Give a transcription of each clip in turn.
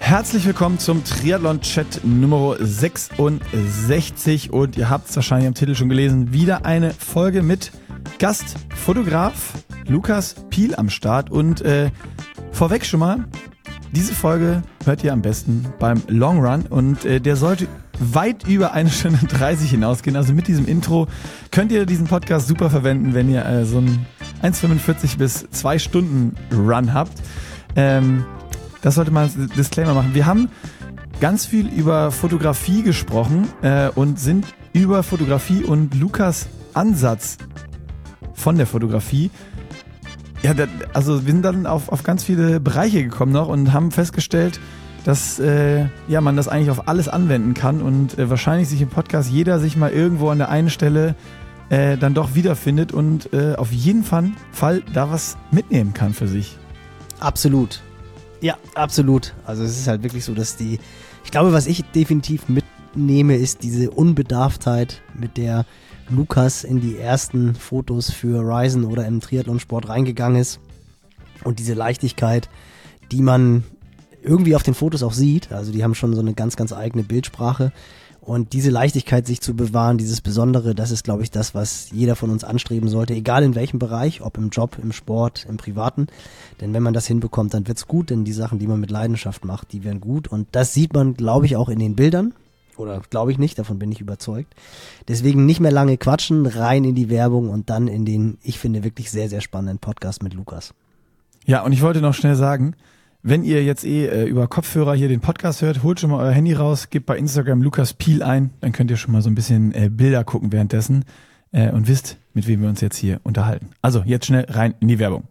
Herzlich willkommen zum Triathlon-Chat Nummer 66 und ihr habt es wahrscheinlich am Titel schon gelesen, wieder eine Folge mit Gastfotograf Lukas Piel am Start und vorweg schon mal, diese Folge hört ihr am besten beim Long Run und der sollte weit über 1 Stunde 30 hinausgehen, also mit diesem Intro könnt ihr diesen Podcast super verwenden, wenn ihr so einen 1,45 bis 2 Stunden Run habt. Das sollte man als Disclaimer machen. Wir haben ganz viel über Fotografie gesprochen und sind über Fotografie und Lukas Ansatz von der Fotografie. Ja, also wir sind dann auf ganz viele Bereiche gekommen noch und haben festgestellt, dass man das eigentlich auf alles anwenden kann und wahrscheinlich sich im Podcast jeder sich mal irgendwo an der einen Stelle dann doch wiederfindet und auf jeden Fall da was mitnehmen kann für sich. Absolut. Ja, absolut. Also es ist halt wirklich so, dass ich glaube, was ich definitiv mitnehme, ist diese Unbedarftheit, mit der Lukas in die ersten Fotos für Horizon oder im Triathlonsport reingegangen ist und diese Leichtigkeit, die man irgendwie auf den Fotos auch sieht. Also die haben schon so eine ganz, ganz eigene Bildsprache und diese Leichtigkeit sich zu bewahren, dieses Besondere, das ist, glaube ich, das, was jeder von uns anstreben sollte, egal in welchem Bereich, ob im Job, im Sport, im Privaten. Denn wenn man das hinbekommt, dann wird's gut, denn die Sachen, die man mit Leidenschaft macht, die werden gut. Und das sieht man, glaube ich, auch in den Bildern. Oder glaube ich nicht, davon bin ich überzeugt. Deswegen nicht mehr lange quatschen, rein in die Werbung und dann in den, ich finde, wirklich sehr, sehr spannenden Podcast mit Lukas. Ja, und ich wollte noch schnell sagen, wenn ihr jetzt über Kopfhörer hier den Podcast hört, holt schon mal euer Handy raus, gebt bei Instagram Lukas Piel ein, dann könnt ihr schon mal so ein bisschen Bilder gucken währenddessen und wisst, mit wem wir uns jetzt hier unterhalten. Also jetzt schnell rein in die Werbung.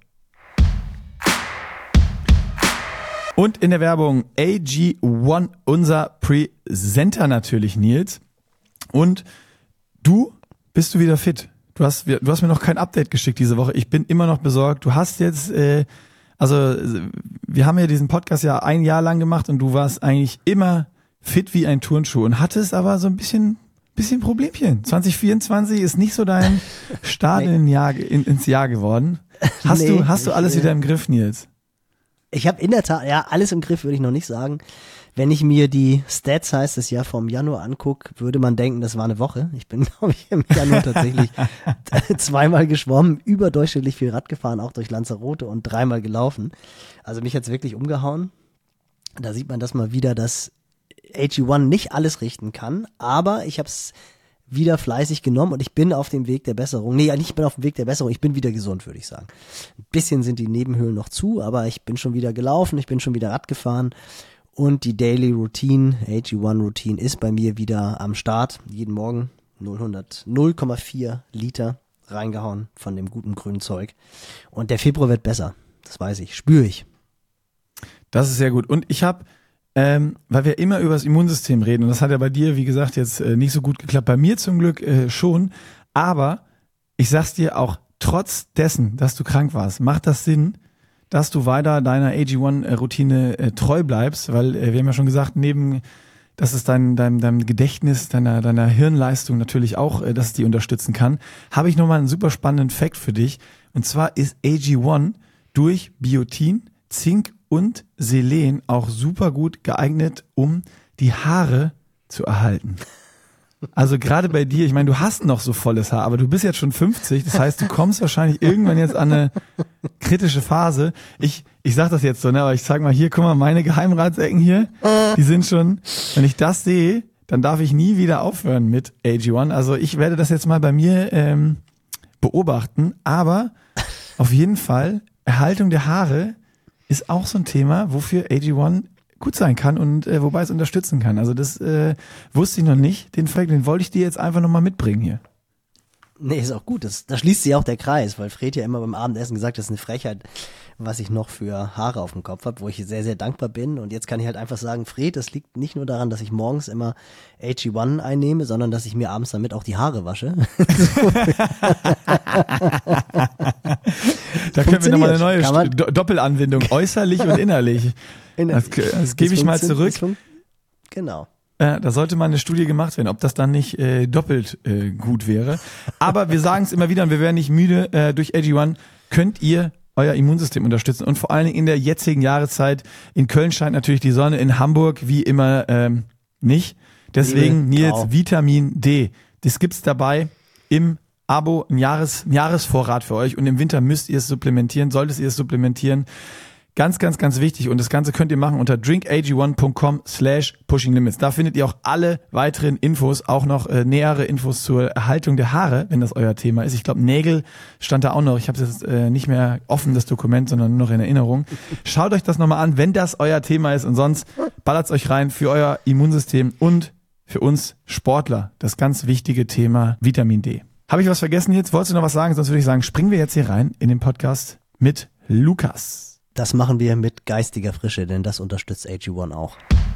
Und in der Werbung AG1, unser Presenter natürlich, Nils. Und bist du wieder fit? Du hast mir noch kein Update geschickt diese Woche. Ich bin immer noch besorgt. Du hast jetzt, wir haben ja diesen Podcast ja 1 Jahr lang gemacht und du warst eigentlich immer fit wie ein Turnschuh und hattest aber so ein bisschen Problemchen. 2024 ist nicht so dein Start ins Jahr geworden. Hast du alles wieder im Griff, Nils? Ich habe in der Tat, ja, alles im Griff würde ich noch nicht sagen. Wenn ich mir die Stats, heißt es ja, vom Januar angucke, würde man denken, das war eine Woche. Ich bin, glaube ich, im Januar tatsächlich 2-mal geschwommen, überdurchschnittlich viel Rad gefahren, auch durch Lanzarote und 3-mal gelaufen. Also mich hat's wirklich umgehauen. Da sieht man das mal wieder, dass AG1 nicht alles richten kann, aber ich habe es wieder fleißig genommen und ich bin auf dem Weg der Besserung. Nee, ich bin auf dem Weg der Besserung, ich bin wieder gesund, würde ich sagen. Ein bisschen sind die Nebenhöhlen noch zu, aber ich bin schon wieder gelaufen, ich bin schon wieder Rad gefahren und die Daily Routine, AG1 Routine ist bei mir wieder am Start. Jeden Morgen 0,4 Liter reingehauen von dem guten grünen Zeug und der Februar wird besser, das weiß ich, spüre ich. Das ist sehr gut und ich habe weil wir immer über das Immunsystem reden und das hat ja bei dir, wie gesagt, jetzt nicht so gut geklappt. Bei mir zum Glück schon, aber ich sag's dir auch, trotz dessen, dass du krank warst, macht das Sinn, dass du weiter deiner AG1-Routine treu bleibst, weil wir haben ja schon gesagt, dass es dein Gedächtnis, deiner Hirnleistung natürlich auch, dass es die unterstützen kann, habe ich nochmal einen super spannenden Fact für dich und zwar ist AG1 durch Biotin, Zink und Selen auch super gut geeignet, um die Haare zu erhalten. Also gerade bei dir, ich meine, du hast noch so volles Haar, aber du bist jetzt schon 50, das heißt, du kommst wahrscheinlich irgendwann jetzt an eine kritische Phase. Ich sag das jetzt so, ne, aber ich sag mal hier, guck mal, meine Geheimratsecken hier, die sind schon, wenn ich das sehe, dann darf ich nie wieder aufhören mit AG1. Also ich werde das jetzt mal bei mir beobachten, aber auf jeden Fall, Erhaltung der Haare ist auch so ein Thema, wofür AG1 gut sein kann und wobei es unterstützen kann. Also das wusste ich noch nicht. Den Fact, den wollte ich dir jetzt einfach nochmal mitbringen hier. Nee, ist auch gut. Da schließt sich auch der Kreis, weil Fred ja immer beim Abendessen gesagt hat, das ist eine Frechheit, was ich noch für Haare auf dem Kopf habe, wo ich sehr, sehr dankbar bin. Und jetzt kann ich halt einfach sagen, Fred, das liegt nicht nur daran, dass ich morgens immer AG1 einnehme, sondern dass ich mir abends damit auch die Haare wasche. Da können wir nochmal eine neue Doppelanwendung, äußerlich und innerlich. Das gebe ich mal zurück. Genau. Da sollte mal eine Studie gemacht werden, ob das dann nicht doppelt gut wäre. Aber wir sagen es immer wieder und wir werden nicht müde, durch AG1 könnt ihr euer Immunsystem unterstützen und vor allen Dingen in der jetzigen Jahreszeit. In Köln scheint natürlich die Sonne, in Hamburg wie immer nicht. Deswegen, Nils, Vitamin D. Das gibt's dabei im Abo, ein Jahresvorrat für euch und im Winter müsst ihr es supplementieren, solltet ihr es supplementieren. Ganz, ganz, ganz wichtig und das Ganze könnt ihr machen unter drinkag1.com/pushinglimits. Da findet ihr auch alle weiteren Infos, auch noch nähere Infos zur Erhaltung der Haare, wenn das euer Thema ist. Ich glaube, Nägel stand da auch noch. Ich habe es jetzt nicht mehr offen, das Dokument, sondern nur noch in Erinnerung. Schaut euch das nochmal an, wenn das euer Thema ist und sonst ballert's euch rein für euer Immunsystem und für uns Sportler. Das ganz wichtige Thema Vitamin D. Habe ich was vergessen jetzt? Wolltest du noch was sagen? Sonst würde ich sagen, springen wir jetzt hier rein in den Podcast mit Lukas. Das machen wir mit geistiger Frische, denn das unterstützt AG1 auch.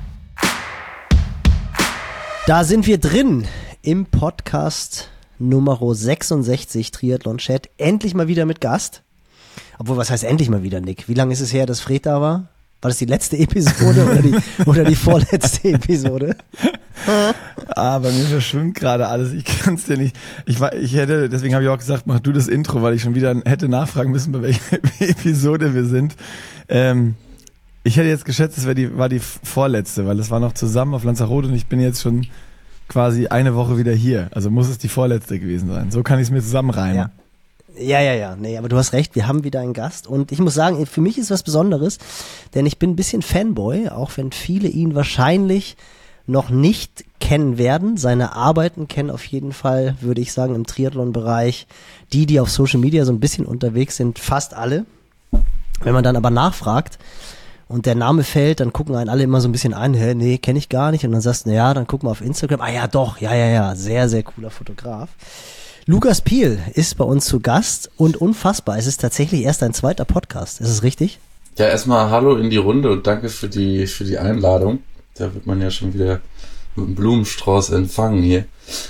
Da sind wir drin im Podcast Nummer 66 Triathlon Chat. Endlich mal wieder mit Gast. Obwohl, was heißt endlich mal wieder, Nick? Wie lange ist es her, dass Fred da war? War das die letzte Episode oder die vorletzte Episode? Bei mir verschwimmt gerade alles. Ich kann es dir nicht. Deswegen habe ich auch gesagt, mach du das Intro, weil ich schon wieder hätte nachfragen müssen, bei welcher Episode wir sind. Ich hätte jetzt geschätzt, es war die vorletzte, weil es war noch zusammen auf Lanzarote und ich bin jetzt schon quasi eine Woche wieder hier. Also muss es die vorletzte gewesen sein. So kann ich es mir zusammenreimen. Ja. Ja. Nee, aber du hast recht, wir haben wieder einen Gast und ich muss sagen, für mich ist was Besonderes, denn ich bin ein bisschen Fanboy, auch wenn viele ihn wahrscheinlich noch nicht kennen werden. Seine Arbeiten kennen auf jeden Fall, würde ich sagen, im Triathlon-Bereich die auf Social Media so ein bisschen unterwegs sind, fast alle. Wenn man dann aber nachfragt und der Name fällt, dann gucken einen alle immer so ein bisschen an, nee, kenne ich gar nicht. Und dann sagst du, ja, dann guck mal auf Instagram, ja doch, ja, sehr, sehr cooler Fotograf. Lukas Piel ist bei uns zu Gast und unfassbar, es ist tatsächlich erst ein zweiter Podcast, ist es richtig? Ja, erstmal hallo in die Runde und danke für die Einladung. Da wird man ja schon wieder mit einem Blumenstrauß empfangen hier.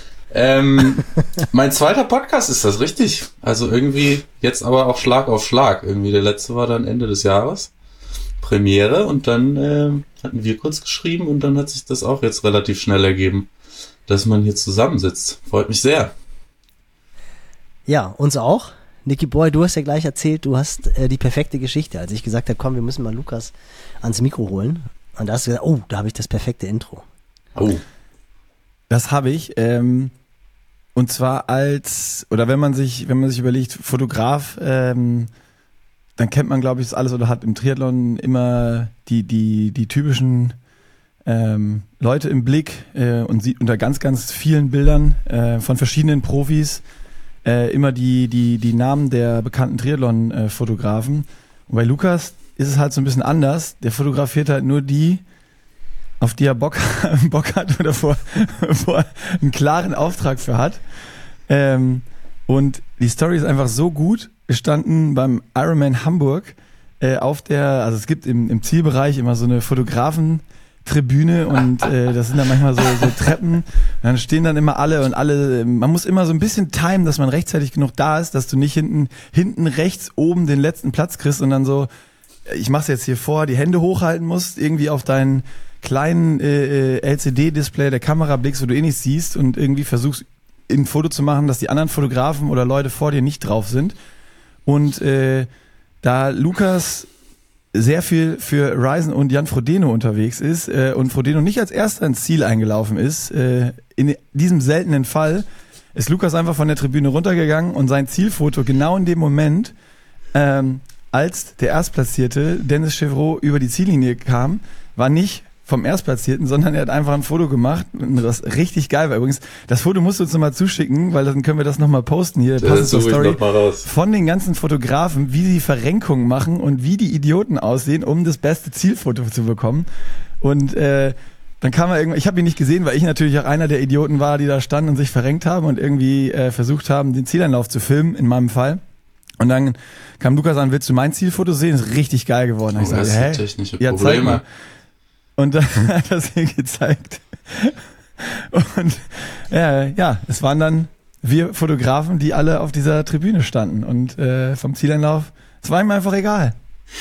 Mein zweiter Podcast ist das, richtig? Also irgendwie jetzt aber auch Schlag auf Schlag. Irgendwie der letzte war dann Ende des Jahres. Premiere und dann hatten wir kurz geschrieben und dann hat sich das auch jetzt relativ schnell ergeben, dass man hier zusammensitzt. Freut mich sehr. Ja, uns auch. Nicky Boy, du hast ja gleich erzählt, du hast die perfekte Geschichte. Als ich gesagt habe, komm, wir müssen mal Lukas ans Mikro holen. Und da hast du gesagt, oh, da habe ich das perfekte Intro. Oh. Das habe ich. Und zwar wenn man sich überlegt, Fotograf, dann kennt man, glaube ich, das alles oder hat im Triathlon immer die typischen Leute im Blick und sieht unter ganz, ganz vielen Bildern von verschiedenen Profis immer die Namen der bekannten Triathlon-Fotografen. Und bei Lukas ist es halt so ein bisschen anders. Der fotografiert halt nur die, auf die er Bock hat oder wo er einen klaren Auftrag für hat. Und die Story ist einfach so gut. Wir standen beim Ironman Hamburg also es gibt im Zielbereich immer so eine Fotografentribüne und das sind dann manchmal so Treppen. Und dann stehen dann immer alle man muss immer so ein bisschen timen, dass man rechtzeitig genug da ist, dass du nicht hinten rechts oben den letzten Platz kriegst und dann so, ich mach's jetzt hier vor, die Hände hochhalten musst, irgendwie auf deinen kleinen LCD-Display der Kamera blickst, wo du nichts siehst und irgendwie versuchst, ein Foto zu machen, dass die anderen Fotografen oder Leute vor dir nicht drauf sind. Und da Lukas sehr viel für Ryzen und Jan Frodeno unterwegs ist und Frodeno nicht als erster ins Ziel eingelaufen ist, in diesem seltenen Fall ist Lukas einfach von der Tribüne runtergegangen und sein Zielfoto genau in dem Moment, als der Erstplatzierte Dennis Chevreau über die Ziellinie kam, war nicht vom Erstplatzierten, sondern er hat einfach ein Foto gemacht, das richtig geil war. Übrigens, das Foto musst du uns nochmal zuschicken, weil dann können wir das nochmal posten hier, passend zur Story, von den ganzen Fotografen, wie sie Verrenkungen machen und wie die Idioten aussehen, um das beste Zielfoto zu bekommen. Und dann kam er irgendwann, ich habe ihn nicht gesehen, weil ich natürlich auch einer der Idioten war, die da standen und sich verrenkt haben und irgendwie versucht haben, den Zieleinlauf zu filmen, in meinem Fall. Und dann kam Lukas an, willst du mein Zielfoto sehen? Ist richtig geil geworden. Oh, das sind technische Probleme. Zeig mal. Und dann hat er es mir gezeigt. Und ja, es waren dann wir Fotografen, die alle auf dieser Tribüne standen. Und vom Zieleinlauf, es war ihm einfach egal.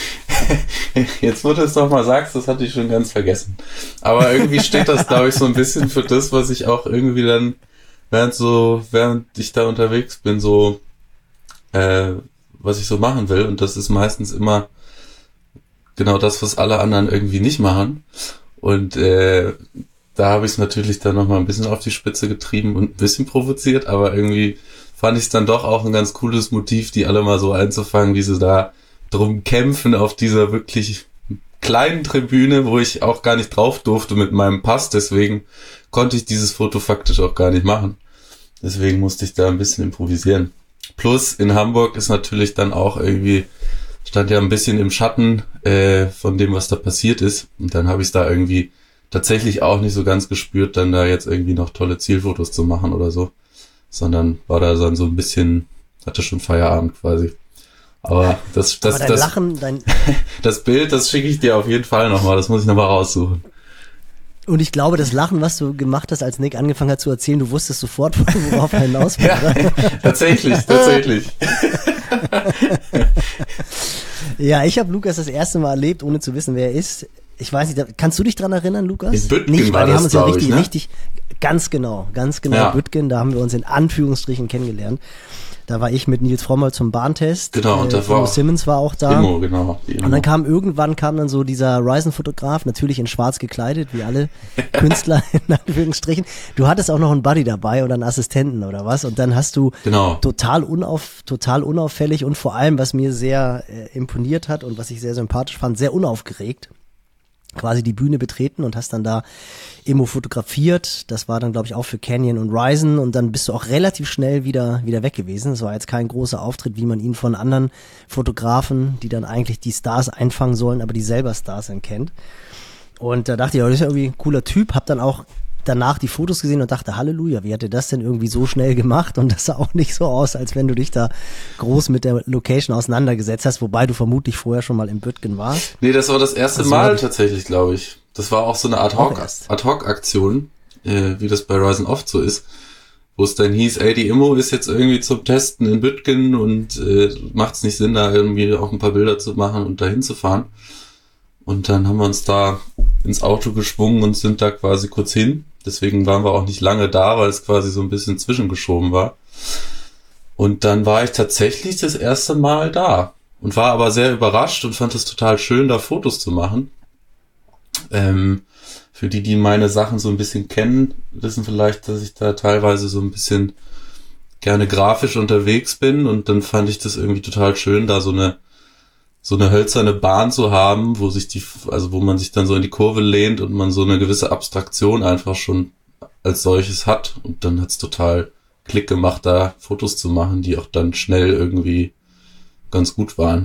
Jetzt, wo du es doch mal sagst, das hatte ich schon ganz vergessen. Aber irgendwie steht das, glaube ich, so ein bisschen für das, was ich auch irgendwie dann, während ich da unterwegs bin, so was ich so machen will. Und das ist meistens immer genau das, was alle anderen irgendwie nicht machen. Und da habe ich es natürlich dann nochmal ein bisschen auf die Spitze getrieben und ein bisschen provoziert, aber irgendwie fand ich es dann doch auch ein ganz cooles Motiv, die alle mal so einzufangen, wie sie da drum kämpfen auf dieser wirklich kleinen Tribüne, wo ich auch gar nicht drauf durfte mit meinem Pass, deswegen konnte ich dieses Foto faktisch auch gar nicht machen. Deswegen musste ich da ein bisschen improvisieren. Plus in Hamburg ist natürlich dann auch irgendwie, stand ja ein bisschen im Schatten von dem, was da passiert ist. Und dann habe ich es da irgendwie tatsächlich auch nicht so ganz gespürt, dann da jetzt irgendwie noch tolle Zielfotos zu machen oder so. Sondern war da dann so ein bisschen, hatte schon Feierabend quasi. Aber das Lachen, das Bild, das schicke ich dir auf jeden Fall nochmal, das muss ich nochmal raussuchen. Und ich glaube, das Lachen, was du gemacht hast, als Nick angefangen hat zu erzählen, du wusstest sofort, worauf er hinaus will. Ja, tatsächlich. Ja, ich habe Lukas das erste Mal erlebt, ohne zu wissen, wer er ist. Ich weiß nicht, kannst du dich dran erinnern, Lukas? In Büttgen nicht, war weil wir das, haben uns ja richtig, richtig, ganz genau, ja. Büttgen, da haben wir uns in Anführungsstrichen kennengelernt. Da war ich mit Nils Frommel zum Bahntest. Genau, und da war Simmons war auch da. Immo, genau. Und dann kam dann so dieser Ryzen-Fotograf, natürlich in schwarz gekleidet, wie alle Künstler in Anführungsstrichen. Du hattest auch noch einen Buddy dabei oder einen Assistenten oder was. Und dann hast du total unauffällig und vor allem, was mir sehr imponiert hat und was ich sehr sympathisch fand, sehr unaufgeregt quasi die Bühne betreten und hast dann da Immo fotografiert. Das war dann, glaube ich, auch für Canyon und Ryzen und dann bist du auch relativ schnell wieder weg gewesen. Das war jetzt kein großer Auftritt, wie man ihn von anderen Fotografen, die dann eigentlich die Stars einfangen sollen, aber die selber Stars sind, kennt. Und da dachte ich, das ist ja irgendwie ein cooler Typ, hab dann auch danach die Fotos gesehen und dachte, Halleluja, wie hat er das denn irgendwie so schnell gemacht? Und das sah auch nicht so aus, als wenn du dich da groß mit der Location auseinandergesetzt hast, wobei du vermutlich vorher schon mal in Büttgen warst. Nee, das war das erste Mal tatsächlich, glaube ich. Das war auch so eine Ad-Hoc-Aktion, wie das bei Ryzen oft so ist, wo es dann hieß, ey, die Immo ist jetzt irgendwie zum Testen in Büttgen und macht es nicht Sinn, da irgendwie auch ein paar Bilder zu machen und dahin zu fahren. Und dann haben wir uns da ins Auto geschwungen und sind da quasi kurz hin. Deswegen waren wir auch nicht lange da, weil es quasi so ein bisschen zwischengeschoben war. Und dann war ich tatsächlich das erste Mal da und war aber sehr überrascht und fand es total schön, da Fotos zu machen. Für die meine Sachen so ein bisschen kennen, wissen vielleicht, dass ich da teilweise so ein bisschen gerne grafisch unterwegs bin und dann fand ich das irgendwie total schön, da so eine hölzerne Bahn zu haben, wo man sich dann so in die Kurve lehnt und man so eine gewisse Abstraktion einfach schon als solches hat. Und dann hat's total Klick gemacht, da Fotos zu machen, die auch dann schnell irgendwie ganz gut waren.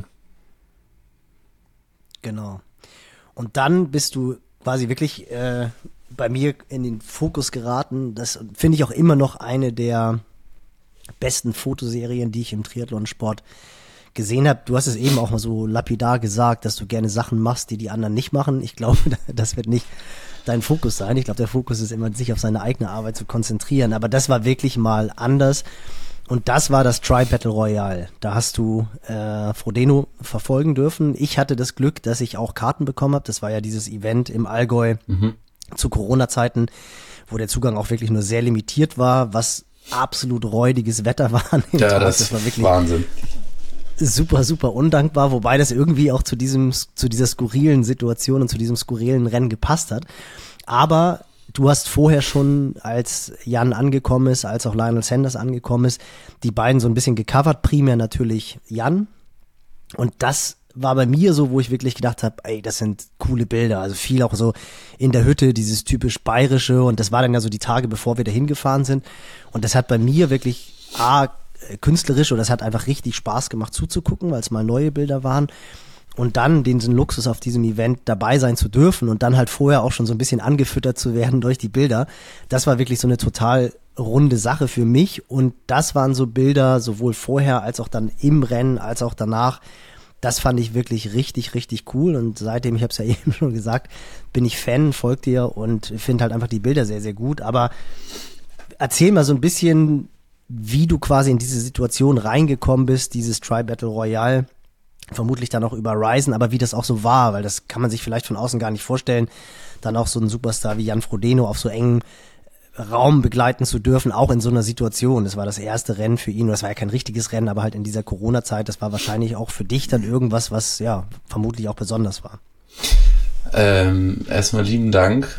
Genau. Und dann bist du quasi wirklich bei mir in den Fokus geraten. Das finde ich auch immer noch eine der besten Fotoserien, die ich im Triathlonsport gesehen habe. Du hast es eben auch mal so lapidar gesagt, dass du gerne Sachen machst, die anderen nicht machen. Ich glaube, das wird nicht dein Fokus sein. Ich glaube, der Fokus ist immer, sich auf seine eigene Arbeit zu konzentrieren. Aber das war wirklich mal anders. Und das war das Tri-Battle Royale. Da hast du Frodeno verfolgen dürfen. Ich hatte das Glück, dass ich auch Karten bekommen habe. Das war ja dieses Event im Allgäu zu Corona-Zeiten, wo der Zugang auch wirklich nur sehr limitiert war, was absolut räudiges Wetter war an dem Tag. Das war wirklich Wahnsinn. Super, super undankbar, wobei das irgendwie auch zu dieser skurrilen Situation und zu diesem skurrilen Rennen gepasst hat. Aber du hast vorher schon, als Jan angekommen ist, als auch Lionel Sanders angekommen ist, die beiden so ein bisschen gecovert, primär natürlich Jan. Und das war bei mir so, wo ich wirklich gedacht habe, ey, das sind coole Bilder. Also viel auch so in der Hütte, dieses typisch Bayerische. Und das war dann ja so die Tage, bevor wir da hingefahren sind. Und das hat bei mir wirklich künstlerisch, oder es hat einfach richtig Spaß gemacht zuzugucken, weil es mal neue Bilder waren. Und dann diesen Luxus auf diesem Event dabei sein zu dürfen und dann halt vorher auch schon so ein bisschen angefüttert zu werden durch die Bilder, das war wirklich so eine total runde Sache für mich. Und das waren so Bilder, sowohl vorher als auch dann im Rennen, als auch danach. Das fand ich wirklich richtig, richtig cool. Und seitdem, ich habe es ja eben schon gesagt, bin ich Fan, folge dir und finde halt einfach die Bilder sehr, sehr gut. Aber erzähl mal so ein bisschen, wie du quasi in diese Situation reingekommen bist, dieses Tri-Battle Royale, vermutlich dann auch über Ryzen, aber wie das auch so war, weil das kann man sich vielleicht von außen gar nicht vorstellen, dann auch so ein Superstar wie Jan Frodeno auf so engen Raum begleiten zu dürfen, auch in so einer Situation. Das war das erste Rennen für ihn. Und das war ja kein richtiges Rennen, aber halt in dieser Corona-Zeit, das war wahrscheinlich auch für dich dann irgendwas, was ja vermutlich auch besonders war. Erstmal lieben Dank.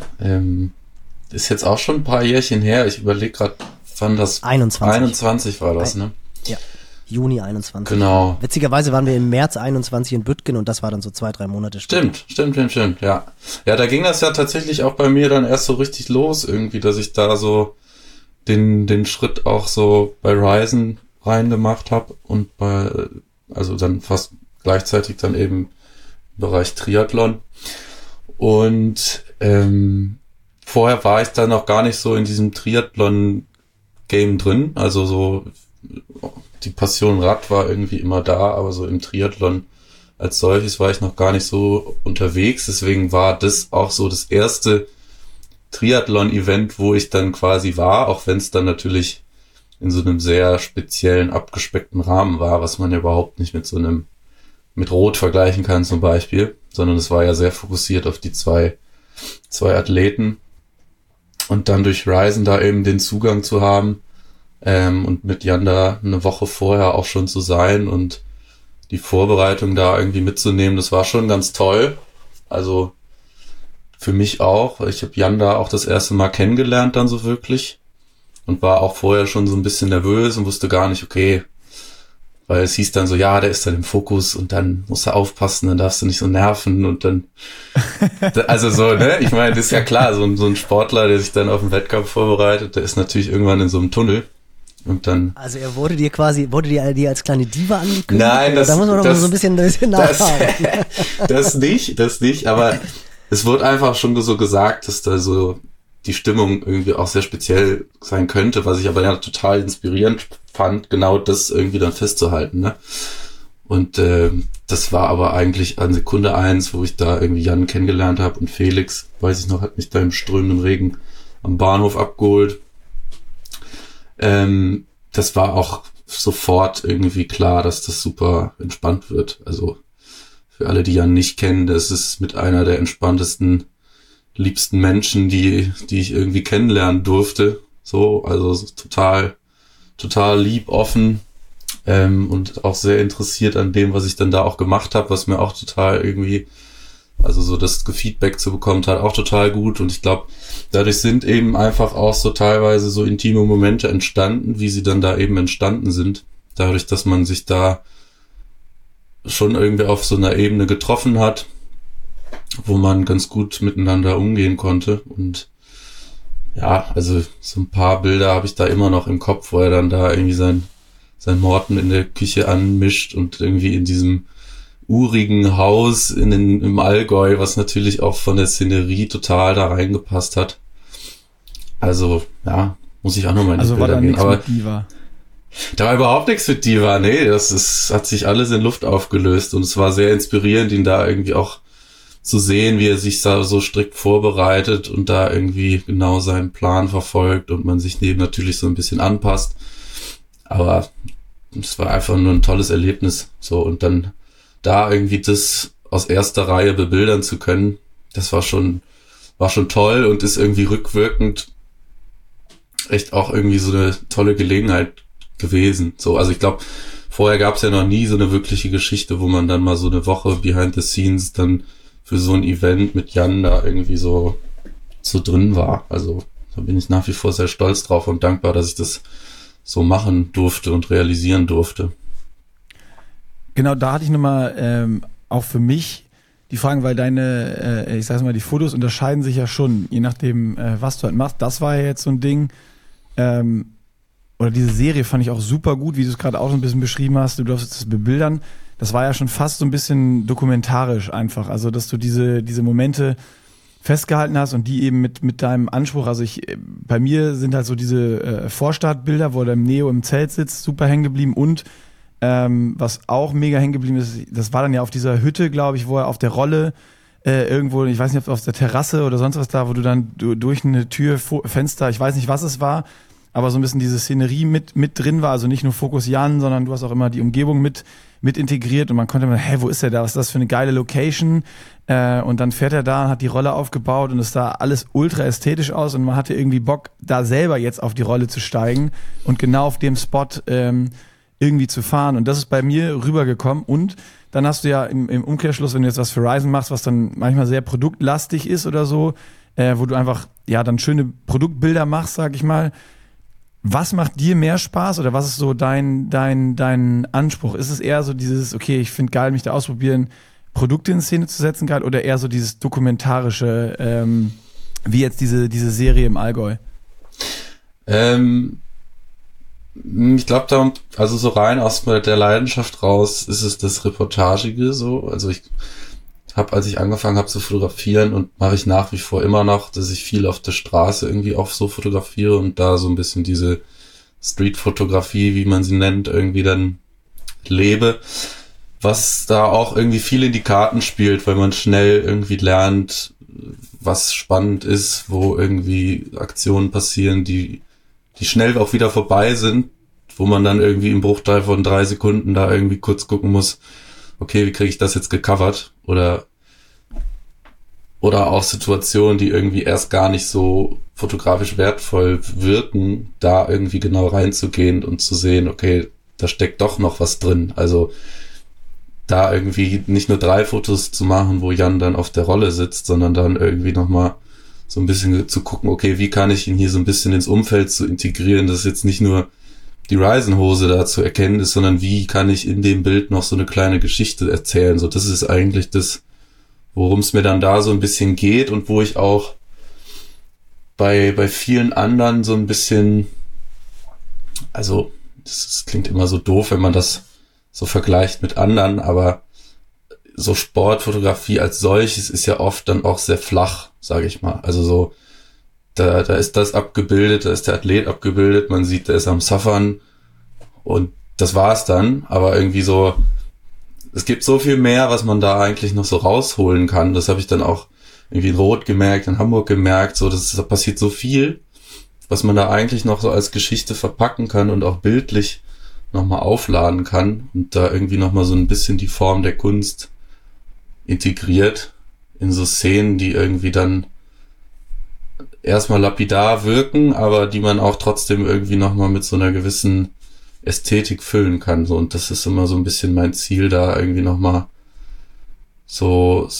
Ist jetzt auch schon ein paar Jährchen her. Ich überlege gerade, wann das 21 war das, ne? Ja, Juni 21. Genau. Witzigerweise waren wir im März 21 in Büttgen und das war dann so 2-3 Monate später. Stimmt, ja. Ja, da ging das ja tatsächlich auch bei mir dann erst so richtig los irgendwie, dass ich da so den Schritt auch so bei Ryzen reingemacht habe und also dann fast gleichzeitig dann eben im Bereich Triathlon. Und vorher war ich dann noch gar nicht so in diesem Triathlon-Game drin, also so die Passion Rad war irgendwie immer da, aber so im Triathlon als solches war ich noch gar nicht so unterwegs. Deswegen war das auch so das erste Triathlon-Event, wo ich dann quasi war, auch wenn es dann natürlich in so einem sehr speziellen, abgespeckten Rahmen war, was man ja überhaupt nicht mit Rot vergleichen kann zum Beispiel, sondern es war ja sehr fokussiert auf die zwei Athleten. Und dann durch Ryzen da eben den Zugang zu haben, und mit Jan da eine Woche vorher auch schon zu sein und die Vorbereitung da irgendwie mitzunehmen, das war schon ganz toll. Also für mich auch. Ich habe Jan da auch das erste Mal kennengelernt dann so wirklich und war auch vorher schon so ein bisschen nervös und wusste gar nicht, okay, weil es hieß dann so, ja, der ist dann im Fokus und dann musst du aufpassen, dann darfst du nicht so nerven und dann, also so, ne, ich meine, das ist ja klar, so ein Sportler, der sich dann auf den Wettkampf vorbereitet, der ist natürlich irgendwann in so einem Tunnel. Und dann. Also er wurde dir als kleine Diva angekündigt? Nein, da muss man doch mal so ein bisschen nachfragen. Das nicht, aber es wurde einfach schon so gesagt, dass da so die Stimmung irgendwie auch sehr speziell sein könnte, was ich aber ja total inspirierend fand, genau das irgendwie dann festzuhalten, ne? Und das war aber eigentlich an Sekunde 1, wo ich da irgendwie Jan kennengelernt habe und Felix, weiß ich noch, hat mich da im strömenden Regen am Bahnhof abgeholt. Das war auch sofort irgendwie klar, dass das super entspannt wird. Also für alle, die Jan nicht kennen, das ist mit einer der entspanntesten, liebsten Menschen, die ich irgendwie kennenlernen durfte. So, also total lieb, offen und auch sehr interessiert an dem, was ich dann da auch gemacht habe, was mir auch total irgendwie, also so das Feedback zu bekommen hat, auch total gut. Und ich glaube, dadurch sind eben einfach auch so teilweise so intime Momente entstanden, wie sie dann da eben entstanden sind. Dadurch, dass man sich da schon irgendwie auf so einer Ebene getroffen hat, wo man ganz gut miteinander umgehen konnte. Und ja, also so ein paar Bilder habe ich da immer noch im Kopf, wo er dann da irgendwie sein Morten in der Küche anmischt und irgendwie in diesem urigen Haus im Allgäu, was natürlich auch von der Szenerie total da reingepasst hat. Also, ja, muss ich auch nochmal in die Bilder gehen. Aber da war überhaupt nichts mit Diva, nee, hat sich alles in Luft aufgelöst und es war sehr inspirierend, ihn da irgendwie auch zu sehen, wie er sich da so strikt vorbereitet und da irgendwie genau seinen Plan verfolgt und man sich neben natürlich so ein bisschen anpasst. Aber es war einfach nur ein tolles Erlebnis, so, und dann da irgendwie das aus erster Reihe bebildern zu können, das war schon toll und ist irgendwie rückwirkend echt auch irgendwie so eine tolle Gelegenheit gewesen. So, also ich glaube, vorher gab es ja noch nie so eine wirkliche Geschichte, wo man dann mal so eine Woche behind the scenes dann für so ein Event mit Jan da irgendwie so drin war. Also da bin ich nach wie vor sehr stolz drauf und dankbar, dass ich das so machen durfte und realisieren durfte. Genau, da hatte ich nochmal auch für mich die Fragen, weil deine, ich sag's mal, die Fotos unterscheiden sich ja schon, je nachdem, was du halt machst. Das war ja jetzt so ein Ding, oder diese Serie fand ich auch super gut, wie du es gerade auch so ein bisschen beschrieben hast. Du durftest es bebildern. Das war ja schon fast so ein bisschen dokumentarisch einfach. Also, dass du diese Momente festgehalten hast und die eben mit deinem Anspruch, also bei mir sind halt so diese Vorstartbilder, wo er im Neo im Zelt sitzt, super hängen geblieben und was auch mega hängen geblieben ist, das war dann ja auf dieser Hütte, glaube ich, wo er auf der Rolle irgendwo, ich weiß nicht, ob auf der Terrasse oder sonst was da, wo du dann durch eine Tür, Fenster, ich weiß nicht, was es war, aber so ein bisschen diese Szenerie mit drin war, also nicht nur Fokus Jan, sondern du hast auch immer die Umgebung mit mit integriert und man konnte mal, wo ist der da? Was ist das für eine geile Location? Und dann fährt er da und hat die Rolle aufgebaut und es sah alles ultra ästhetisch aus und man hatte irgendwie Bock, da selber jetzt auf die Rolle zu steigen und genau auf dem Spot irgendwie zu fahren. Und das ist bei mir rübergekommen. Und dann hast du ja im Umkehrschluss, wenn du jetzt was für Ryzen machst, was dann manchmal sehr produktlastig ist oder so, wo du einfach ja dann schöne Produktbilder machst, sag ich mal. Was macht dir mehr Spaß oder was ist so dein Anspruch? Ist es eher so dieses, okay, ich finde geil, mich da ausprobieren, Produkte in Szene zu setzen, geil, oder eher so dieses dokumentarische, wie jetzt diese Serie im Allgäu? Ich glaube, also so rein aus der Leidenschaft raus ist es das Reportagige so. Also ich habe, als ich angefangen habe zu fotografieren und mache ich nach wie vor immer noch, dass ich viel auf der Straße irgendwie auch so fotografiere und da so ein bisschen diese Street-Fotografie, wie man sie nennt, irgendwie dann lebe. Was da auch irgendwie viel in die Karten spielt, weil man schnell irgendwie lernt, was spannend ist, wo irgendwie Aktionen passieren, die schnell auch wieder vorbei sind, wo man dann irgendwie im Bruchteil von 3 Sekunden da irgendwie kurz gucken muss, okay, wie kriege ich das jetzt gecovert? Oder auch Situationen, die irgendwie erst gar nicht so fotografisch wertvoll wirken, da irgendwie genau reinzugehen und zu sehen, okay, da steckt doch noch was drin. Also da irgendwie nicht nur 3 Fotos zu machen, wo Jan dann auf der Rolle sitzt, sondern dann irgendwie nochmal so ein bisschen zu gucken, okay, wie kann ich ihn hier so ein bisschen ins Umfeld zu integrieren, dass jetzt nicht nur die Ryzen-Hose da zu erkennen ist, sondern wie kann ich in dem Bild noch so eine kleine Geschichte erzählen. So, das ist eigentlich das, worum es mir dann da so ein bisschen geht und wo ich auch bei vielen anderen so ein bisschen, also das klingt immer so doof, wenn man das so vergleicht mit anderen, aber so Sportfotografie als solches ist ja oft dann auch sehr flach, sage ich mal. Also so, da ist das abgebildet, da ist der Athlet abgebildet, man sieht, der ist am Suffern und das war's dann. Aber irgendwie so, es gibt so viel mehr, was man da eigentlich noch so rausholen kann. Das habe ich dann auch irgendwie in Rot gemerkt, in Hamburg gemerkt, so, da passiert so viel, was man da eigentlich noch so als Geschichte verpacken kann und auch bildlich nochmal aufladen kann und da irgendwie nochmal so ein bisschen die Form der Kunst integriert in so Szenen, die irgendwie dann erstmal lapidar wirken, aber die man auch trotzdem irgendwie nochmal mit so einer gewissen Ästhetik füllen kann. So, und das ist immer so ein bisschen mein Ziel, da irgendwie nochmal so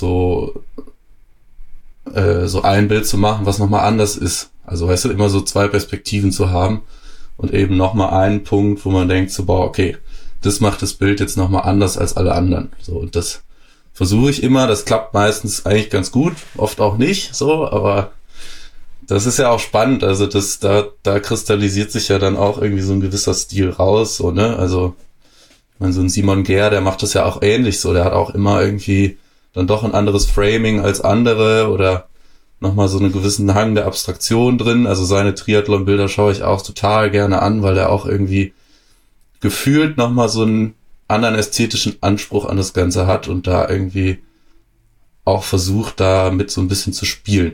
ein Bild zu machen, was nochmal anders ist. Also weißt du, immer so 2 Perspektiven zu haben und eben nochmal einen Punkt, wo man denkt, so, boah, okay, das macht das Bild jetzt nochmal anders als alle anderen. So, und das versuche ich immer, das klappt meistens eigentlich ganz gut, oft auch nicht, so, aber das ist ja auch spannend, also da kristallisiert sich ja dann auch irgendwie so ein gewisser Stil raus, so, ne, also, ich meine, so ein Simon Gehr, der macht das ja auch ähnlich so, der hat auch immer irgendwie dann doch ein anderes Framing als andere oder nochmal so einen gewissen Hang der Abstraktion drin, also seine Triathlon-Bilder schaue ich auch total gerne an, weil der auch irgendwie gefühlt nochmal so einen anderen ästhetischen Anspruch an das Ganze hat und da irgendwie auch versucht, da mit so ein bisschen zu spielen.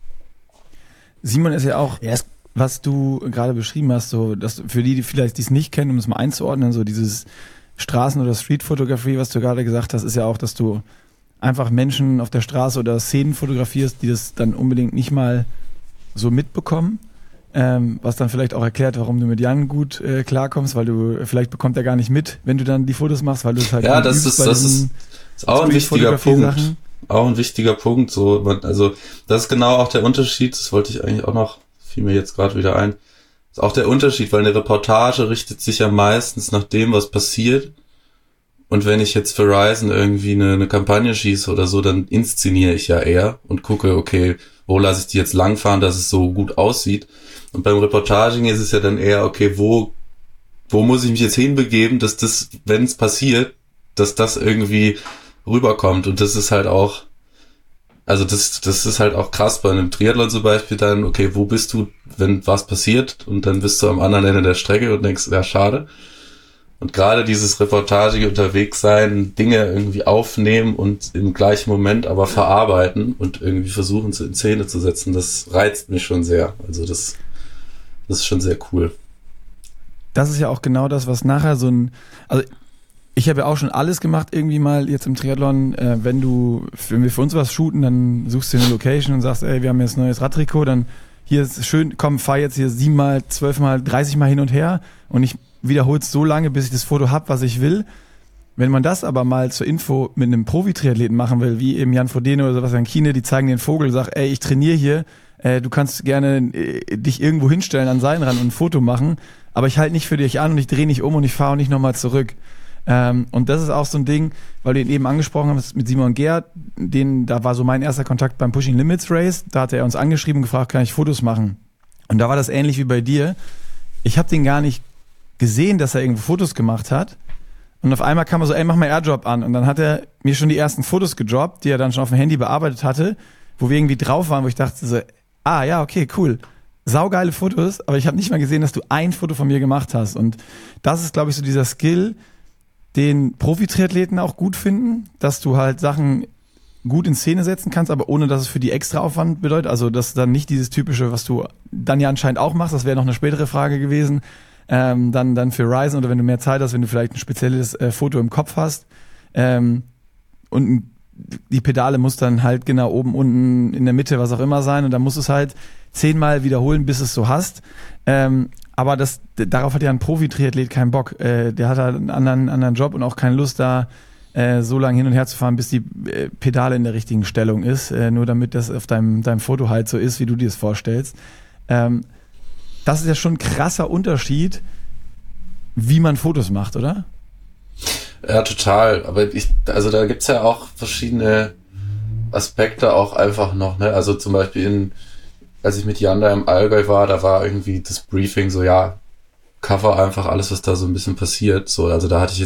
Simon ist ja auch, was du gerade beschrieben hast, so, dass für die vielleicht dies nicht kennen, um es mal einzuordnen, so dieses Straßen- oder Streetfotografie, was du gerade gesagt hast, ist ja auch, dass du einfach Menschen auf der Straße oder Szenen fotografierst, die das dann unbedingt nicht mal so mitbekommen. Was dann vielleicht auch erklärt, warum du mit Jan gut klarkommst, weil vielleicht bekommt er gar nicht mit, wenn du dann die Fotos machst, weil du es halt ja, das ist auch ein wichtiger Punkt. Auch ein wichtiger Punkt. So, also das ist genau auch der Unterschied. Das wollte ich eigentlich auch noch, fiel mir jetzt gerade wieder ein. Das ist auch der Unterschied, weil eine Reportage richtet sich ja meistens nach dem, was passiert. Und wenn ich jetzt für Ryzen irgendwie eine Kampagne schieße oder so, dann inszeniere ich ja eher und gucke, okay, wo lasse ich die jetzt langfahren, dass es so gut aussieht. Und beim Reportaging ist es ja dann eher, okay, wo muss ich mich jetzt hinbegeben, dass das, wenn es passiert, dass das irgendwie rüberkommt. Und das ist halt auch, also das ist halt auch krass bei einem Triathlon zum Beispiel dann, okay, wo bist du, wenn was passiert? Und dann bist du am anderen Ende der Strecke und denkst, ja, schade. Und gerade dieses reportagige unterwegs sein, Dinge irgendwie aufnehmen und im gleichen Moment aber verarbeiten und irgendwie versuchen in Szene zu setzen, das reizt mich schon sehr. Also das ist schon sehr cool. Das ist ja auch genau das, was nachher also ich habe ja auch schon alles gemacht, irgendwie mal jetzt im Triathlon. Wenn wir für uns was shooten, dann suchst du eine Location und sagst, ey, wir haben jetzt ein neues Radtrikot, dann hier ist schön, komm, fahr jetzt hier 7-mal, 12-mal, 30-mal hin und her und ich wiederhole es so lange, bis ich das Foto hab, was ich will. Wenn man das aber mal zur Info mit einem Profi-Triathleten machen will, wie eben Jan Frodeno oder Sebastian Kiene, die zeigen den Vogel und sagen, ey, ich trainiere hier, du kannst gerne dich irgendwo hinstellen an Seilenrand und ein Foto machen, aber ich halte nicht für dich an und ich drehe nicht um und ich fahre auch nicht nochmal zurück. Und das ist auch so ein Ding, weil du ihn eben angesprochen hast mit Simon Gerd, da war so mein erster Kontakt beim Pushing Limits Race, da hat er uns angeschrieben und gefragt, kann ich Fotos machen? Und da war das ähnlich wie bei dir. Ich habe den gar nicht gesehen, dass er irgendwo Fotos gemacht hat. Und auf einmal kam er so, ey, mach mal Airdrop an. Und dann hat er mir schon die ersten Fotos gedroppt, die er dann schon auf dem Handy bearbeitet hatte, wo wir irgendwie drauf waren, wo ich dachte so, ja, okay, cool. Saugeile Fotos, aber ich habe nicht mal gesehen, dass du ein Foto von mir gemacht hast. Und das ist, glaube ich, so dieser Skill, den Profi-Triathleten auch gut finden, dass du halt Sachen gut in Szene setzen kannst, aber ohne, dass es für die extra Aufwand bedeutet. Also das ist dann nicht dieses typische, was du dann ja anscheinend auch machst, das wäre noch eine spätere Frage gewesen, dann für Ryzen oder wenn du mehr Zeit hast, wenn du vielleicht ein spezielles Foto im Kopf hast. Und die Pedale muss dann halt genau oben, unten, in der Mitte, was auch immer sein und dann musst du es halt 10-mal wiederholen, bis es so hast. Aber darauf hat ja ein Profi-Triathlet keinen Bock. Der hat halt einen anderen Job und auch keine Lust da so lange hin und her zu fahren, bis die Pedale in der richtigen Stellung ist, nur damit das auf deinem Foto halt so ist, wie du dir es vorstellst. Das ist ja schon ein krasser Unterschied, wie man Fotos macht, oder? Ja, total. Aber also da gibt's ja auch verschiedene Aspekte auch einfach noch, ne? Also zum Beispiel als ich mit Jan da im Allgäu war, da war irgendwie das Briefing so, ja, cover einfach alles, was da so ein bisschen passiert. So, also da hatte ich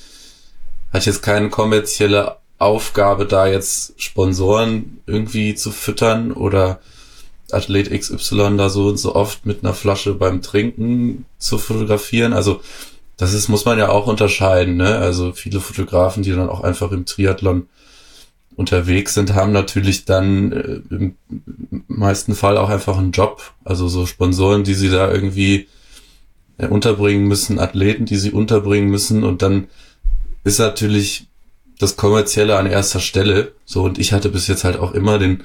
jetzt keine kommerzielle Aufgabe, da jetzt Sponsoren irgendwie zu füttern oder Athlet XY da so und so oft mit einer Flasche beim Trinken zu fotografieren. Also muss man ja auch unterscheiden, ne? Also viele Fotografen, die dann auch einfach im Triathlon unterwegs sind, haben natürlich dann im meisten Fall auch einfach einen Job. Also so Sponsoren, die sie da irgendwie unterbringen müssen, Athleten, die sie unterbringen müssen und dann ist natürlich das Kommerzielle an erster Stelle. So, und ich hatte bis jetzt halt auch immer den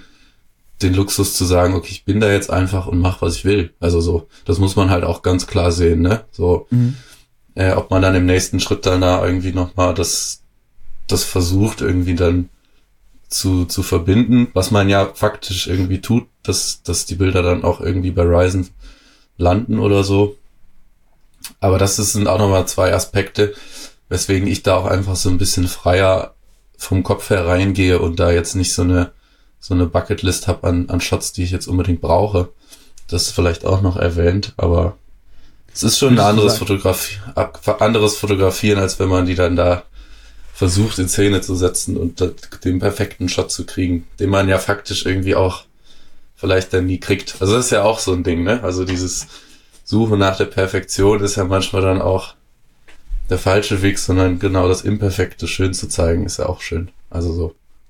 Luxus zu sagen, okay, ich bin da jetzt einfach und mach, was ich will. Also so, das muss man halt auch ganz klar sehen, ne? So, ob man dann im nächsten Schritt dann da irgendwie nochmal das versucht, irgendwie dann zu verbinden, was man ja faktisch irgendwie tut, dass die Bilder dann auch irgendwie bei Ryzen landen oder so. Aber sind auch nochmal 2 Aspekte, weswegen ich da auch einfach so ein bisschen freier vom Kopf her reingehe und da jetzt nicht so eine Bucketlist habe an Shots, die ich jetzt unbedingt brauche. Das ist vielleicht auch noch erwähnt, aber es ist schon ein anderes Fotografieren, als wenn man die dann da versucht in Szene zu setzen und den perfekten Shot zu kriegen, den man ja faktisch irgendwie auch vielleicht dann nie kriegt. Also das ist ja auch so ein Ding, ne? Also dieses Suche nach der Perfektion ist ja manchmal dann auch der falsche Weg, sondern genau das Imperfekte schön zu zeigen, ist ja auch schön. Also so.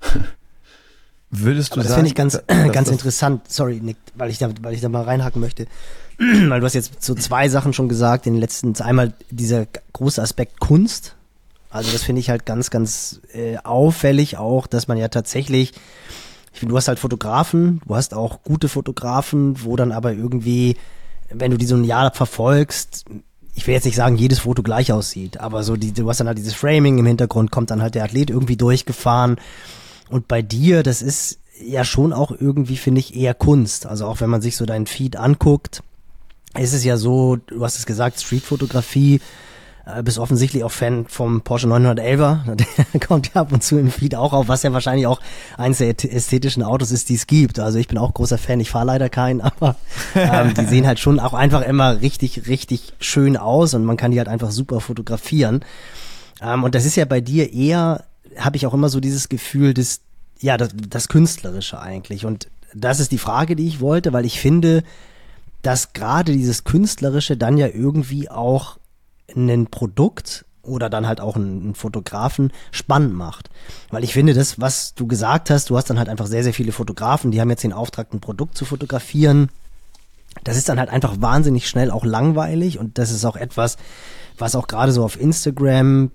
Würdest du das sagen, finde ich ganz interessant, sorry Nick, weil ich da mal reinhacken möchte, weil du hast jetzt so 2 Sachen schon gesagt, in den letzten, einmal dieser große Aspekt Kunst, also das finde ich halt ganz, ganz auffällig auch, dass man ja tatsächlich, ich finde, du hast halt Fotografen, du hast auch gute Fotografen, wo dann aber irgendwie, wenn du die so ein Jahr verfolgst, ich will jetzt nicht sagen, jedes Foto gleich aussieht, aber so du hast dann halt dieses Framing, im Hintergrund kommt dann halt der Athlet irgendwie durchgefahren. Und bei dir, das ist ja schon auch irgendwie, finde ich, eher Kunst. Also auch wenn man sich so deinen Feed anguckt, ist es ja so, du hast es gesagt, Streetfotografie, bist offensichtlich auch Fan vom Porsche 911er, der kommt ja ab und zu im Feed auch auf, was ja wahrscheinlich auch eines der ästhetischen Autos ist, die es gibt. Also ich bin auch großer Fan, ich fahre leider keinen, aber die sehen halt schon auch einfach immer richtig, richtig schön aus und man kann die halt einfach super fotografieren. Und das ist ja bei dir eher, habe ich auch immer so dieses Gefühl, das Künstlerische eigentlich. Und das ist die Frage, die ich wollte, weil ich finde, dass gerade dieses Künstlerische dann ja irgendwie auch ein Produkt oder dann halt auch einen Fotografen spannend macht. Weil ich finde, das, was du gesagt hast, du hast dann halt einfach sehr, sehr viele Fotografen, die haben jetzt den Auftrag, ein Produkt zu fotografieren. Das ist dann halt einfach wahnsinnig schnell auch langweilig und das ist auch etwas, was auch gerade so auf Instagram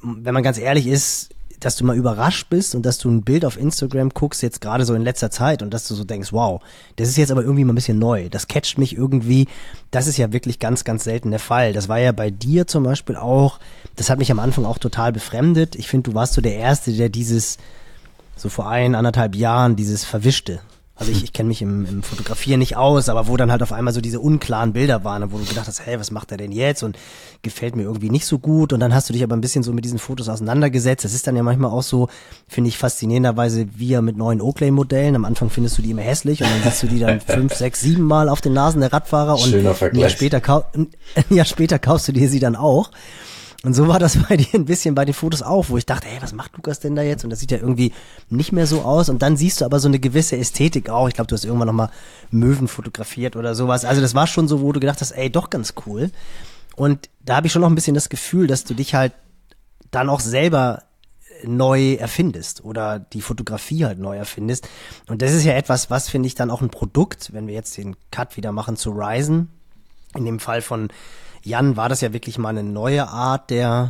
wenn man ganz ehrlich ist, dass du mal überrascht bist und dass du ein Bild auf Instagram guckst, jetzt gerade so in letzter Zeit und dass du so denkst, wow, das ist jetzt aber irgendwie mal ein bisschen neu. Das catcht mich irgendwie. Das ist ja wirklich ganz, ganz selten der Fall. Das war ja bei dir zum Beispiel auch, das hat mich am Anfang auch total befremdet. Ich finde, du warst so der Erste, der dieses, so vor 1,5 Jahren, dieses Verwischte. Also ich kenne mich im Fotografieren nicht aus, aber wo dann halt auf einmal so diese unklaren Bilder waren, wo du gedacht hast, hey, was macht er denn jetzt und gefällt mir irgendwie nicht so gut und dann hast du dich aber ein bisschen so mit diesen Fotos auseinandergesetzt. Das ist dann ja manchmal auch so, finde ich faszinierenderweise, wie ja mit neuen Oakley-Modellen. Am Anfang findest du die immer hässlich und dann siehst du die dann 5, 6, 7 Mal auf den Nasen der Radfahrer und ein Jahr später kaufst du dir sie dann auch. Und so war das bei dir ein bisschen bei den Fotos auch, wo ich dachte, hey, was macht Lukas denn da jetzt? Und das sieht ja irgendwie nicht mehr so aus. Und dann siehst du aber so eine gewisse Ästhetik auch. Ich glaube, du hast irgendwann nochmal Möwen fotografiert oder sowas. Also das war schon so, wo du gedacht hast, ey, doch ganz cool. Und da habe ich schon noch ein bisschen das Gefühl, dass du dich halt dann auch selber neu erfindest oder die Fotografie halt neu erfindest. Und das ist ja etwas, was finde ich dann auch ein Produkt, wenn wir jetzt den Cut wieder machen zu Ryzen, in dem Fall von Jan war das ja wirklich mal eine neue Art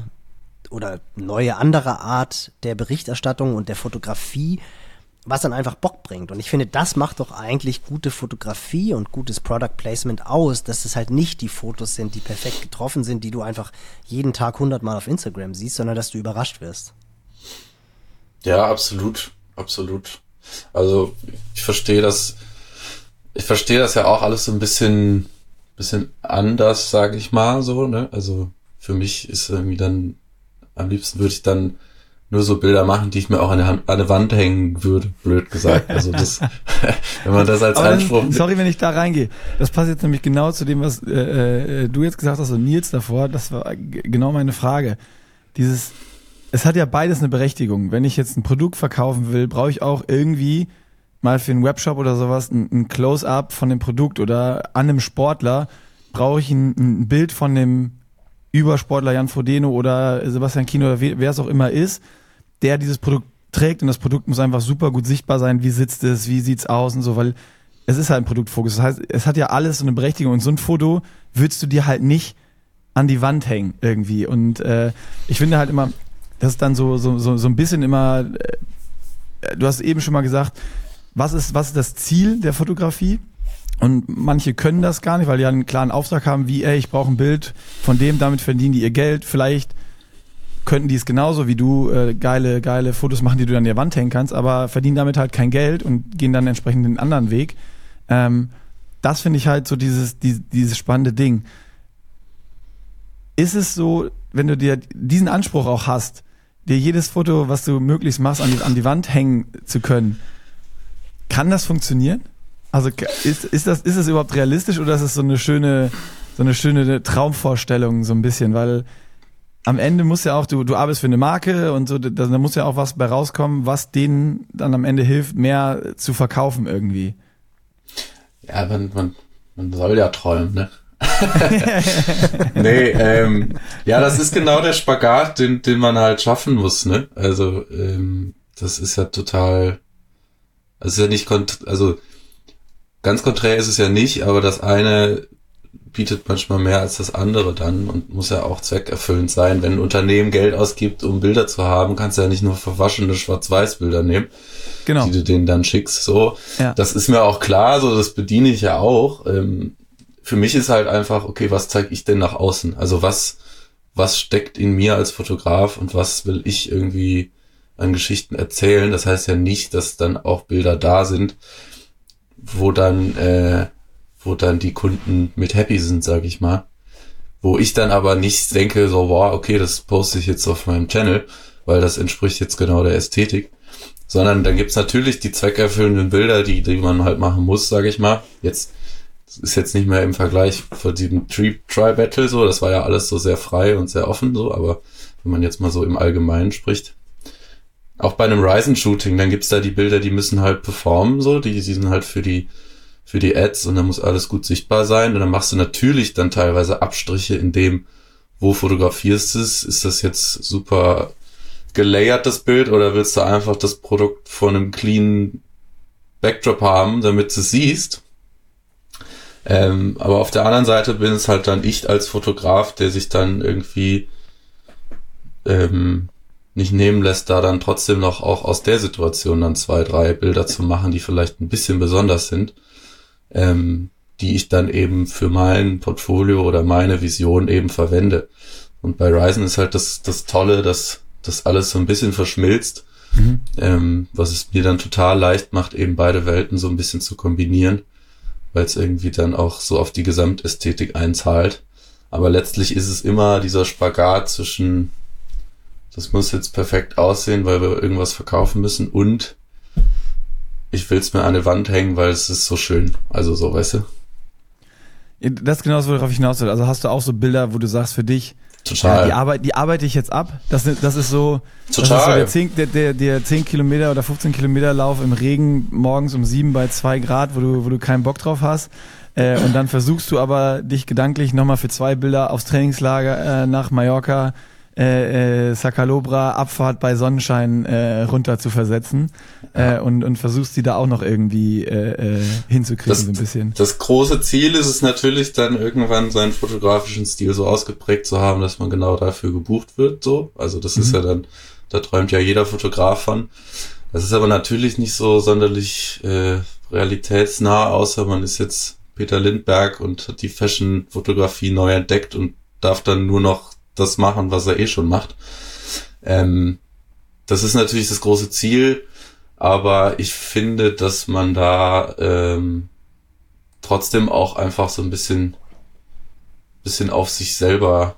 neue andere Art der Berichterstattung und der Fotografie, was dann einfach Bock bringt. Und ich finde, das macht doch eigentlich gute Fotografie und gutes Product Placement aus, dass es halt nicht die Fotos sind, die perfekt getroffen sind, die du einfach jeden Tag 100 Mal auf Instagram siehst, sondern dass du überrascht wirst. Ja, absolut. Also ich verstehe das ja auch alles so ein bisschen anders, sage ich mal so, ne? Also für mich ist irgendwie dann, am liebsten würde ich dann nur so Bilder machen, die ich mir auch an eine Wand hängen würde, blöd gesagt. Also das, wenn man das als Anspruch... Sorry, wenn ich da reingehe. Das passt jetzt nämlich genau zu dem, was du jetzt gesagt hast und Nils davor. Das war genau meine Frage. Es hat ja beides eine Berechtigung. Wenn ich jetzt ein Produkt verkaufen will, brauche ich auch irgendwie mal für einen Webshop oder sowas ein Close-up von dem Produkt oder an einem Sportler brauche ich ein Bild von dem Übersportler Jan Frodeno oder Sebastian Kienle oder wer es auch immer ist, der dieses Produkt trägt und das Produkt muss einfach super gut sichtbar sein, wie sitzt es, wie sieht's aus und so, weil es ist halt ein Produktfokus. Das heißt, es hat ja alles so eine Berechtigung und so ein Foto würdest du dir halt nicht an die Wand hängen irgendwie und ich finde halt immer, das ist dann so ein bisschen immer, du hast eben schon mal gesagt, was ist das Ziel der Fotografie? Und manche können das gar nicht, weil die einen klaren Auftrag haben, wie, ich brauche ein Bild von dem, damit verdienen die ihr Geld. Vielleicht könnten die es genauso wie du geile Fotos machen, die du an der Wand hängen kannst, aber verdienen damit halt kein Geld und gehen dann entsprechend den anderen Weg. Das finde ich halt so dieses spannende Ding. Ist es so, wenn du dir diesen Anspruch auch hast, dir jedes Foto, was du möglichst machst, an die Wand hängen zu können, kann das funktionieren? Also ist es überhaupt realistisch oder ist es so eine schöne Traumvorstellung so ein bisschen? Weil am Ende muss ja auch, du arbeitest für eine Marke und so, da muss ja auch was bei rauskommen, was denen dann am Ende hilft, mehr zu verkaufen irgendwie. Ja, man soll ja träumen, ne? Nee, ja, das ist genau der Spagat, den man halt schaffen muss, ne? Also, das ist ja total, also ist ja nicht, also ganz konträr ist es ja nicht, aber das eine bietet manchmal mehr als das andere dann und muss ja auch zweckerfüllend sein. Wenn ein Unternehmen Geld ausgibt, um Bilder zu haben, kannst du ja nicht nur verwaschene Schwarz-Weiß-Bilder nehmen, genau, die du denen dann schickst. So, ja. Das ist mir auch klar, so das bediene ich ja auch. Für mich ist halt einfach, okay, was zeige ich denn nach außen? Also was steckt in mir als Fotograf und was will ich irgendwie an Geschichten erzählen? Das heißt ja nicht, dass dann auch Bilder da sind, wo dann die Kunden mit happy sind, sag ich mal. Wo ich dann aber nicht denke, so, wow, okay, das poste ich jetzt auf meinem Channel, weil das entspricht jetzt genau der Ästhetik. Sondern dann gibt's natürlich die zweckerfüllenden Bilder, die man halt machen muss, sag ich mal. Das ist jetzt nicht mehr im Vergleich von diesem Tri-Battle so, das war ja alles so sehr frei und sehr offen so, aber wenn man jetzt mal so im Allgemeinen spricht, auch bei einem Ryzen-Shooting, dann gibt's da die Bilder, die müssen halt performen so, die sind halt für die Ads und dann muss alles gut sichtbar sein und dann machst du natürlich dann teilweise Abstriche in dem, wo fotografierst es, ist das jetzt super gelayert, das Bild, oder willst du einfach das Produkt von einem cleanen Backdrop haben, damit du es siehst? Aber auf der anderen Seite bin es halt dann ich als Fotograf, der sich dann irgendwie nicht nehmen lässt, da dann trotzdem noch auch aus der Situation dann 2, 3 Bilder zu machen, die vielleicht ein bisschen besonders sind, die ich dann eben für mein Portfolio oder meine Vision eben verwende. Und bei Ryzen ist halt das Tolle, dass das alles so ein bisschen verschmilzt, was es mir dann total leicht macht, eben beide Welten so ein bisschen zu kombinieren, weil es irgendwie dann auch so auf die Gesamtästhetik einzahlt. Aber letztlich ist es immer dieser Spagat zwischen, das muss jetzt perfekt aussehen, weil wir irgendwas verkaufen müssen, und ich will es mir an die Wand hängen, weil es ist so schön. Also so, weißt du? Das ist genau das, worauf ich hinaus will. Also hast du auch so Bilder, wo du sagst für dich, total. Ja, die arbeite ich jetzt ab. Das ist so, total. Das ist so der 10 Kilometer oder 15 Kilometer Lauf im Regen morgens um 7 bei 2 Grad, wo du keinen Bock drauf hast. Und dann versuchst du aber, dich gedanklich nochmal für 2 Bilder aufs Trainingslager nach Mallorca, Sacalobra, Abfahrt bei Sonnenschein runter zu versetzen, und versuchst die da auch noch irgendwie hinzukriegen, so ein bisschen. Das große Ziel ist es natürlich dann irgendwann, seinen fotografischen Stil so ausgeprägt zu haben, dass man genau dafür gebucht wird, so. Also das ist ja dann, da träumt ja jeder Fotograf von. Das ist aber natürlich nicht so sonderlich realitätsnah, außer man ist jetzt Peter Lindbergh und hat die Fashion-Fotografie neu entdeckt und darf dann nur noch das machen, was er schon macht. Das ist natürlich das große Ziel, aber ich finde, dass man da trotzdem auch einfach so ein bisschen auf sich selber,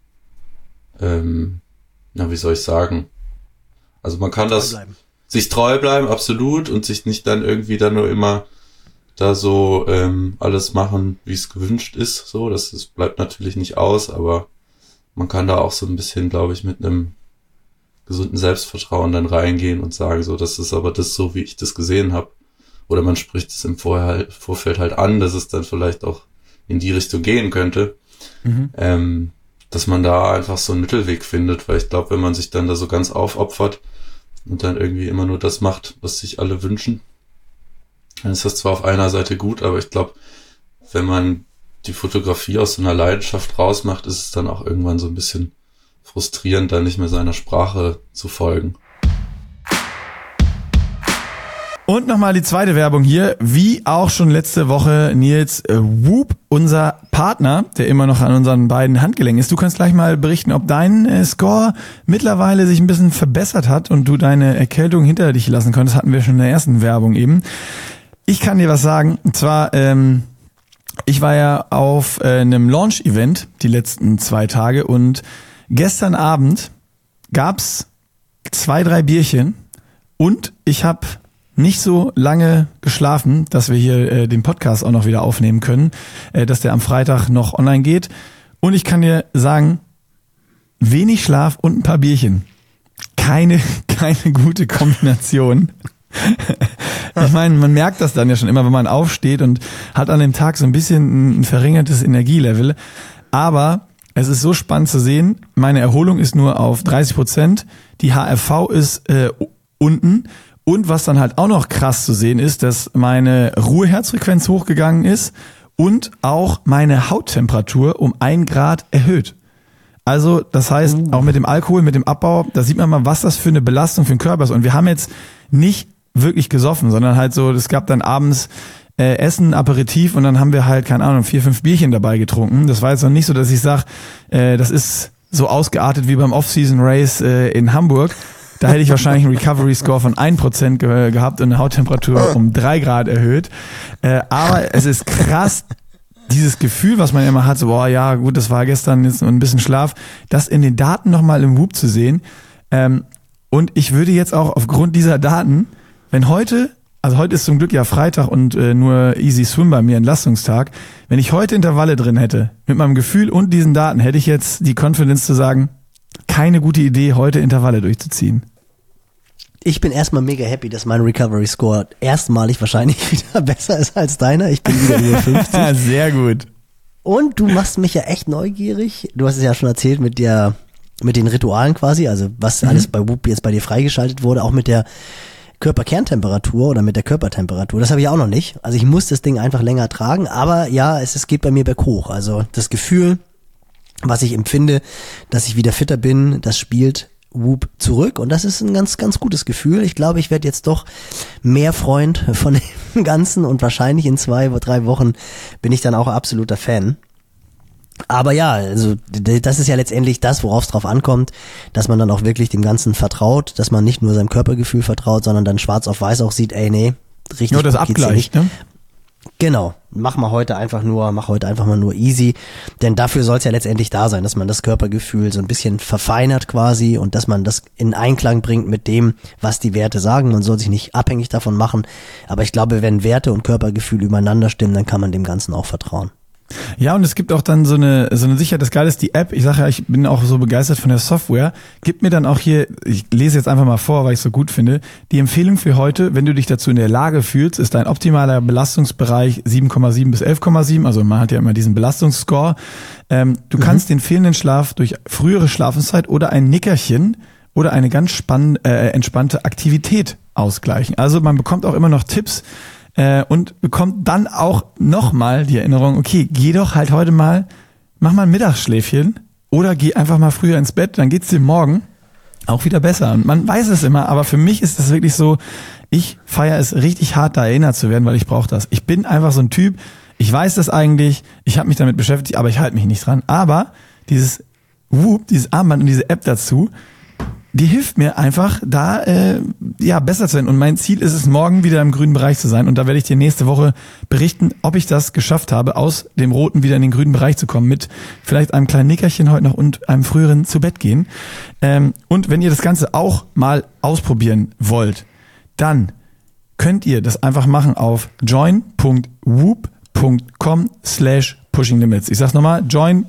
wie soll ich sagen? Also man kann sich treu bleiben, absolut, und sich nicht dann irgendwie dann nur immer da so alles machen, wie es gewünscht ist. So, das bleibt natürlich nicht aus, aber man kann da auch so ein bisschen, glaube ich, mit einem gesunden Selbstvertrauen dann reingehen und sagen, so, das ist aber das so, wie ich das gesehen habe. Oder man spricht es im Vorfeld halt an, dass es dann vielleicht auch in die Richtung gehen könnte. Dass man da einfach so einen Mittelweg findet, weil ich glaube, wenn man sich dann da so ganz aufopfert und dann irgendwie immer nur das macht, was sich alle wünschen, dann ist das zwar auf einer Seite gut, aber ich glaube, wenn man die Fotografie aus so einer Leidenschaft rausmacht, ist es dann auch irgendwann so ein bisschen frustrierend, da nicht mehr seiner Sprache zu folgen. Und nochmal die zweite Werbung hier, wie auch schon letzte Woche, Nils, Whoop, unser Partner, der immer noch an unseren beiden Handgelenken ist. Du kannst gleich mal berichten, ob dein Score mittlerweile sich ein bisschen verbessert hat und du deine Erkältung hinter dich lassen konntest. Hatten wir schon in der ersten Werbung eben. Ich kann dir was sagen, und zwar, ich war ja auf einem Launch-Event die letzten 2 Tage und gestern Abend gab's 2, 3 Bierchen und ich habe nicht so lange geschlafen, dass wir hier den Podcast auch noch wieder aufnehmen können, dass der am Freitag noch online geht. Und ich kann dir sagen, wenig Schlaf und ein paar Bierchen. Keine gute Kombination. Ich meine, man merkt das dann ja schon immer, wenn man aufsteht und hat an dem Tag so ein bisschen ein verringertes Energielevel. Aber es ist so spannend zu sehen, meine Erholung ist nur auf 30%, die HRV ist unten. Und was dann halt auch noch krass zu sehen ist, dass meine Ruheherzfrequenz hochgegangen ist und auch meine Hauttemperatur um 1 Grad erhöht. Also das heißt, auch mit dem Alkohol, mit dem Abbau, da sieht man mal, was das für eine Belastung für den Körper ist. Und wir haben jetzt nicht wirklich gesoffen, sondern halt so, es gab dann abends Essen, Aperitif und dann haben wir halt, keine Ahnung, 4, 5 Bierchen dabei getrunken. Das war jetzt noch nicht so, dass ich sage, das ist so ausgeartet wie beim Off-Season-Race in Hamburg. Da hätte ich wahrscheinlich einen Recovery-Score von 1% gehabt und eine Hauttemperatur um 3 Grad erhöht. Aber es ist krass, dieses Gefühl, was man immer hat, so, boah, ja, gut, das war gestern jetzt nur ein bisschen Schlaf, das in den Daten nochmal im Whoop zu sehen. Und ich würde jetzt auch aufgrund dieser Daten, wenn heute, also heute ist zum Glück ja Freitag und nur Easy Swim bei mir, Entlastungstag, wenn ich heute Intervalle drin hätte, mit meinem Gefühl und diesen Daten, hätte ich jetzt die Confidence zu sagen, keine gute Idee, heute Intervalle durchzuziehen. Ich bin erstmal mega happy, dass mein Recovery Score erstmalig wahrscheinlich wieder besser ist als deiner. Ich bin wieder über 50. Sehr gut. Und du machst mich ja echt neugierig. Du hast es ja schon erzählt mit den Ritualen quasi, also was alles bei Whoop jetzt bei dir freigeschaltet wurde, auch mit der Körperkerntemperatur oder mit der Körpertemperatur. Das habe ich auch noch nicht. Also ich muss das Ding einfach länger tragen, aber ja, es geht bei mir berghoch. Also das Gefühl, was ich empfinde, dass ich wieder fitter bin, das spielt Whoop zurück und das ist ein ganz, ganz gutes Gefühl. Ich glaube, ich werde jetzt doch mehr Freund von dem Ganzen und wahrscheinlich in 2-3 Wochen bin ich dann auch absoluter Fan. Aber ja, also das ist ja letztendlich das, worauf es drauf ankommt, dass man dann auch wirklich dem Ganzen vertraut, dass man nicht nur seinem Körpergefühl vertraut, sondern dann schwarz auf weiß auch sieht, ey, nee, richtig nur das gut geht's hier Abgleich, nicht. ne? Genau, mach heute einfach mal nur easy, denn dafür soll es ja letztendlich da sein, dass man das Körpergefühl so ein bisschen verfeinert quasi und dass man das in Einklang bringt mit dem, was die Werte sagen. Man soll sich nicht abhängig davon machen, aber ich glaube, wenn Werte und Körpergefühl übereinander stimmen, dann kann man dem Ganzen auch vertrauen. Ja, und es gibt auch dann so eine Sicherheit. Das Geile ist, die App, ich sage ja, ich bin auch so begeistert von der Software, gibt mir dann auch hier, ich lese jetzt einfach mal vor, weil ich es so gut finde, die Empfehlung für heute, wenn du dich dazu in der Lage fühlst, ist dein optimaler Belastungsbereich 7,7 bis 11,7, also man hat ja immer diesen Belastungsscore. Du kannst den fehlenden Schlaf durch frühere Schlafenszeit oder ein Nickerchen oder eine ganz entspannte Aktivität ausgleichen. Also man bekommt auch immer noch Tipps, und bekommt dann auch nochmal die Erinnerung, okay, geh doch halt heute mal, mach mal ein Mittagsschläfchen oder geh einfach mal früher ins Bett, dann geht's dir morgen auch wieder besser. Und man weiß es immer, aber für mich ist das wirklich so, ich feiere es richtig hart, da erinnert zu werden, weil ich brauche das. Ich bin einfach so ein Typ, ich weiß das eigentlich, ich habe mich damit beschäftigt, aber ich halte mich nicht dran. Aber dieses Whoop, dieses Armband und diese App dazu, die hilft mir einfach, da besser zu sein. Und mein Ziel ist es, morgen wieder im grünen Bereich zu sein. Und da werde ich dir nächste Woche berichten, ob ich das geschafft habe, aus dem roten wieder in den grünen Bereich zu kommen, mit vielleicht einem kleinen Nickerchen heute noch und einem früheren zu Bett gehen. Und wenn ihr das Ganze auch mal ausprobieren wollt, dann könnt ihr das einfach machen auf join.whoop.com/pushinglimits. Ich sag's nochmal,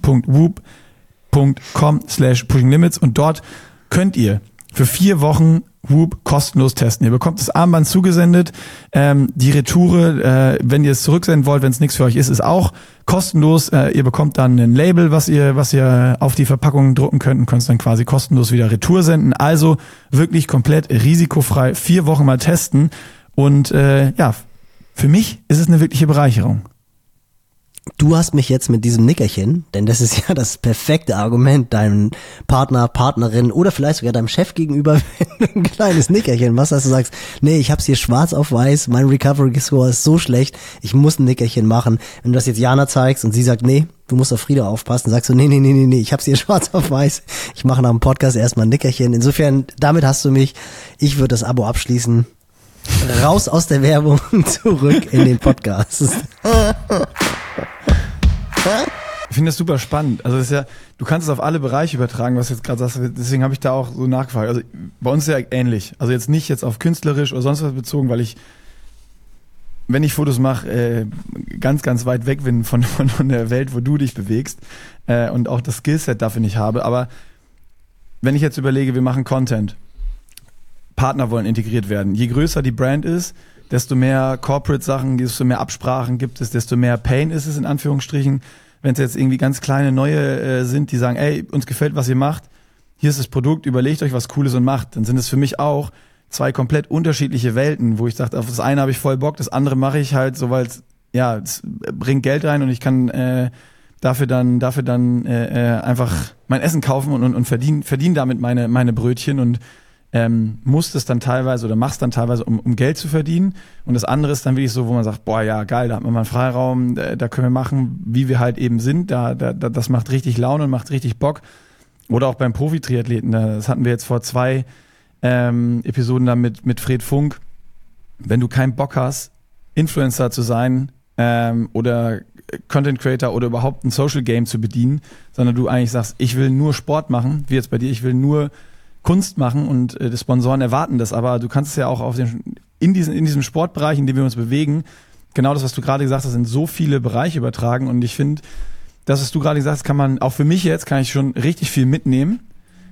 join.whoop.com/pushinglimits und dort könnt ihr für 4 Wochen Whoop kostenlos testen. Ihr bekommt das Armband zugesendet, die Retoure, wenn ihr es zurücksenden wollt, wenn es nichts für euch ist auch kostenlos. Ihr bekommt dann ein Label, was ihr auf die Verpackung drucken könnt und könnt es dann quasi kostenlos wieder Retour senden. Also wirklich komplett risikofrei 4 Wochen mal testen und für mich ist es eine wirkliche Bereicherung. Du hast mich jetzt mit diesem Nickerchen, denn das ist ja das perfekte Argument, deinem Partner, Partnerin oder vielleicht sogar deinem Chef gegenüber, wenn du ein kleines Nickerchen machst, dass du sagst, nee, ich hab's hier schwarz auf weiß, mein Recovery Score ist so schlecht, ich muss ein Nickerchen machen. Wenn du das jetzt Jana zeigst und sie sagt, nee, du musst auf Frieda aufpassen, sagst du, nee, ich hab's hier schwarz auf weiß, ich mache nach dem Podcast erstmal ein Nickerchen. Insofern, damit hast du mich, ich würde das Abo abschließen. Raus aus der Werbung, zurück in den Podcast. Ich finde das super spannend. Also das ist ja, du kannst es auf alle Bereiche übertragen, was du jetzt gerade sagst. Deswegen habe ich da auch so nachgefragt. Also bei uns ist ja ähnlich. Also jetzt nicht jetzt auf künstlerisch oder sonst was bezogen, weil ich, wenn ich Fotos mache, ganz, ganz weit weg bin von der Welt, wo du dich bewegst und auch das Skillset dafür nicht habe. Aber wenn ich jetzt überlege, wir machen Content, Partner wollen integriert werden. Je größer die Brand ist, desto mehr Corporate-Sachen, desto mehr Absprachen gibt es, desto mehr Pain ist es in Anführungsstrichen. Wenn es jetzt irgendwie ganz kleine Neue sind, die sagen, ey, uns gefällt, was ihr macht, hier ist das Produkt, überlegt euch was Cooles und macht. Dann sind es für mich auch 2 komplett unterschiedliche Welten, wo ich sage, auf das eine habe ich voll Bock, das andere mache ich halt so, weil es bringt Geld rein und ich kann dafür dann einfach mein Essen kaufen und verdiene damit meine Brötchen und musst es dann teilweise oder machst dann teilweise, um Geld zu verdienen. Und das andere ist dann wirklich so, wo man sagt, boah, ja, geil, da hat man mal einen Freiraum, da können wir machen, wie wir halt eben sind. Das macht richtig Laune und macht richtig Bock. Oder auch beim Profi-Triathleten, das hatten wir jetzt vor 2 Episoden da mit Fred Funk. Wenn du keinen Bock hast, Influencer zu sein oder Content Creator oder überhaupt ein Social Game zu bedienen, sondern du eigentlich sagst, ich will nur Sport machen, wie jetzt bei dir, ich will nur Kunst machen und die Sponsoren erwarten das, aber du kannst es ja auch in diesem Sportbereich, in dem wir uns bewegen, genau das, was du gerade gesagt hast, in so viele Bereiche übertragen und ich finde, das, was du gerade gesagt hast, kann man, auch für mich jetzt, kann ich schon richtig viel mitnehmen,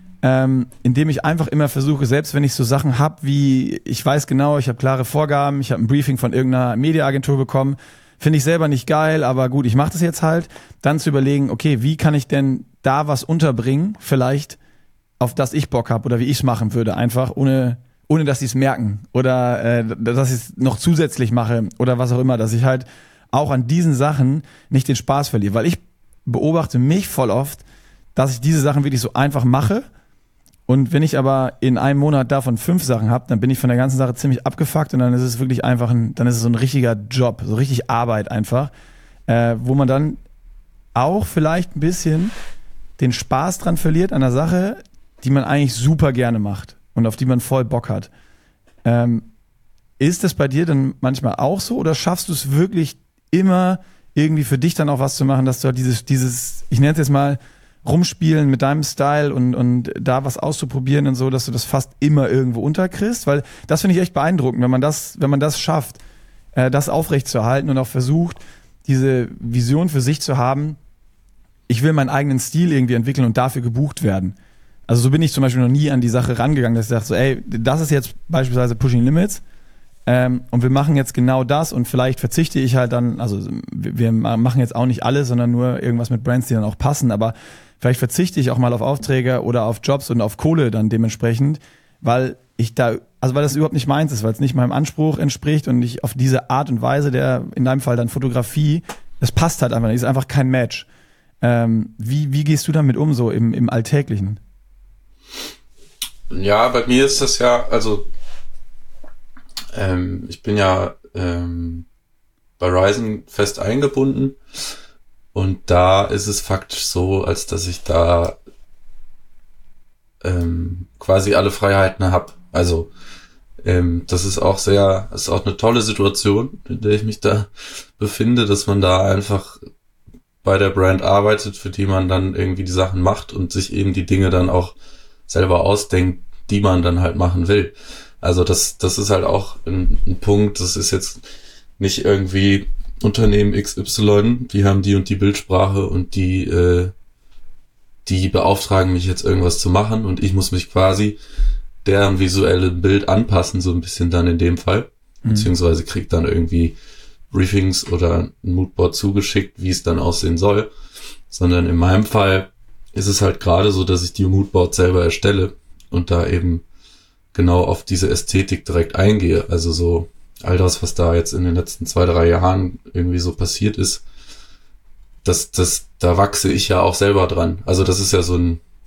indem ich einfach immer versuche, selbst wenn ich so Sachen habe, wie, ich weiß genau, ich habe klare Vorgaben, ich habe ein Briefing von irgendeiner Mediaagentur bekommen, finde ich selber nicht geil, aber gut, ich mache das jetzt halt, dann zu überlegen, okay, wie kann ich denn da was unterbringen, vielleicht auf das ich Bock habe oder wie ich es machen würde, einfach ohne dass sie es merken oder dass ich es noch zusätzlich mache oder was auch immer, dass ich halt auch an diesen Sachen nicht den Spaß verliere, weil ich beobachte mich voll oft, dass ich diese Sachen wirklich so einfach mache. Und wenn ich aber in einem Monat davon 5 Sachen habe, dann bin ich von der ganzen Sache ziemlich abgefuckt und dann ist es wirklich einfach dann ist es so ein richtiger Job, so richtig Arbeit einfach, wo man dann auch vielleicht ein bisschen den Spaß dran verliert an der Sache, die man eigentlich super gerne macht und auf die man voll Bock hat. Ist das bei dir dann manchmal auch so oder schaffst du es wirklich immer irgendwie für dich dann auch was zu machen, dass du halt dieses, ich nenne es jetzt mal, rumspielen mit deinem Style und da was auszuprobieren und so, dass du das fast immer irgendwo unterkriegst, weil das finde ich echt beeindruckend, wenn man das schafft, das aufrechtzuerhalten und auch versucht, diese Vision für sich zu haben, ich will meinen eigenen Stil irgendwie entwickeln und dafür gebucht werden. Also so bin ich zum Beispiel noch nie an die Sache rangegangen, dass ich dachte so, ey, das ist jetzt beispielsweise Pushing Limits und wir machen jetzt genau das und vielleicht verzichte ich halt dann, also wir machen jetzt auch nicht alles, sondern nur irgendwas mit Brands, die dann auch passen, aber vielleicht verzichte ich auch mal auf Aufträge oder auf Jobs und auf Kohle dann dementsprechend, weil das überhaupt nicht meins ist, weil es nicht meinem Anspruch entspricht und ich auf diese Art und Weise in deinem Fall dann Fotografie, das passt halt einfach nicht, ist einfach kein Match. Wie gehst du damit um, so im Alltäglichen? Ja, bei mir ist das ja, also ich bin ja bei Ryzen fest eingebunden und da ist es faktisch so, als dass ich da quasi alle Freiheiten habe. Also das ist auch eine tolle Situation, in der ich mich da befinde, dass man da einfach bei der Brand arbeitet, für die man dann irgendwie die Sachen macht und sich eben die Dinge dann auch selber ausdenkt, die man dann halt machen will. Also das ist halt auch ein Punkt, das ist jetzt nicht irgendwie Unternehmen XY, die haben die und die Bildsprache und die beauftragen mich jetzt irgendwas zu machen und ich muss mich quasi deren visuelle Bild anpassen, so ein bisschen dann in dem Fall, beziehungsweise krieg dann irgendwie Briefings oder ein Moodboard zugeschickt, wie es dann aussehen soll, sondern in meinem Fall ist es halt gerade so, dass ich die Moodboard selber erstelle und da eben genau auf diese Ästhetik direkt eingehe. Also so all das, was da jetzt in den letzten 2-3 Jahren irgendwie so passiert ist, da wachse ich ja auch selber dran. Also das ist ja so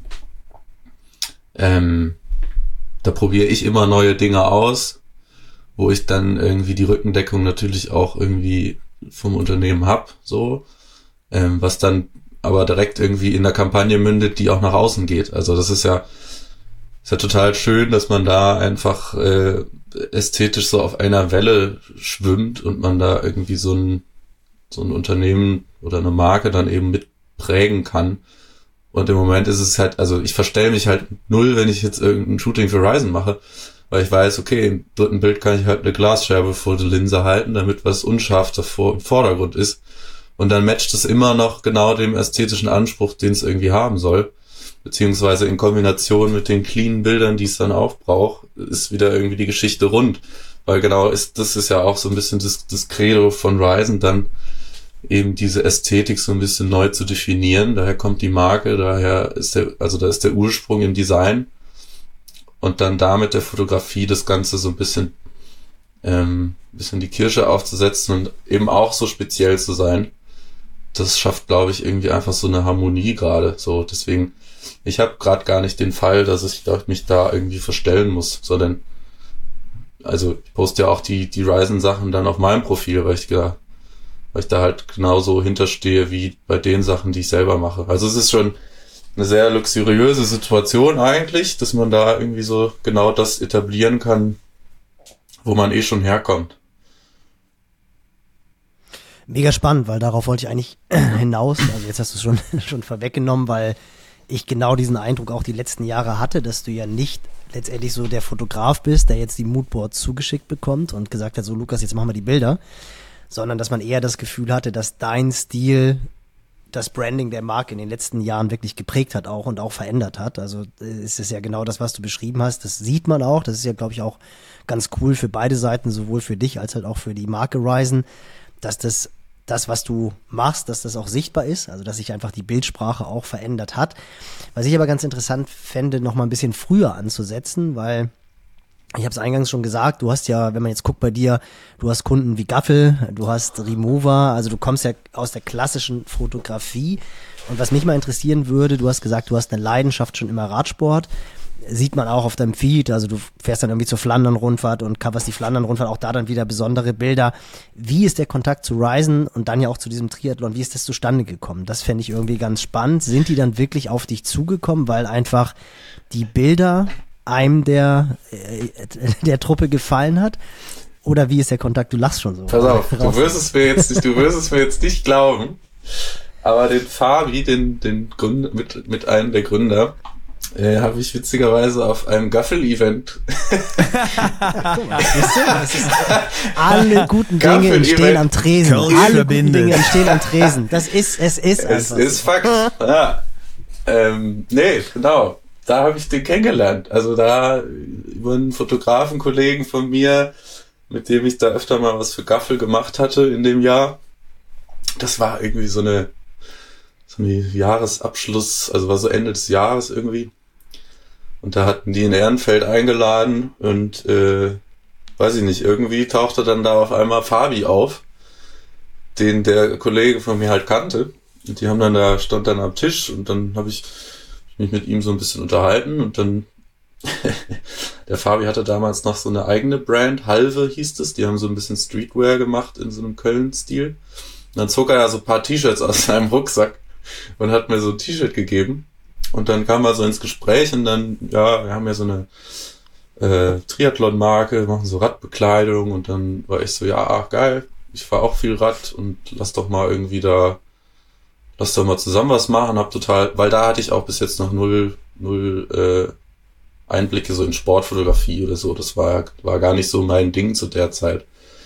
da probiere ich immer neue Dinge aus, wo ich dann irgendwie die Rückendeckung natürlich auch irgendwie vom Unternehmen hab, so, was dann aber direkt irgendwie in der Kampagne mündet, die auch nach außen geht. Also das ist ja total schön, dass man da einfach ästhetisch so auf einer Welle schwimmt und man da irgendwie so ein Unternehmen oder eine Marke dann eben mit prägen kann. Und im Moment ist es halt, also ich verstelle mich halt null, wenn ich jetzt irgendein Shooting für Ryzen mache, weil ich weiß, okay, im dritten Bild kann ich halt eine Glasscherbe vor die Linse halten, damit was unscharf davor im Vordergrund ist. Und dann matcht es immer noch genau dem ästhetischen Anspruch, den es irgendwie haben soll. Beziehungsweise in Kombination mit den cleanen Bildern, die es dann auch braucht, ist wieder irgendwie die Geschichte rund. Weil genau das ist ja auch so ein bisschen das Credo von Ryzen, dann eben diese Ästhetik so ein bisschen neu zu definieren. Daher kommt die Marke, da ist der Ursprung im Design. Und dann damit der Fotografie das Ganze so ein bisschen die Kirsche aufzusetzen und eben auch so speziell zu sein. Das schafft, glaube ich, irgendwie einfach so eine Harmonie gerade. So, deswegen, ich habe gerade gar nicht den Fall, dass ich mich da irgendwie verstellen muss, sondern also ich poste ja auch die Ryzen-Sachen dann auf meinem Profil, weil ich da halt genauso hinterstehe wie bei den Sachen, die ich selber mache. Also es ist schon eine sehr luxuriöse Situation eigentlich, dass man da irgendwie so genau das etablieren kann, wo man eh schon herkommt. Mega spannend, weil darauf wollte ich eigentlich hinaus. Also jetzt hast du es schon vorweggenommen, weil ich genau diesen Eindruck auch die letzten Jahre hatte, dass du ja nicht letztendlich so der Fotograf bist, der jetzt die Moodboards zugeschickt bekommt und gesagt hat, so Lukas, jetzt machen wir die Bilder, sondern dass man eher das Gefühl hatte, dass dein Stil das Branding der Marke in den letzten Jahren wirklich geprägt hat auch und auch verändert hat. Also ist es ja genau das, was du beschrieben hast. Das sieht man auch. Das ist ja, glaube ich, auch ganz cool für beide Seiten, sowohl für dich als halt auch für die Marke Ryzen, dass das, was du machst, dass das auch sichtbar ist, also dass sich einfach die Bildsprache auch verändert hat. Was ich aber ganz interessant fände, noch mal ein bisschen früher anzusetzen, weil Ich habe es eingangs schon gesagt, du hast ja, wenn man jetzt guckt bei dir, du hast Kunden wie Gaffel, du hast Remover, also du kommst ja aus der klassischen Fotografie. Und was mich mal interessieren würde, du hast gesagt, du hast eine Leidenschaft schon immer Radsport. Sieht man auch auf deinem Feed, also du fährst dann irgendwie zur Flandern-Rundfahrt und coverst die Flandern-Rundfahrt, auch da dann wieder besondere Bilder. Wie ist der Kontakt zu Ryzen und dann ja auch zu diesem Triathlon, wie ist das zustande gekommen? Das fände ich irgendwie ganz spannend. Sind die dann wirklich auf dich zugekommen, weil einfach die Bilder einem der Truppe gefallen hat? Oder wie ist der Kontakt? Du lachst schon so. Pass auf, du wirst es mir jetzt nicht glauben, aber den Fabi, den Gründer, mit einem der Gründer, habe ich witzigerweise auf einem Gaffel-Event. Alle guten Dinge entstehen am Tresen. Alle guten Dinge entstehen am Tresen. Es ist Fakt. Ja. Nee, genau. Da habe ich den kennengelernt. Also da über einen Fotografenkollegen von mir, mit dem ich da öfter mal was für Gaffel gemacht hatte in dem Jahr. Das war irgendwie so eine Jahresabschluss, also war so Ende des Jahres irgendwie. Und da hatten die in Ehrenfeld eingeladen und weiß ich nicht, irgendwie tauchte dann da auf einmal Fabi auf, den der Kollege von mir halt kannte. Und die haben dann stand dann am Tisch und dann habe ich mich mit ihm so ein bisschen unterhalten und dann der Fabi hatte damals noch so eine eigene Brand, Halve hieß es, die haben so ein bisschen Streetwear gemacht in so einem Köln-Stil. Und dann zog er ja so ein paar T-Shirts aus seinem Rucksack und hat mir so ein T-Shirt gegeben. Und dann kam er so ins Gespräch und dann, ja, wir haben ja so eine Triathlon-Marke, machen so Radbekleidung und dann war ich so, ja, geil, ich fahre auch viel Rad und lass doch mal zusammen was machen, weil da hatte ich auch bis jetzt noch null Einblicke so in Sportfotografie oder so, das war gar nicht so mein Ding zu der Zeit.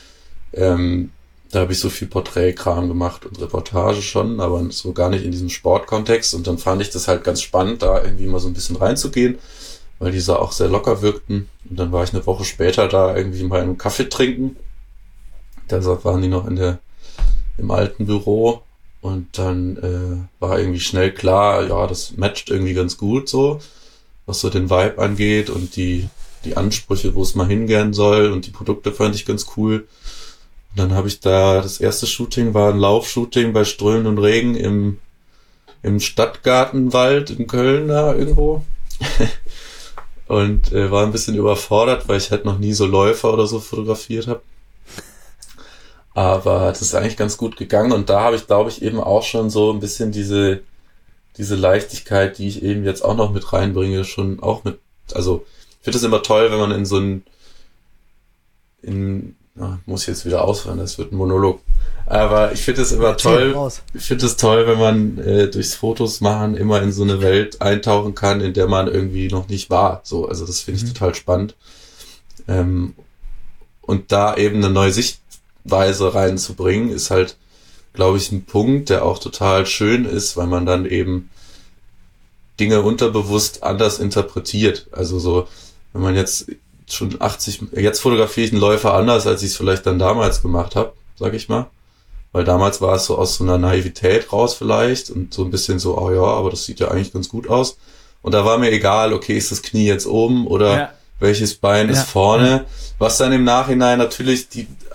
Da habe ich so viel Porträtkram gemacht und Reportage schon, aber so gar nicht in diesem Sportkontext. Und dann fand ich das halt ganz spannend, da irgendwie mal so ein bisschen reinzugehen, weil die so auch sehr locker wirkten. Und dann war ich eine Woche später da irgendwie mal einen Kaffee trinken. Da waren die noch im alten Büro. Und dann war irgendwie schnell klar, ja, das matcht irgendwie ganz gut so, was so den Vibe angeht und die Ansprüche, wo es mal hingehen soll. Und die Produkte fand ich ganz cool. Dann habe ich das erste Shooting war ein Laufshooting bei Strömen und Regen im Stadtgartenwald in Köln da irgendwo. Und war ein bisschen überfordert, weil ich halt noch nie so Läufer oder so fotografiert habe. Aber das ist eigentlich ganz gut gegangen und da habe ich, glaube ich, eben auch schon so ein bisschen diese Leichtigkeit, die ich eben jetzt auch noch mit reinbringe, schon auch also ich finde es immer toll, wenn man muss ich jetzt wieder ausfahren, das wird ein Monolog. Aber ich finde es immer toll. Ich finde es toll, wenn man durchs Fotos machen immer in so eine Welt eintauchen kann, in der man irgendwie noch nicht war. So, also das finde ich total spannend. Und da eben eine neue Sichtweise reinzubringen, ist halt, glaube ich, ein Punkt, der auch total schön ist, weil man dann eben Dinge unterbewusst anders interpretiert. Also so, wenn man jetzt fotografiere ich einen Läufer anders, als ich es vielleicht dann damals gemacht habe, sag ich mal. Weil damals war es so aus so einer Naivität raus vielleicht und so ein bisschen so, oh ja, aber das sieht ja eigentlich ganz gut aus. Und da war mir egal, okay, ist das Knie jetzt oben oder welches Bein ist vorne. Was dann im Nachhinein natürlich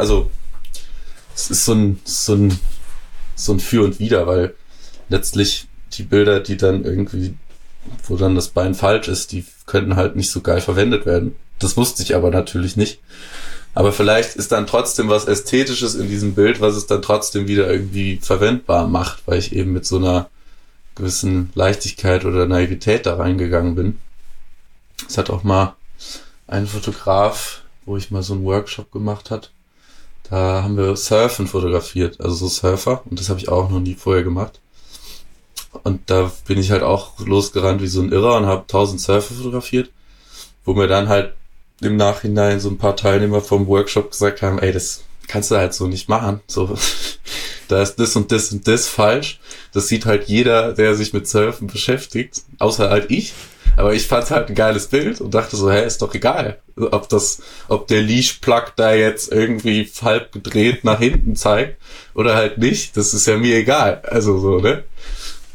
es ist so ein Für und Wider, weil letztlich die Bilder, die dann irgendwie, wo dann das Bein falsch ist, die könnten halt nicht so geil verwendet werden. Das wusste ich aber natürlich nicht. Aber vielleicht ist dann trotzdem was Ästhetisches in diesem Bild, was es dann trotzdem wieder irgendwie verwendbar macht, weil ich eben mit so einer gewissen Leichtigkeit oder Naivität da reingegangen bin. Es hat auch mal ein Fotograf, wo ich mal so einen Workshop gemacht hat, da haben wir Surfen fotografiert, also so Surfer, und das habe ich auch noch nie vorher gemacht. Und da bin ich halt auch losgerannt wie so ein Irrer und habe 1000 Surfer fotografiert, wo mir dann halt im Nachhinein so ein paar Teilnehmer vom Workshop gesagt haben, ey, das kannst du halt so nicht machen. So, da ist das und das und das falsch. Das sieht halt jeder, der sich mit Surfen beschäftigt, außer halt ich. Aber ich fand halt ein geiles Bild und dachte so, ist doch egal, ob der Leash-Plug da jetzt irgendwie halb gedreht nach hinten zeigt oder halt nicht. Das ist ja mir egal. Also so, ne?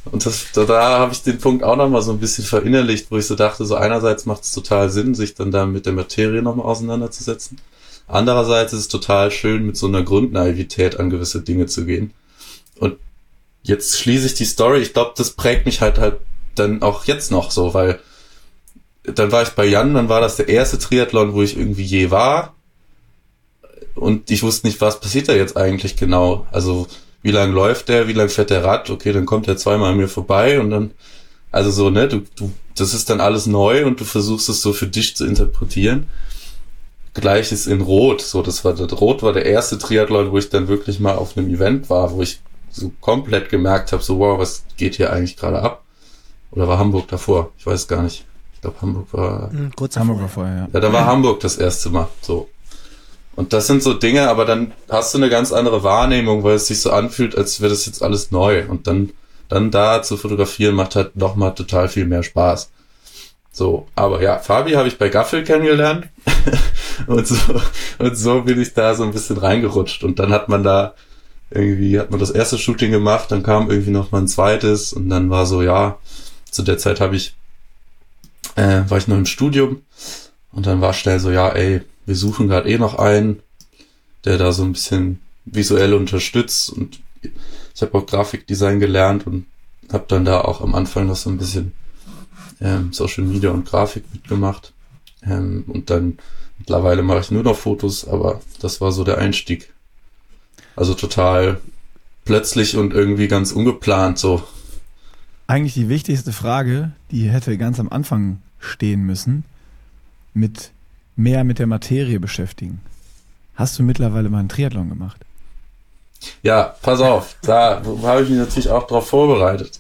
Und da habe ich den Punkt auch nochmal so ein bisschen verinnerlicht, wo ich so dachte, so einerseits macht es total Sinn, sich dann da mit der Materie nochmal auseinanderzusetzen. Andererseits ist es total schön, mit so einer Grundnaivität an gewisse Dinge zu gehen. Und jetzt schließe ich die Story. Ich glaube, das prägt mich halt dann auch jetzt noch so, weil dann war ich bei Jan, dann war das der erste Triathlon, wo ich irgendwie je war. Und ich wusste nicht, was passiert da jetzt eigentlich genau. Also, wie lang läuft der, wie lang fährt der Rad? Okay, dann kommt er zweimal an mir vorbei und dann, also so, ne, das ist dann alles neu und du versuchst es so für dich zu interpretieren. Gleiches in Rot, so, Rot war der erste Triathlon, wo ich dann wirklich mal auf einem Event war, wo ich so komplett gemerkt habe, so, wow, was geht hier eigentlich gerade ab? Oder war Hamburg davor? Ich weiß gar nicht. Ich glaube, Hamburg war... Kurz Hamburg war vorher, ja. Ja, da war Hamburg das erste Mal, so. Und das sind so Dinge, aber dann hast du eine ganz andere Wahrnehmung, weil es sich so anfühlt, als wäre das jetzt alles neu. Und dann da zu fotografieren macht halt nochmal total viel mehr Spaß. So, aber ja, Fabi habe ich bei Gaffel kennengelernt und so bin ich da so ein bisschen reingerutscht. Und dann hat man das erste Shooting gemacht, dann kam irgendwie noch mal ein zweites und dann war so, ja, zu der Zeit war ich noch im Studium und dann war schnell so, ja, ey, wir suchen gerade noch einen, der da so ein bisschen visuell unterstützt und ich habe auch Grafikdesign gelernt und habe dann da auch am Anfang noch so ein bisschen Social Media und Grafik mitgemacht und dann mittlerweile mache ich nur noch Fotos, aber das war so der Einstieg. Also total plötzlich und irgendwie ganz ungeplant so. Eigentlich die wichtigste Frage, die hätte ganz am Anfang stehen müssen, mit der Materie beschäftigen. Hast du mittlerweile mal einen Triathlon gemacht? Ja, pass auf, da habe ich mich natürlich auch drauf vorbereitet.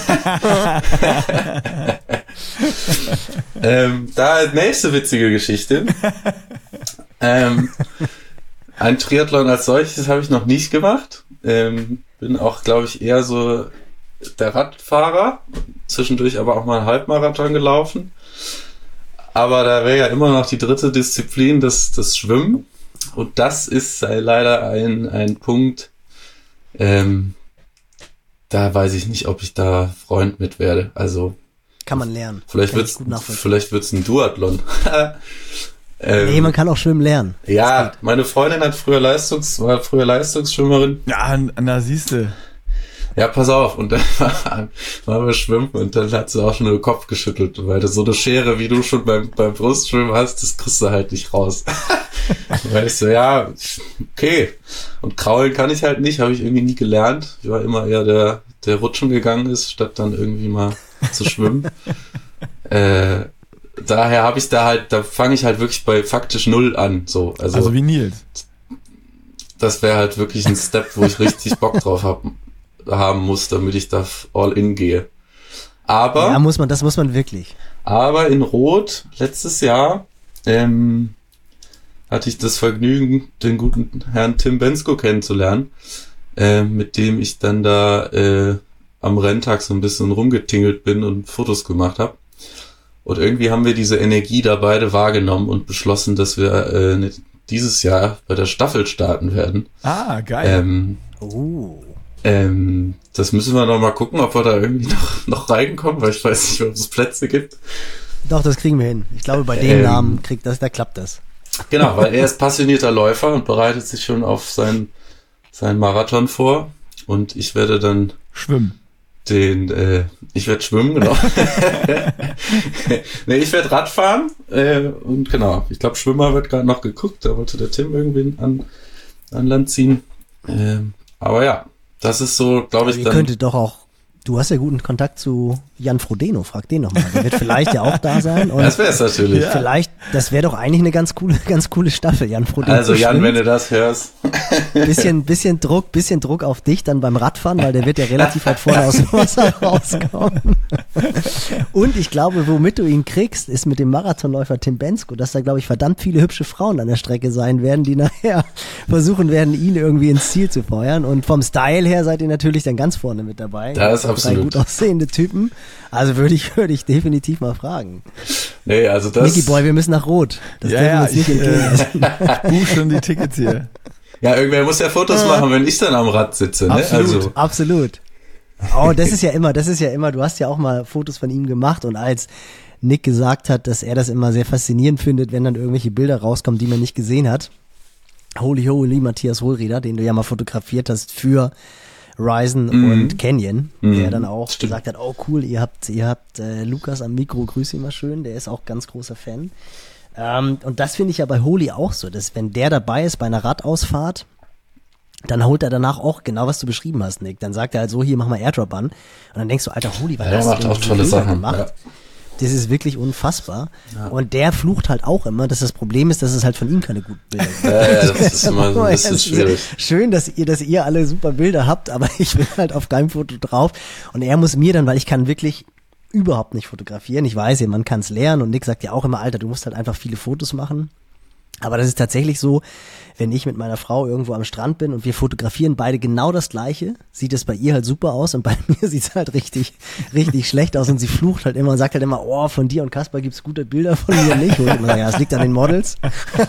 Da nächste witzige Geschichte. Ein Triathlon als solches habe ich noch nicht gemacht. Bin auch, glaube ich, eher so der Radfahrer. Zwischendurch aber auch mal einen Halbmarathon gelaufen. Aber da wäre ja immer noch die dritte Disziplin, das Schwimmen. Und das ist leider ein Punkt, da weiß ich nicht, ob ich da Freund mit werde. Also kann man lernen. Vielleicht wird's ein Duathlon. Nee, man kann auch schwimmen lernen. Ja, meine Freundin war früher Leistungsschwimmerin. Ja, na siehste. Ja, pass auf. Und dann waren wir schwimmen und dann hat sie auch schon den Kopf geschüttelt, weil das so eine Schere, wie du schon beim Brustschwimmen hast, das kriegst du halt nicht raus. Weil ich so, ja, okay. Und kraulen kann ich halt nicht, habe ich irgendwie nie gelernt. Ich war immer eher der rutschen gegangen ist, statt dann irgendwie mal zu schwimmen. Daher habe ich da fange ich halt wirklich bei faktisch 0 an. So. Also wie Nils. Das wäre halt wirklich ein Step, wo ich richtig Bock drauf haben muss, damit ich da all in gehe. Aber ja, das muss man wirklich. Aber in Rot letztes Jahr hatte ich das Vergnügen, den guten Herrn Tim Bensko kennenzulernen, mit dem ich dann da am Renntag so ein bisschen rumgetingelt bin und Fotos gemacht habe. Und irgendwie haben wir diese Energie da beide wahrgenommen und beschlossen, dass wir dieses Jahr bei der Staffel starten werden. Ah, geil. Das müssen wir noch mal gucken, ob wir da irgendwie noch reinkommen, weil ich weiß nicht, ob es Plätze gibt. Doch, das kriegen wir hin. Ich glaube, bei dem Namen da klappt das. Genau, weil er ist passionierter Läufer und bereitet sich schon auf seinen Marathon vor. Und ich werde dann schwimmen. Ich werde schwimmen, genau. Nee, ich werde Radfahren und genau, ich glaube, Schwimmer wird gerade noch geguckt, da wollte der Tim irgendwie an Land ziehen. Aber ja, das ist so, glaube ich, ihr könntet doch auch, du hast ja guten Kontakt zu Jan Frodeno, frag den nochmal, der wird vielleicht ja auch da sein. Und das wäre es natürlich. Vielleicht, das wäre doch eigentlich eine ganz coole Staffel, Jan Frodeno. Also Jan, wenn du das hörst. Bisschen Druck auf dich dann beim Radfahren, weil der wird ja relativ weit vorne aus dem Wasser rauskommen. Und ich glaube, womit du ihn kriegst, ist mit dem Marathonläufer Tim Bensko, dass da, glaube ich, verdammt viele hübsche Frauen an der Strecke sein werden, die nachher versuchen werden, ihn irgendwie ins Ziel zu feuern. Und vom Style her seid ihr natürlich dann ganz vorne mit dabei. Das ist absolut. 3 gut aussehende Typen. Also würde ich definitiv mal fragen. Nee, also das... Nicky Boy, wir müssen nach Rot. Das dürfen wir uns nicht entgehen. Buch schon die Tickets hier. Ja, irgendwer muss ja Fotos machen, wenn ich dann am Rad sitze. Ne? Absolut. Oh, das ist ja immer, du hast ja auch mal Fotos von ihm gemacht und als Nick gesagt hat, dass er das immer sehr faszinierend findet, wenn dann irgendwelche Bilder rauskommen, die man nicht gesehen hat. Holy Matthias Hohlrieder, den du ja mal fotografiert hast für Ryzen und Canyon, der dann auch gesagt hat, oh cool, ihr habt Lukas am Mikro, grüß ihn mal schön, der ist auch ganz großer Fan. Und das finde ich ja bei Holy auch so, dass wenn der dabei ist bei einer Radausfahrt, dann holt er danach auch genau, was du beschrieben hast, Nick. Dann sagt er halt so, hier, mach mal Airdrop an. Und dann denkst du, Alter, Holy, was hast du macht auch tolle Sachen gemacht? Ja. Das ist wirklich unfassbar. Ja. Und der flucht halt auch immer, dass das Problem ist, dass es halt von ihm keine guten Bilder gibt. Ja, das ist immer so ein bisschen schwierig. Schön, dass ihr alle super Bilder habt, aber ich bin halt auf keinem Foto drauf. Und er muss mir dann, weil ich kann wirklich überhaupt nicht fotografieren. Ich weiß ja, man kann es lernen und Nick sagt ja auch immer, Alter, du musst halt einfach viele Fotos machen. Aber das ist tatsächlich so, wenn ich mit meiner Frau irgendwo am Strand bin und wir fotografieren beide genau das Gleiche, sieht es bei ihr halt super aus und bei mir sieht es halt richtig schlecht aus und sie flucht halt immer und sagt halt immer, oh, von dir und Kasper gibt's gute Bilder, von mir nicht. Und ich immer, ja, das liegt an den Models.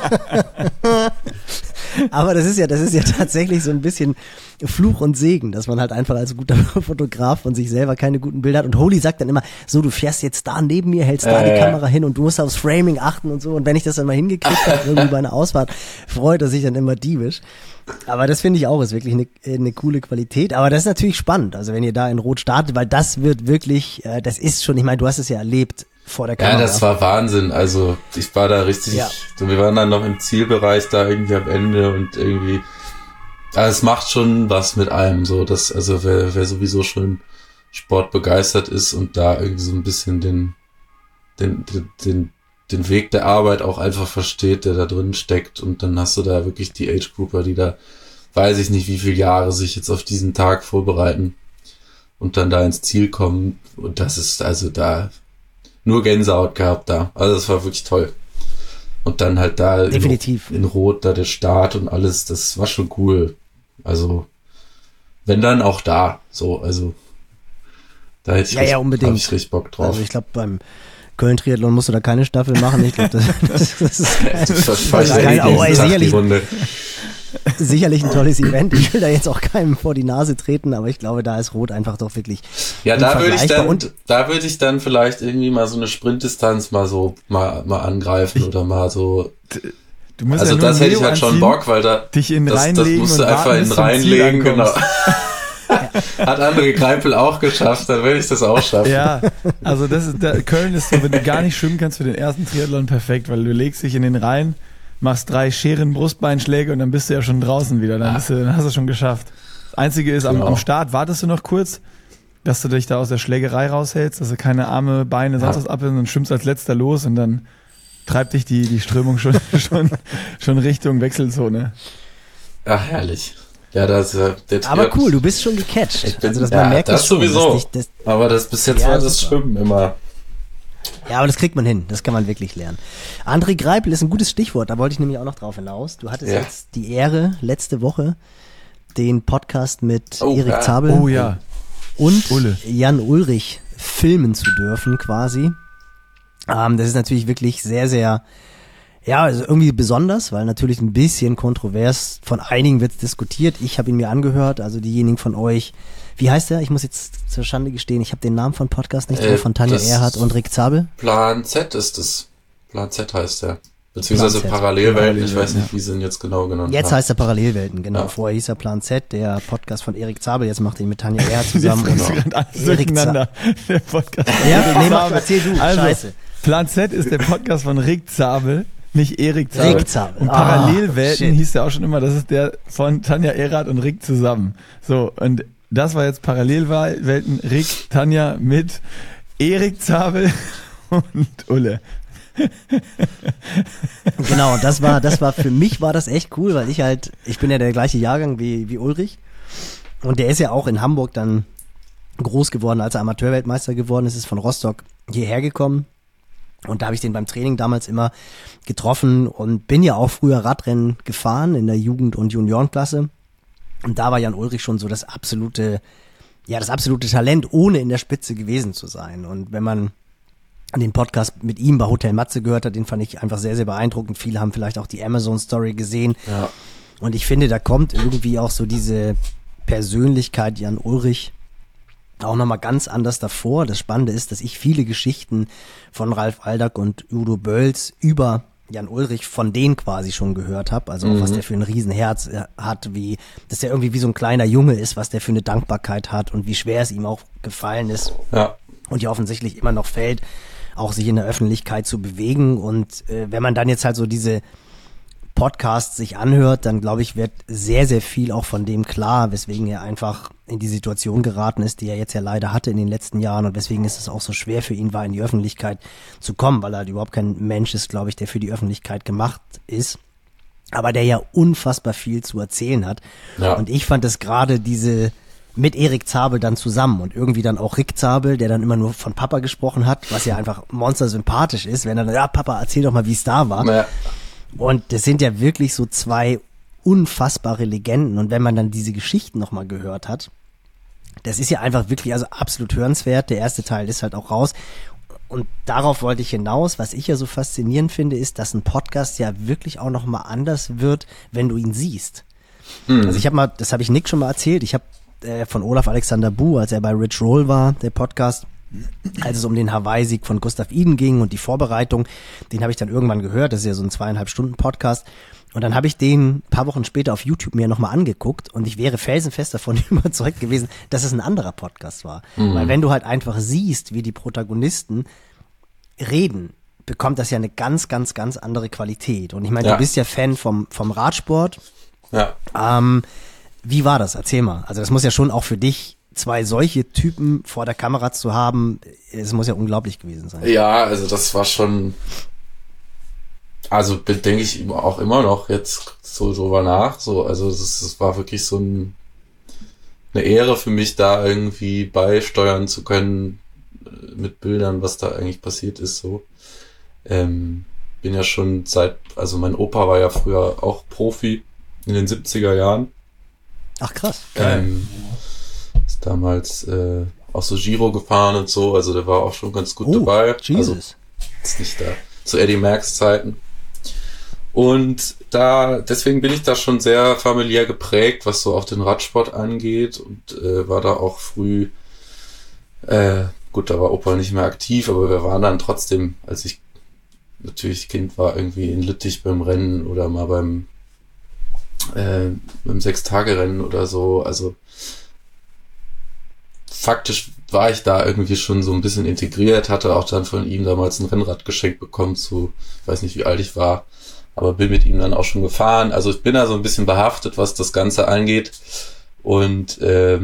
Aber das ist ja tatsächlich so ein bisschen Fluch und Segen, dass man halt einfach als guter Fotograf von sich selber keine guten Bilder hat. Und Holy sagt dann immer, so, du fährst jetzt da neben mir, hältst da die Kamera hin und du musst aufs Framing achten und so. Und wenn ich das dann mal hingekriegt habe, irgendwie bei einer Ausfahrt, freut er sich dann immer diebisch. Aber das finde ich auch, ist wirklich eine coole Qualität. Aber das ist natürlich spannend, also wenn ihr da in Rot startet, weil das wird wirklich, das ist schon, ich meine, du hast es ja erlebt vor der Kamera. Ja, das war Wahnsinn. Also ich war da richtig, wir waren dann noch im Zielbereich da irgendwie am Ende und irgendwie, also es macht schon was mit einem, so, dass, also wer sowieso schon sportbegeistert ist und da irgendwie so ein bisschen den Weg der Arbeit auch einfach versteht, der da drin steckt, und dann hast du da wirklich die Age-Grouper, die da, weiß ich nicht, wie viele Jahre sich jetzt auf diesen Tag vorbereiten und dann da ins Ziel kommen, und das ist, also da nur Gänsehaut gehabt da, also das war wirklich toll. Und dann halt da definitiv in Rot da der Start und alles, das war schon cool. Also wenn dann auch da, so, also da hätte ich richtig Bock drauf. Also ich glaube, beim Köln-Triathlon musst du da keine Staffel machen. Ich glaube, das ist geil. Sicherlich ein tolles Event. Ich will da jetzt auch keinem vor die Nase treten, aber ich glaube, da ist Rot einfach doch wirklich. Ja, da würde ich dann vielleicht irgendwie mal so eine Sprintdistanz mal angreifen oder mal so. Du musst also ja das hätte ich halt schon Bock, weil da dich in reinlegen, das musst du einfach in reinlegen, genau. Hat andere Greipel auch geschafft, dann werde ich das auch schaffen. Ja, also Köln ist so, wenn du gar nicht schwimmen kannst für den ersten Triathlon, perfekt, weil du legst dich in den Rhein, machst 3 Scheren-Brustbeinschläge und dann bist du ja schon draußen wieder, dann hast du es schon geschafft. Das Einzige ist, am Start wartest du noch kurz, dass du dich da aus der Schlägerei raushältst, dass du keine Arme, Beine, sonst was abhältst und schwimmst als letzter los und dann treibt dich die Strömung schon Richtung Wechselzone. Ach, herrlich. Ja, aber cool, du bist schon gecatcht. Also man merkt das schon, sowieso. Aber bis jetzt war das Schwimmen immer. Ja, aber das kriegt man hin. Das kann man wirklich lernen. André Greipel ist ein gutes Stichwort. Da wollte ich nämlich auch noch drauf hinaus. Du hattest jetzt die Ehre, letzte Woche den Podcast mit Erik Zabel und Ulle. Jan Ulrich filmen zu dürfen, quasi. Das ist natürlich wirklich sehr, sehr, also irgendwie besonders, weil natürlich ein bisschen kontrovers, von einigen wird diskutiert. Ich habe ihn mir angehört, also diejenigen von euch. Wie heißt der? Ich muss jetzt zur Schande gestehen, ich habe den Namen von Podcast nicht drauf, von Tanja Erhardt und Rick Zabel. Plan Z ist es. Plan Z heißt der. Beziehungsweise Parallelwelten, ich weiß nicht, wie sie ihn jetzt genau genannt haben. Jetzt heißt er Parallelwelten, genau. Ja. Vorher hieß er Plan Z, der Podcast von Erik Zabel, jetzt macht er ihn mit Tanja Erhardt zusammen. Erik Zabel. Der Podcast von Erik Zabel. Erzähl du, Scheiße. Plan Z ist der Podcast von Rick Zabel, nicht Erik Zabel. Rick Zabel. Und Parallelwelten hieß der auch schon immer, das ist der von Tanja Erhardt und Rick zusammen. So, und das war jetzt Parallelwelten, Rick, Tanja mit Erik Zabel und Ulle. Genau, und das war für mich war das echt cool, weil ich bin ja der gleiche Jahrgang wie Ulrich und der ist ja auch in Hamburg dann groß geworden, als er Amateurweltmeister geworden ist von Rostock hierher gekommen und da habe ich den beim Training damals immer getroffen und bin ja auch früher Radrennen gefahren in der Jugend- und Juniorenklasse und da war Jan Ulrich schon so das absolute Talent, ohne in der Spitze gewesen zu sein. Und wenn man den Podcast mit ihm bei Hotel Matze gehört hat, den fand ich einfach sehr, sehr beeindruckend. Viele haben vielleicht auch die Amazon-Story gesehen. Ja. Und ich finde, da kommt irgendwie auch so diese Persönlichkeit Jan Ulrich auch nochmal ganz anders davor. Das Spannende ist, dass ich viele Geschichten von Ralf Aldag und Udo Bölz über Jan Ulrich von denen quasi schon gehört habe, also auch was der für ein Riesenherz hat, wie, dass der irgendwie wie so ein kleiner Junge ist, was der für eine Dankbarkeit hat und wie schwer es ihm auch gefallen ist und ja offensichtlich immer noch fällt, auch sich in der Öffentlichkeit zu bewegen und wenn man dann jetzt halt so diese Podcasts sich anhört, dann glaube ich, wird sehr, sehr viel auch von dem klar, weswegen er einfach in die Situation geraten ist, die er jetzt ja leider hatte in den letzten Jahren und weswegen ist es auch so schwer für ihn war, in die Öffentlichkeit zu kommen, weil er halt überhaupt kein Mensch ist, glaube ich, der für die Öffentlichkeit gemacht ist, aber der ja unfassbar viel zu erzählen hat. Ja. Und ich fand es gerade diese mit Erik Zabel dann zusammen und irgendwie dann auch Rick Zabel, der dann immer nur von Papa gesprochen hat, was ja einfach monstersympathisch ist, wenn er dann, ja Papa, erzähl doch mal, wie es da war. Ja. Und das sind ja wirklich so zwei unfassbare Legenden. Und wenn man dann diese Geschichten nochmal gehört hat, das ist ja einfach wirklich also absolut hörenswert. Der erste Teil ist halt auch raus. Und darauf wollte ich hinaus. Was ich ja so faszinierend finde, ist, dass ein Podcast ja wirklich auch nochmal anders wird, wenn du ihn siehst. Also ich habe mal, das habe ich Nick schon mal erzählt, ich habe von Olaf Alexander Buh, als er bei Rich Roll war, der Podcast, als es um den Hawaii-Sieg von Gustav Iden ging und die Vorbereitung, den habe ich dann irgendwann gehört, das ist ja so ein 2,5 Stunden Podcast und dann habe ich den ein paar Wochen später auf YouTube mir nochmal angeguckt und ich wäre felsenfest davon überzeugt gewesen, dass es ein anderer Podcast war, weil wenn du halt einfach siehst, wie die Protagonisten reden, bekommt das ja eine ganz, ganz, ganz andere Qualität und ich meine, du bist ja Fan vom Radsport. Ja. Wie war das? Erzähl mal. Also das muss ja schon auch für dich zwei solche Typen vor der Kamera zu haben, es muss ja unglaublich gewesen sein. Ja, also das war schon, also denke ich auch immer noch jetzt so drüber nach, so, also das war wirklich so eine Ehre für mich, da irgendwie beisteuern zu können mit Bildern, was da eigentlich passiert ist, so. Bin ja schon also mein Opa war ja früher auch Profi in den 70er Jahren. Ach krass. Ist damals auch so Giro gefahren und so, also der war auch schon ganz gut dabei. Jesus. Also ist nicht da zu Eddie Merckx Zeiten. Und deswegen bin ich da schon sehr familiär geprägt, was so auch den Radsport angeht und war da auch früh, gut, da war Opa nicht mehr aktiv, aber wir waren dann trotzdem, als ich natürlich Kind war, irgendwie in Lüttich beim Rennen oder mal beim 6-Tage-Rennen oder so, also faktisch war ich da irgendwie schon so ein bisschen integriert, hatte auch dann von ihm damals ein Rennrad geschenkt bekommen ich weiß nicht, wie alt ich war, aber bin mit ihm dann auch schon gefahren. Also ich bin da so ein bisschen behaftet, was das Ganze angeht. Und er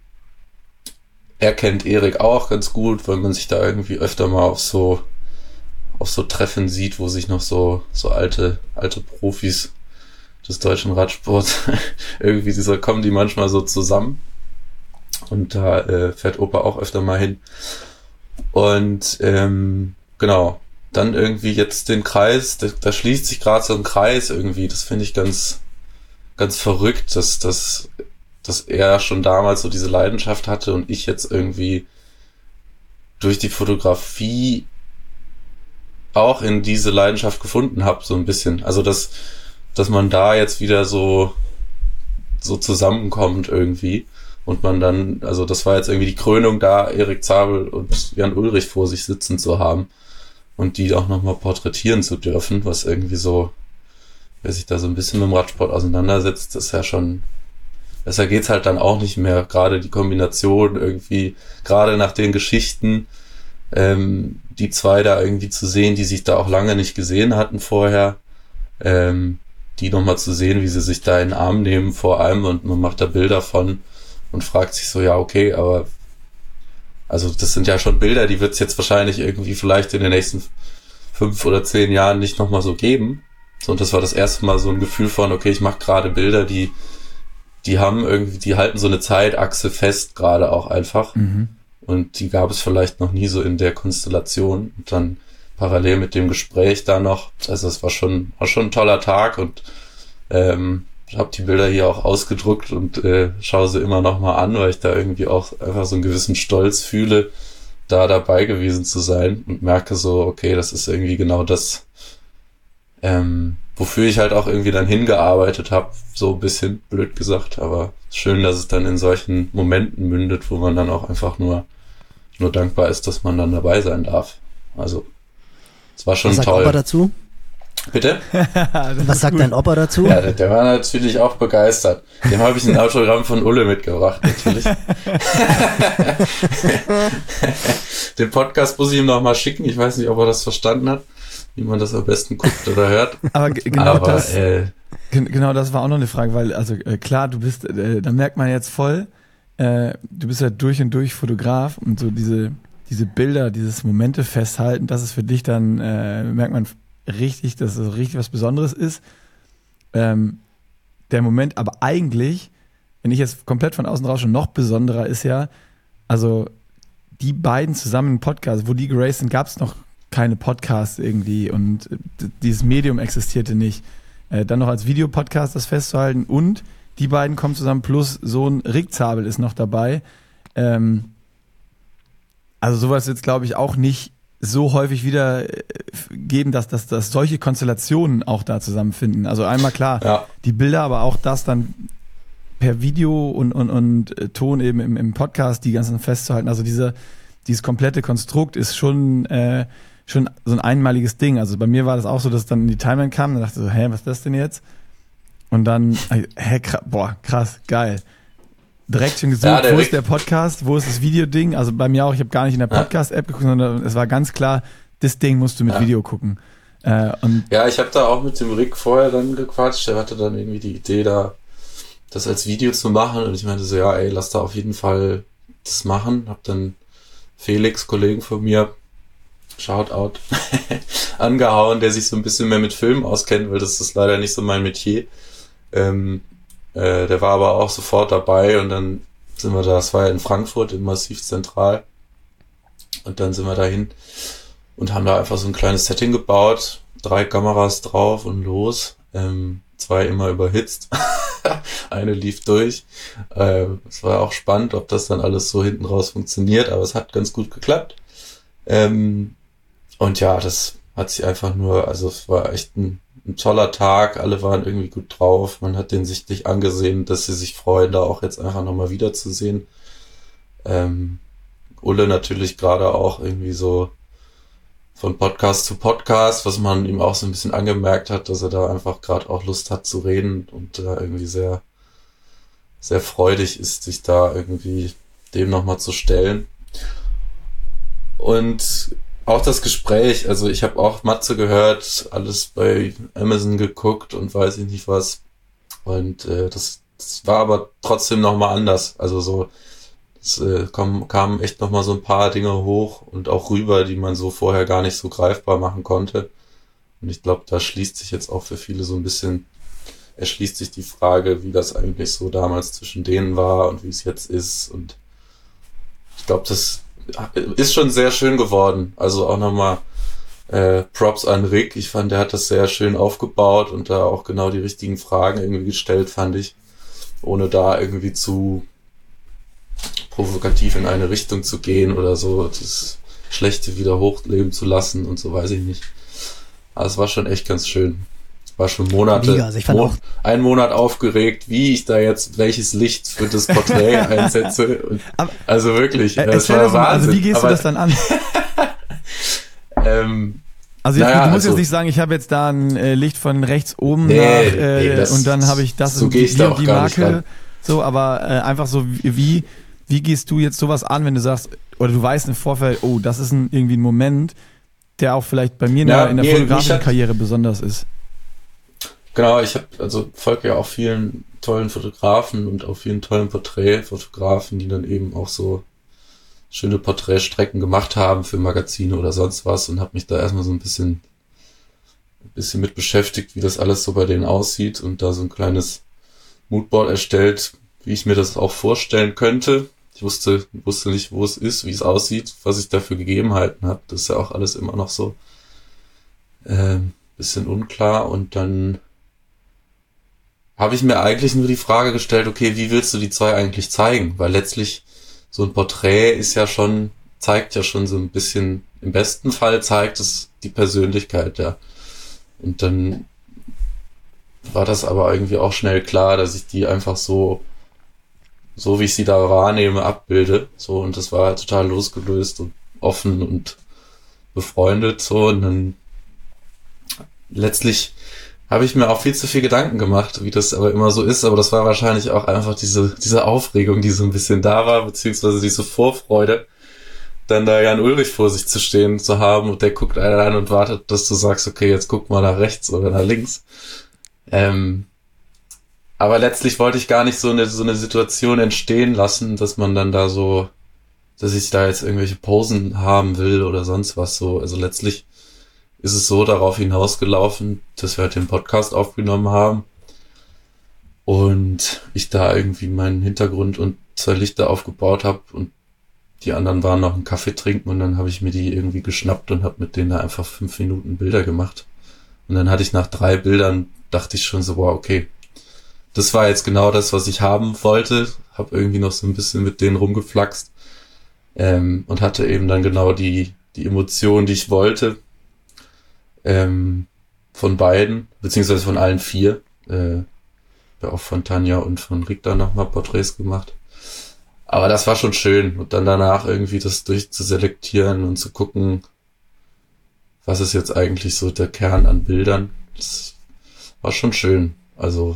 kennt Erik auch ganz gut, weil man sich da irgendwie öfter mal auf so Treffen sieht, wo sich noch so alte Profis des deutschen Radsports irgendwie kommen die manchmal so zusammen. Und da fährt Opa auch öfter mal hin. Und genau, dann irgendwie jetzt den Kreis, da schließt sich gerade so ein Kreis irgendwie. Das finde ich ganz, ganz verrückt, dass er schon damals so diese Leidenschaft hatte und ich jetzt irgendwie durch die Fotografie auch in diese Leidenschaft gefunden habe, so ein bisschen. Also dass man da jetzt wieder so zusammenkommt irgendwie. Und man dann, also das war jetzt irgendwie die Krönung da, Erik Zabel und Jan Ulrich vor sich sitzen zu haben und die auch nochmal porträtieren zu dürfen, was irgendwie so, wer sich da so ein bisschen mit dem Radsport auseinandersetzt, ist ja schon, besser geht's halt dann auch nicht mehr. Gerade die Kombination irgendwie, gerade nach den Geschichten, die zwei da irgendwie zu sehen, die sich da auch lange nicht gesehen hatten vorher, die nochmal zu sehen, wie sie sich da in den Arm nehmen vor allem und man macht da Bilder von und fragt sich so, ja, okay, aber also das sind ja schon Bilder, die wird es jetzt wahrscheinlich irgendwie vielleicht in den nächsten 5 oder 10 Jahren nicht nochmal so geben. So, und das war das erste Mal so ein Gefühl von, okay, ich mache gerade Bilder, die haben irgendwie, die halten so eine Zeitachse fest, gerade auch einfach. Mhm. Und die gab es vielleicht noch nie so in der Konstellation. Und dann parallel mit dem Gespräch da noch, also es war schon ein toller Tag und habe die Bilder hier auch ausgedruckt und schaue sie immer noch mal an, weil ich da irgendwie auch einfach so einen gewissen Stolz fühle, da dabei gewesen zu sein und merke so, okay, das ist irgendwie genau das, wofür ich halt auch irgendwie dann hingearbeitet habe, so ein bisschen blöd gesagt, aber schön, dass es dann in solchen Momenten mündet, wo man dann auch einfach nur dankbar ist, dass man dann dabei sein darf. Also, es war schon Was sagt toll. Opa dazu? Bitte? Was sagt dein Opa dazu? Ja, der war natürlich auch begeistert. Dem habe ich ein Autogramm von Ulle mitgebracht, natürlich. Den Podcast muss ich ihm noch mal schicken. Ich weiß nicht, ob er das verstanden hat, wie man das am besten guckt oder hört. Aber genau das war auch noch eine Frage, weil, also klar, du bist, da merkt man jetzt voll, du bist ja durch und durch Fotograf und so diese Bilder, dieses Momente festhalten, das ist für dich dann, merkt man richtig, dass es richtig was Besonderes ist. Der Moment, aber eigentlich, wenn ich jetzt komplett von außen raus schon noch besonderer ist ja, also die beiden zusammen im Podcast, wo die geraced sind, gab es noch keine Podcasts irgendwie und dieses Medium existierte nicht. Dann noch als Videopodcast das festzuhalten und die beiden kommen zusammen, plus Sohn Rick Zabel ist noch dabei. Also sowas wird es, glaube ich, auch nicht so häufig wieder geben, dass solche Konstellationen auch da zusammenfinden. Also einmal klar, die Bilder, aber auch das dann per Video und Ton eben im Podcast, die ganzen festzuhalten. Also dieses komplette Konstrukt ist schon so ein einmaliges Ding. Also bei mir war das auch so, dass es dann in die Timeline kam, dann dachte ich so, was ist das denn jetzt? Und dann, krass, geil. Direkt schon gesucht, wo ist der Podcast, wo ist das Videoding? Also bei mir auch, ich habe gar nicht in der Podcast-App geguckt, sondern es war ganz klar, das Ding musst du mit Video gucken. Ich habe da auch mit dem Rick vorher dann gequatscht, der hatte dann irgendwie die Idee, da das als Video zu machen und ich meinte so, lass da auf jeden Fall das machen. Hab dann Felix, Kollegen von mir, Shoutout, angehauen, der sich so ein bisschen mehr mit Filmen auskennt, weil das ist leider nicht so mein Metier. Der war aber auch sofort dabei und dann sind wir da, das war ja in Frankfurt im Massiv Zentral und dann sind wir dahin und haben da einfach so ein kleines Setting gebaut, 3 Kameras drauf und los, 2 immer überhitzt, eine lief durch. Es war auch spannend, ob das dann alles so hinten raus funktioniert, aber es hat ganz gut geklappt. Und ja, das hat sich einfach nur, also es war echt ein toller Tag, alle waren irgendwie gut drauf, man hat denen sichtlich angesehen, dass sie sich freuen, da auch jetzt einfach nochmal wiederzusehen. Ulle natürlich gerade auch irgendwie so von Podcast zu Podcast, was man ihm auch so ein bisschen angemerkt hat, dass er da einfach gerade auch Lust hat zu reden und da irgendwie sehr, sehr freudig ist, sich da irgendwie dem nochmal zu stellen. Und auch das Gespräch, also ich habe auch Matze gehört, alles bei Amazon geguckt und weiß ich nicht was. Und das war aber trotzdem nochmal anders. Also so, es kamen echt nochmal so ein paar Dinge hoch und auch rüber, die man so vorher gar nicht so greifbar machen konnte. Und ich glaube, da schließt sich jetzt auch für viele so ein bisschen, erschließt sich die Frage, wie das eigentlich so damals zwischen denen war und wie es jetzt ist. Und ich glaube, das ist schon sehr schön geworden. Also auch nochmal Props an Rick. Ich fand, der hat das sehr schön aufgebaut und da auch genau die richtigen Fragen irgendwie gestellt, fand ich. Ohne da irgendwie zu provokativ in eine Richtung zu gehen oder so, das Schlechte wieder hochleben zu lassen und so, weiß ich nicht. Aber es war schon echt ganz schön. War schon Monate, Mega, also ich fand auch einen Monat aufgeregt, wie ich da jetzt welches Licht für das Porträt einsetze. Und also wirklich, das war Wahnsinn. Also wie gehst du das dann an? Also du musst jetzt nicht sagen, ich habe jetzt da ein Licht von rechts oben und dann habe ich das so und die Marke. So, aber einfach so, wie gehst du jetzt sowas an, wenn du sagst, oder du weißt im Vorfeld, oh, das ist irgendwie ein Moment, der auch vielleicht bei mir in der fotografischen Karriere besonders ist. Genau, ich folge ja auch vielen tollen Fotografen und auch vielen tollen Porträtfotografen, die dann eben auch so schöne Porträtstrecken gemacht haben für Magazine oder sonst was und habe mich da erstmal so ein bisschen mit beschäftigt, wie das alles so bei denen aussieht und da so ein kleines Moodboard erstellt, wie ich mir das auch vorstellen könnte. Ich wusste nicht, wo es ist, wie es aussieht, was ich dafür Gegebenheiten habe. Das ist ja auch alles immer noch so bisschen unklar und dann habe ich mir eigentlich nur die Frage gestellt, okay, wie willst du die zwei eigentlich zeigen? Weil letztlich so ein Porträt zeigt ja schon so ein bisschen, im besten Fall zeigt es die Persönlichkeit, ja. Und dann war das aber irgendwie auch schnell klar, dass ich die einfach so wie ich sie da wahrnehme, abbilde. So, und das war halt total losgelöst und offen und befreundet. So, und dann letztlich habe ich mir auch viel zu viel Gedanken gemacht, wie das aber immer so ist. Aber das war wahrscheinlich auch einfach diese Aufregung, die so ein bisschen da war, beziehungsweise diese Vorfreude, dann da Jan Ullrich vor sich zu stehen zu haben und der guckt einen an und wartet, dass du sagst, okay, jetzt guck mal nach rechts oder nach links. Aber letztlich wollte ich gar nicht so eine Situation entstehen lassen, dass man dann da so, dass ich da jetzt irgendwelche Posen haben will oder sonst was so. Also letztlich ist es so darauf hinausgelaufen, dass wir halt den Podcast aufgenommen haben und ich da irgendwie meinen Hintergrund und 2 Lichter aufgebaut habe und die anderen waren noch einen Kaffee trinken und dann habe ich mir die irgendwie geschnappt und habe mit denen da einfach 5 Minuten Bilder gemacht. Und dann hatte ich nach 3 Bildern, dachte ich schon so, wow, okay, das war jetzt genau das, was ich haben wollte. Habe irgendwie noch so ein bisschen mit denen rumgeflaxt und hatte eben dann genau die Emotionen, die ich wollte, von beiden, beziehungsweise von allen 4. Ja, auch von Tanja und von Rick da nochmal Porträts gemacht. Aber das war schon schön. Und dann danach irgendwie das durchzuselektieren und zu gucken, was ist jetzt eigentlich so der Kern an Bildern. Das war schon schön. Also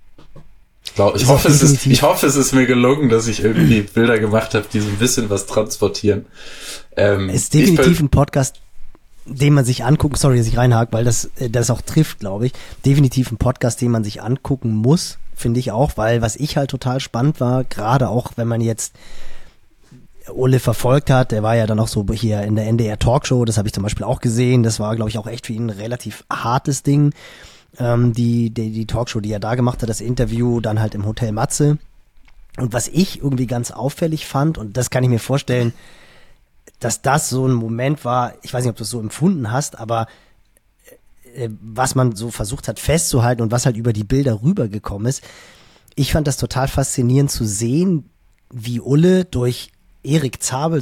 ich hoffe, es ist mir gelungen, dass ich irgendwie Bilder gemacht habe, die so ein bisschen was transportieren. Ist definitiv ein Podcast, den man sich angucken, sorry, dass ich reinhake, weil das auch trifft, glaube ich. Definitiv ein Podcast, den man sich angucken muss, finde ich auch, weil was ich halt total spannend war, gerade auch, wenn man jetzt Ulle verfolgt hat, der war ja dann auch so hier in der NDR Talkshow, das habe ich zum Beispiel auch gesehen, das war, glaube ich, auch echt für ihn ein relativ hartes Ding. Die Talkshow, die er da gemacht hat, das Interview dann halt im Hotel Matze. Und was ich irgendwie ganz auffällig fand, und das kann ich mir vorstellen, dass das so ein Moment war, ich weiß nicht, ob du es so empfunden hast, aber was man so versucht hat festzuhalten und was halt über die Bilder rübergekommen ist, ich fand das total faszinierend zu sehen, wie Ulle durch Erik Zabel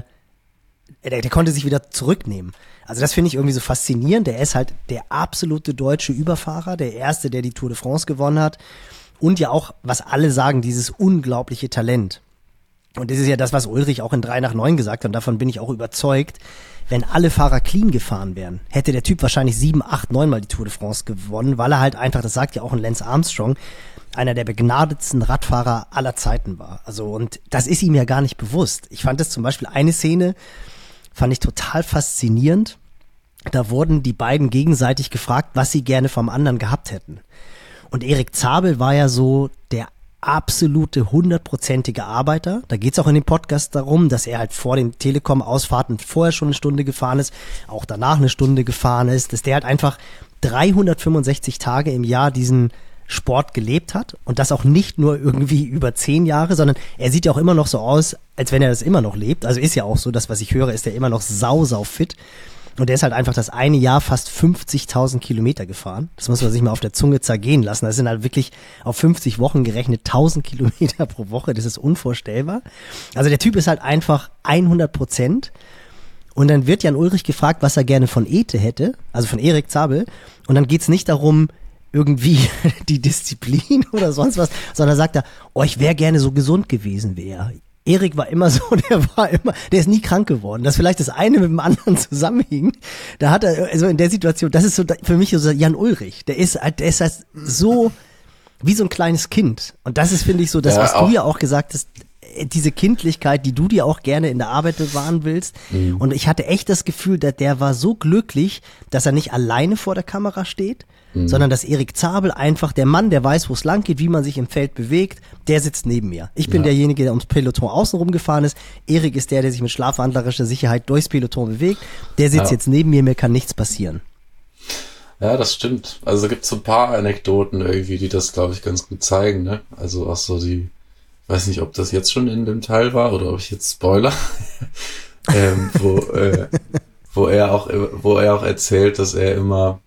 der konnte sich wieder zurücknehmen. Also das finde ich irgendwie so faszinierend. Der ist halt der absolute deutsche Überfahrer, der Erste, der die Tour de France gewonnen hat. Und ja auch, was alle sagen, dieses unglaubliche Talent. Und das ist ja das, was Ullrich auch in 3 nach 9 gesagt hat. Und davon bin ich auch überzeugt. Wenn alle Fahrer clean gefahren wären, hätte der Typ wahrscheinlich 7, 8, 9 Mal die Tour de France gewonnen, weil er halt einfach, das sagt ja auch ein Lance Armstrong, einer der begnadetsten Radfahrer aller Zeiten war. Also, und das ist ihm ja gar nicht bewusst. Ich fand das zum Beispiel eine Szene, fand ich total faszinierend. Da wurden die beiden gegenseitig gefragt, was sie gerne vom anderen gehabt hätten. Und Erik Zabel war ja so der absolute 100%ige Arbeiter. Da geht's auch in dem Podcast darum, dass er halt vor den Telekom-Ausfahrten vorher schon eine Stunde gefahren ist, auch danach eine Stunde gefahren ist, dass der halt einfach 365 Tage im Jahr diesen Sport gelebt hat und das auch nicht nur irgendwie über 10 Jahre, sondern er sieht ja auch immer noch so aus, als wenn er das immer noch lebt. Also ist ja auch so, das, was ich höre, ist er immer noch sau fit. Und der ist halt einfach das eine Jahr fast 50.000 Kilometer gefahren. Das muss man sich mal auf der Zunge zergehen lassen. Das sind halt wirklich auf 50 Wochen gerechnet 1.000 Kilometer pro Woche. Das ist unvorstellbar. Also der Typ ist halt einfach 100%. Und dann wird Jan Ullrich gefragt, was er gerne von Ete hätte, also von Erik Zabel. Und dann geht's nicht darum, irgendwie die Disziplin oder sonst was, sondern sagt er, oh, ich wäre gerne so gesund gewesen wie er. Erik war immer so, der ist nie krank geworden. Dass vielleicht das eine mit dem anderen zusammenhing. Da hat er, also in der Situation, das ist so für mich so Jan Ullrich. Der ist halt so wie so ein kleines Kind. Und das ist, finde ich, so das, was du ja auch gesagt hast, diese Kindlichkeit, die du dir auch gerne in der Arbeit bewahren willst. Mhm. Und ich hatte echt das Gefühl, dass der war so glücklich, dass er nicht alleine vor der Kamera steht, sondern dass Erik Zabel einfach, der Mann, der weiß, wo es lang geht, wie man sich im Feld bewegt, der sitzt neben mir. Ich bin derjenige, der ums Peloton außenrum gefahren ist. Erik ist der sich mit schlafwandlerischer Sicherheit durchs Peloton bewegt. Der sitzt jetzt neben mir kann nichts passieren. Ja, das stimmt. Also gibt es so ein paar Anekdoten irgendwie, die das, glaube ich, ganz gut zeigen, ne? Also auch so ich weiß nicht, ob das jetzt schon in dem Teil war oder ob ich jetzt Spoiler, wo er auch erzählt, dass er immer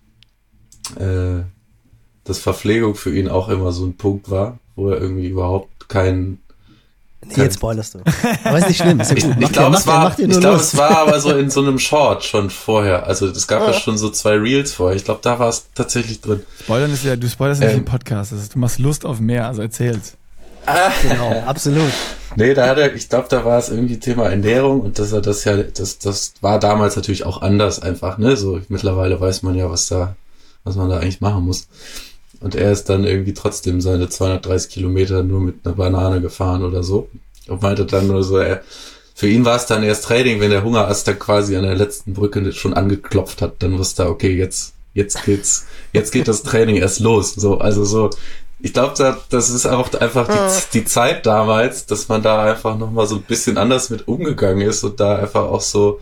dass Verpflegung für ihn auch immer so ein Punkt war, wo er irgendwie überhaupt keinen Nee, jetzt spoilerst du. Aber ist nicht schlimm, ist ja gut. Ich glaube, es war aber so in so einem Short schon vorher. Also es gab ja schon so 2 Reels vorher. Ich glaube, da war es tatsächlich drin. Spoilern ist ja, du spoilerst nicht im Podcast. Du machst Lust auf mehr, also erzähl's. Genau, absolut. Nee, ich glaube, da war es irgendwie Thema Ernährung und das war damals natürlich auch anders einfach, ne? So, mittlerweile weiß man ja, was man da eigentlich machen muss. Und er ist dann irgendwie trotzdem seine 230 Kilometer nur mit einer Banane gefahren oder so. Und meinte dann nur so, für ihn war es dann erst Training, wenn der Hungerast dann quasi an der letzten Brücke schon angeklopft hat, dann wusste er, okay, jetzt geht das Training erst los. So, also so, ich glaube, das ist auch einfach die Zeit damals, dass man da einfach nochmal so ein bisschen anders mit umgegangen ist und da einfach auch so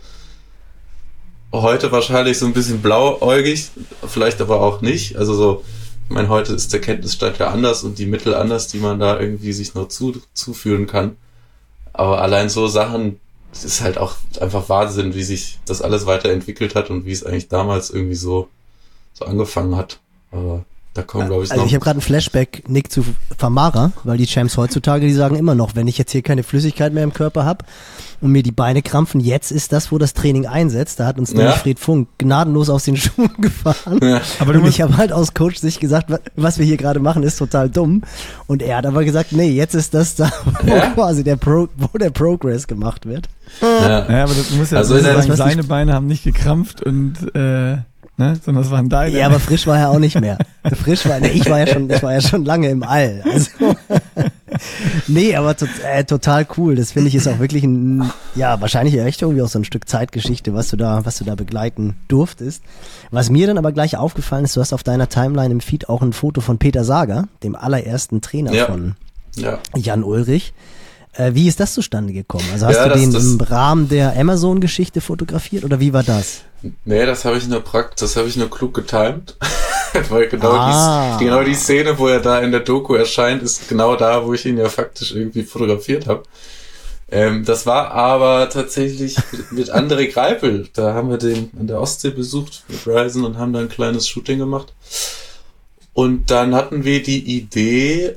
heute wahrscheinlich so ein bisschen blauäugig, vielleicht aber auch nicht. Also so, ich meine, heute ist der Kenntnisstand ja anders und die Mittel anders, die man da irgendwie sich noch zuführen kann. Aber allein so Sachen, es ist halt auch einfach Wahnsinn, wie sich das alles weiterentwickelt hat und wie es eigentlich damals irgendwie so angefangen hat. Aber da kommen, glaube ich, noch. Also ich habe gerade ein Flashback, Nick, zu Famara, weil die Champs heutzutage, die sagen immer noch, wenn ich jetzt hier keine Flüssigkeit mehr im Körper habe und mir die Beine krampfen, jetzt ist das, wo das Training einsetzt. Da hat uns nämlich Fred Funk gnadenlos aus den Schuhen gefahren. Ja. Aber ich habe halt aus Coach-Sicht gesagt, was wir hier gerade machen, ist total dumm. Und er hat aber gesagt, nee, jetzt ist das da, wo quasi der Progress gemacht wird. Ja, aber das muss ja also sagen, seine Beine haben nicht gekrampft und ne? Sondern es waren deine. Ja, aber frisch war er auch nicht mehr. Ich war ja schon lange im All. Also, nee, aber total cool. Das finde ich ist auch wirklich wahrscheinlich echt irgendwie auch so ein Stück Zeitgeschichte, was du da begleiten durftest. Was mir dann aber gleich aufgefallen ist, du hast auf deiner Timeline im Feed auch ein Foto von Peter Sager, dem allerersten Trainer von Jan Ullrich. Wie ist das zustande gekommen? Also hast du den im Rahmen der Amazon-Geschichte fotografiert oder wie war das? Nee, das habe ich nur klug getimt. Weil genau die Szene, wo er da in der Doku erscheint, ist genau da, wo ich ihn ja faktisch irgendwie fotografiert habe. Das war aber tatsächlich mit André Greipel. Da haben wir den an der Ostsee besucht mit Ryzen und haben da ein kleines Shooting gemacht. Und dann hatten wir die Idee,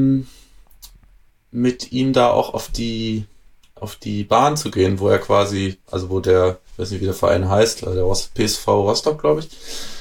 mit ihm da auch auf die Bahn zu gehen, wo er quasi, also wo der, ich weiß nicht, wie der Verein heißt, der PSV Rostock, glaube ich,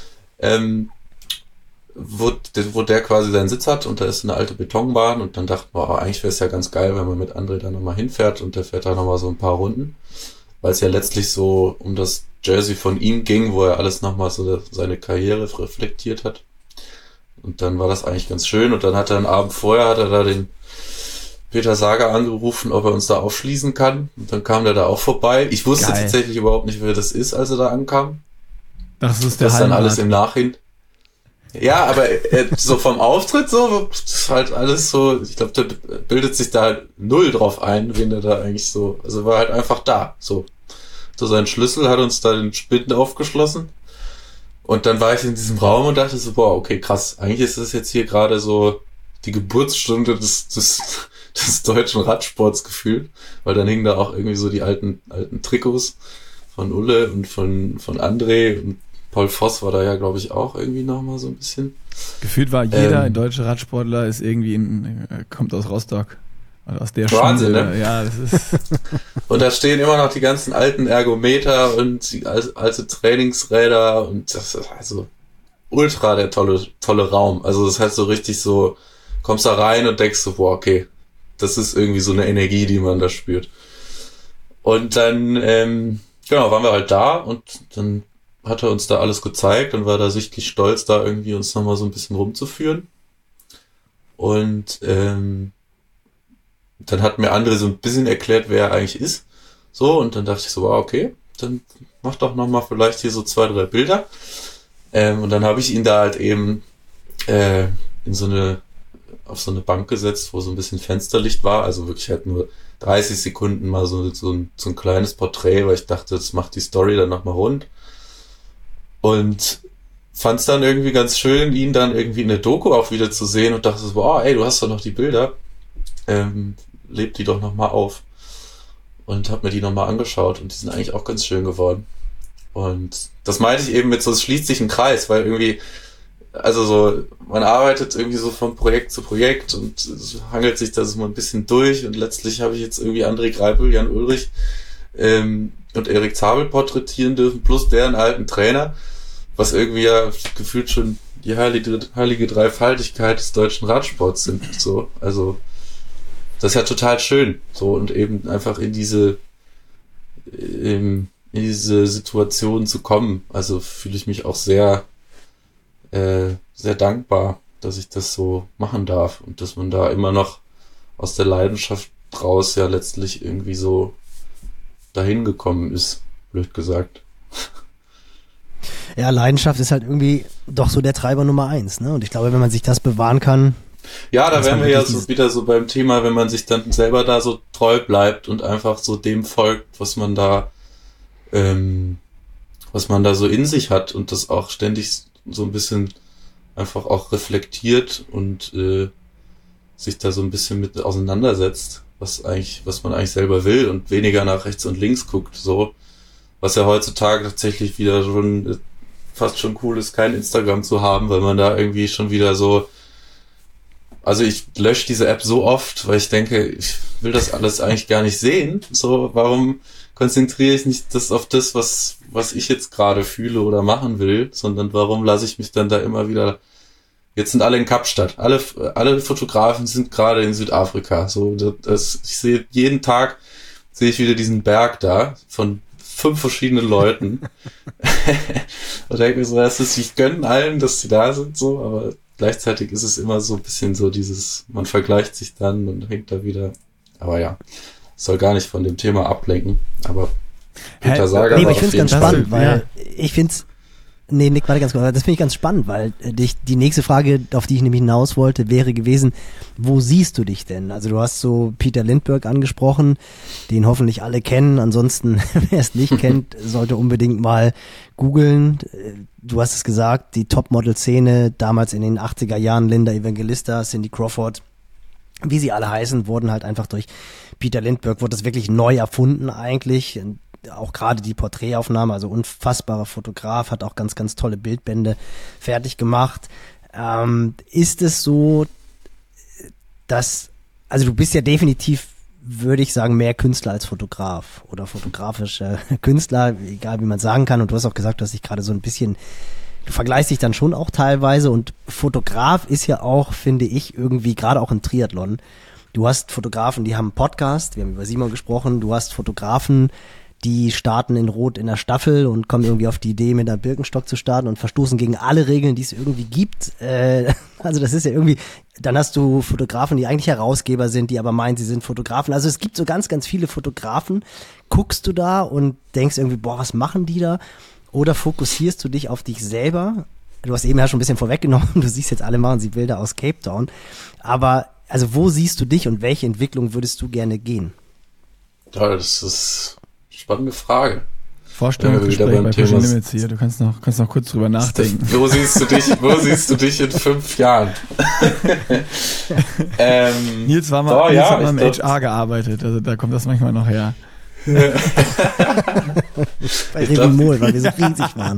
wo der quasi seinen Sitz hat und da ist eine alte Betonbahn und dann dachten wir, eigentlich wäre es ja ganz geil, wenn man mit André da nochmal hinfährt und der fährt da nochmal so ein paar Runden, weil es ja letztlich so um das Jersey von ihm ging, wo er alles nochmal so seine Karriere reflektiert hat. Und dann war das eigentlich ganz schön und dann hat er einen Abend vorher, da den Peter Sager angerufen, ob er uns da aufschließen kann. Und dann kam der da auch vorbei. Ich wusste tatsächlich überhaupt nicht, wer das ist, als er da ankam. Das ist der Das dann alles im Nachhinein. Ja, aber so vom Auftritt so, das ist halt alles so, ich glaube, der bildet sich da halt null drauf ein, wen der da eigentlich so, also war halt einfach da, so. So sein Schlüssel hat uns da den Spind aufgeschlossen. Und dann war ich in diesem Raum und dachte so, boah, okay, krass. Eigentlich ist das jetzt hier gerade so die Geburtsstunde des deutschen Radsports gefühlt, weil dann hingen da auch irgendwie so die alten Trikots von Ulle und von André und Paul Voss war da ja, glaube ich, auch irgendwie nochmal so ein bisschen. Gefühlt war jeder deutsche Radsportler ist irgendwie kommt aus Rostock. Also aus der Wahnsinn, Schule. Ne? Ja, das ist. Und da stehen immer noch die ganzen alten Ergometer und die alte Trainingsräder und das ist also ultra der tolle Raum. Also das heißt so richtig so, kommst da rein und denkst so, boah, okay, das ist irgendwie so eine Energie, die man da spürt. Und dann, waren wir halt da und dann hat er uns da alles gezeigt und war da sichtlich stolz, da irgendwie uns nochmal so ein bisschen rumzuführen. Und dann hat mir André so ein bisschen erklärt, wer er eigentlich ist. So, und dann dachte ich so, wow, okay, dann mach doch nochmal vielleicht hier so 2, 3 Bilder. Und dann habe ich ihn da halt eben auf so eine Bank gesetzt, wo so ein bisschen Fensterlicht war, also wirklich halt nur 30 Sekunden mal so ein kleines Porträt, weil ich dachte, das macht die Story dann nochmal rund. Und fand es dann irgendwie ganz schön, ihn dann irgendwie in der Doku auch wieder zu sehen und dachte so, wow, ey, du hast doch noch die Bilder, leb die doch nochmal auf. Und hab mir die nochmal angeschaut und die sind eigentlich auch ganz schön geworden. Und das meinte ich eben mit so, es schließt sich ein Kreis, weil irgendwie also so, man arbeitet irgendwie so von Projekt zu Projekt und es hangelt sich das mal ein bisschen durch und letztlich habe ich jetzt irgendwie André Greipel, Jan Ulrich und Erik Zabel porträtieren dürfen, plus deren alten Trainer, was irgendwie ja gefühlt schon die heilige Dreifaltigkeit des deutschen Radsports sind. So, also das ist ja total schön. So, und eben einfach in diese Situation zu kommen. Also fühle ich mich auch sehr sehr dankbar, dass ich das so machen darf und dass man da immer noch aus der Leidenschaft draus ja letztlich irgendwie so dahin gekommen ist, blöd gesagt. Ja, Leidenschaft ist halt irgendwie doch so der Treiber Nummer 1, ne? Und ich glaube, wenn man sich das bewahren kann. Ja, da wären wir ja so wieder so beim Thema, wenn man sich dann selber da so treu bleibt und einfach so dem folgt, was man da so in sich hat und das auch ständig so ein bisschen einfach auch reflektiert und sich da so ein bisschen mit auseinandersetzt, was man eigentlich selber will und weniger nach rechts und links guckt, so, was ja heutzutage tatsächlich wieder schon fast schon cool ist, kein Instagram zu haben, weil man da irgendwie schon wieder so, also ich lösche diese App so oft, weil ich denke, ich will das alles eigentlich gar nicht sehen, so, warum konzentriere ich nicht auf das, was ich jetzt gerade fühle oder machen will, sondern warum lasse ich mich dann da immer wieder, jetzt sind alle in Kapstadt, alle Fotografen sind gerade in Südafrika, so, ich sehe jeden Tag, sehe ich wieder diesen Berg da von 5 verschiedenen Leuten und denke mir so, ich gönne allen, dass sie da sind, so, aber gleichzeitig ist es immer so ein bisschen so dieses, man vergleicht sich dann und hängt da wieder, aber ja, soll gar nicht von dem Thema ablenken, aber Peter Sagan aber ich finde es ganz spannend, weil ich finde es, Nick, warte ganz kurz, das finde ich ganz spannend, weil die nächste Frage, auf die ich nämlich hinaus wollte, wäre gewesen, wo siehst du dich denn? Also du hast so Peter Lindbergh angesprochen, den hoffentlich alle kennen, ansonsten, wer es nicht kennt, sollte unbedingt mal googeln. Du hast es gesagt, die Topmodel-Szene, damals in den 80er Jahren, Linda Evangelista, Cindy Crawford, wie sie alle heißen, wurden halt einfach durch Peter Lindbergh, wurde das wirklich neu erfunden eigentlich. Auch gerade die Porträtaufnahme, also unfassbarer Fotograf, hat auch ganz, ganz tolle Bildbände fertig gemacht. Ist es so, dass, also du bist ja definitiv, würde ich sagen, mehr Künstler als Fotograf oder fotografischer Künstler, egal wie man sagen kann. Und du hast auch gesagt, du hast dich gerade so ein bisschen, du vergleichst dich dann schon auch teilweise und Fotograf ist ja auch, finde ich, irgendwie, gerade auch im Triathlon. Du hast Fotografen, die haben einen Podcast, wir haben über Simon gesprochen, du hast Fotografen, die starten in Rot in der Staffel und kommen irgendwie auf die Idee, mit einer Birkenstock zu starten und verstoßen gegen alle Regeln, die es irgendwie gibt. Also das ist ja irgendwie, dann hast du Fotografen, die eigentlich Herausgeber sind, die aber meinen, sie sind Fotografen. Also es gibt so ganz, ganz viele Fotografen. Guckst du da und denkst irgendwie, boah, was machen die da? Oder fokussierst du dich auf dich selber? Du hast eben ja schon ein bisschen vorweggenommen, du siehst jetzt alle machen sie Bilder aus Cape Town. Aber also wo siehst du dich und welche Entwicklung würdest du gerne gehen? Ja, das ist spannende Frage. Vorstellungsgespräch bei Pushing Limits hier. Du kannst noch kurz drüber nachdenken. Wo siehst du dich in 5 Jahren? Nils hat mal im HR gearbeitet, also da kommt das manchmal noch her. Bei Revimol, weil wir so riesig waren.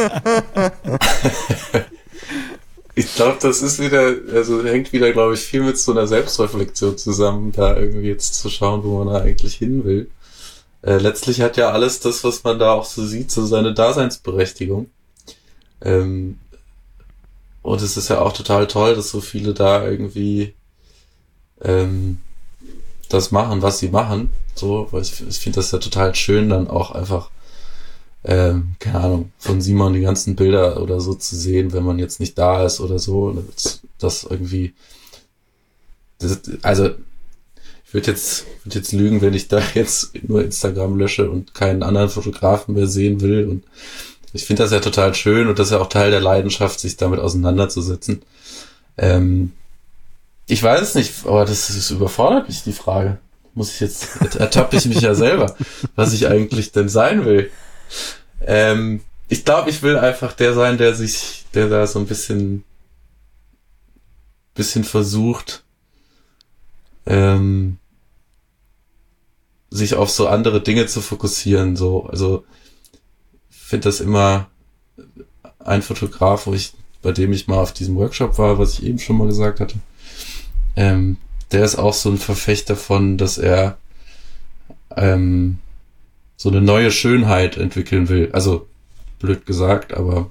Ich glaube, das ist hängt wieder, glaube ich, viel mit so einer Selbstreflexion zusammen, da irgendwie jetzt zu schauen, wo man da eigentlich hin will. Letztlich hat ja alles das, was man da auch so sieht, so seine Daseinsberechtigung. Und es ist ja auch total toll, dass so viele da irgendwie das machen, was sie machen. So, weil ich finde das ja total schön, dann auch einfach, keine Ahnung, von Simon die ganzen Bilder oder so zu sehen, wenn man jetzt nicht da ist oder so. Das irgendwie, also ich würde jetzt lügen, wenn ich da jetzt nur Instagram lösche und keinen anderen Fotografen mehr sehen will. Und ich finde das ja total schön und das ist ja auch Teil der Leidenschaft, sich damit auseinanderzusetzen. Ich weiß es nicht, aber das überfordert mich, die Frage. Ertappe ich mich ja selber, was ich eigentlich denn sein will. Ich glaube, ich will einfach der sein, der da so ein bisschen versucht, sich auf so andere Dinge zu fokussieren, so. Also, ich finde das immer ein Fotograf, wo ich bei dem ich mal auf diesem Workshop war, was ich eben schon mal gesagt hatte, der ist auch so ein Verfechter von, dass er so eine neue Schönheit entwickeln will. Also blöd gesagt, aber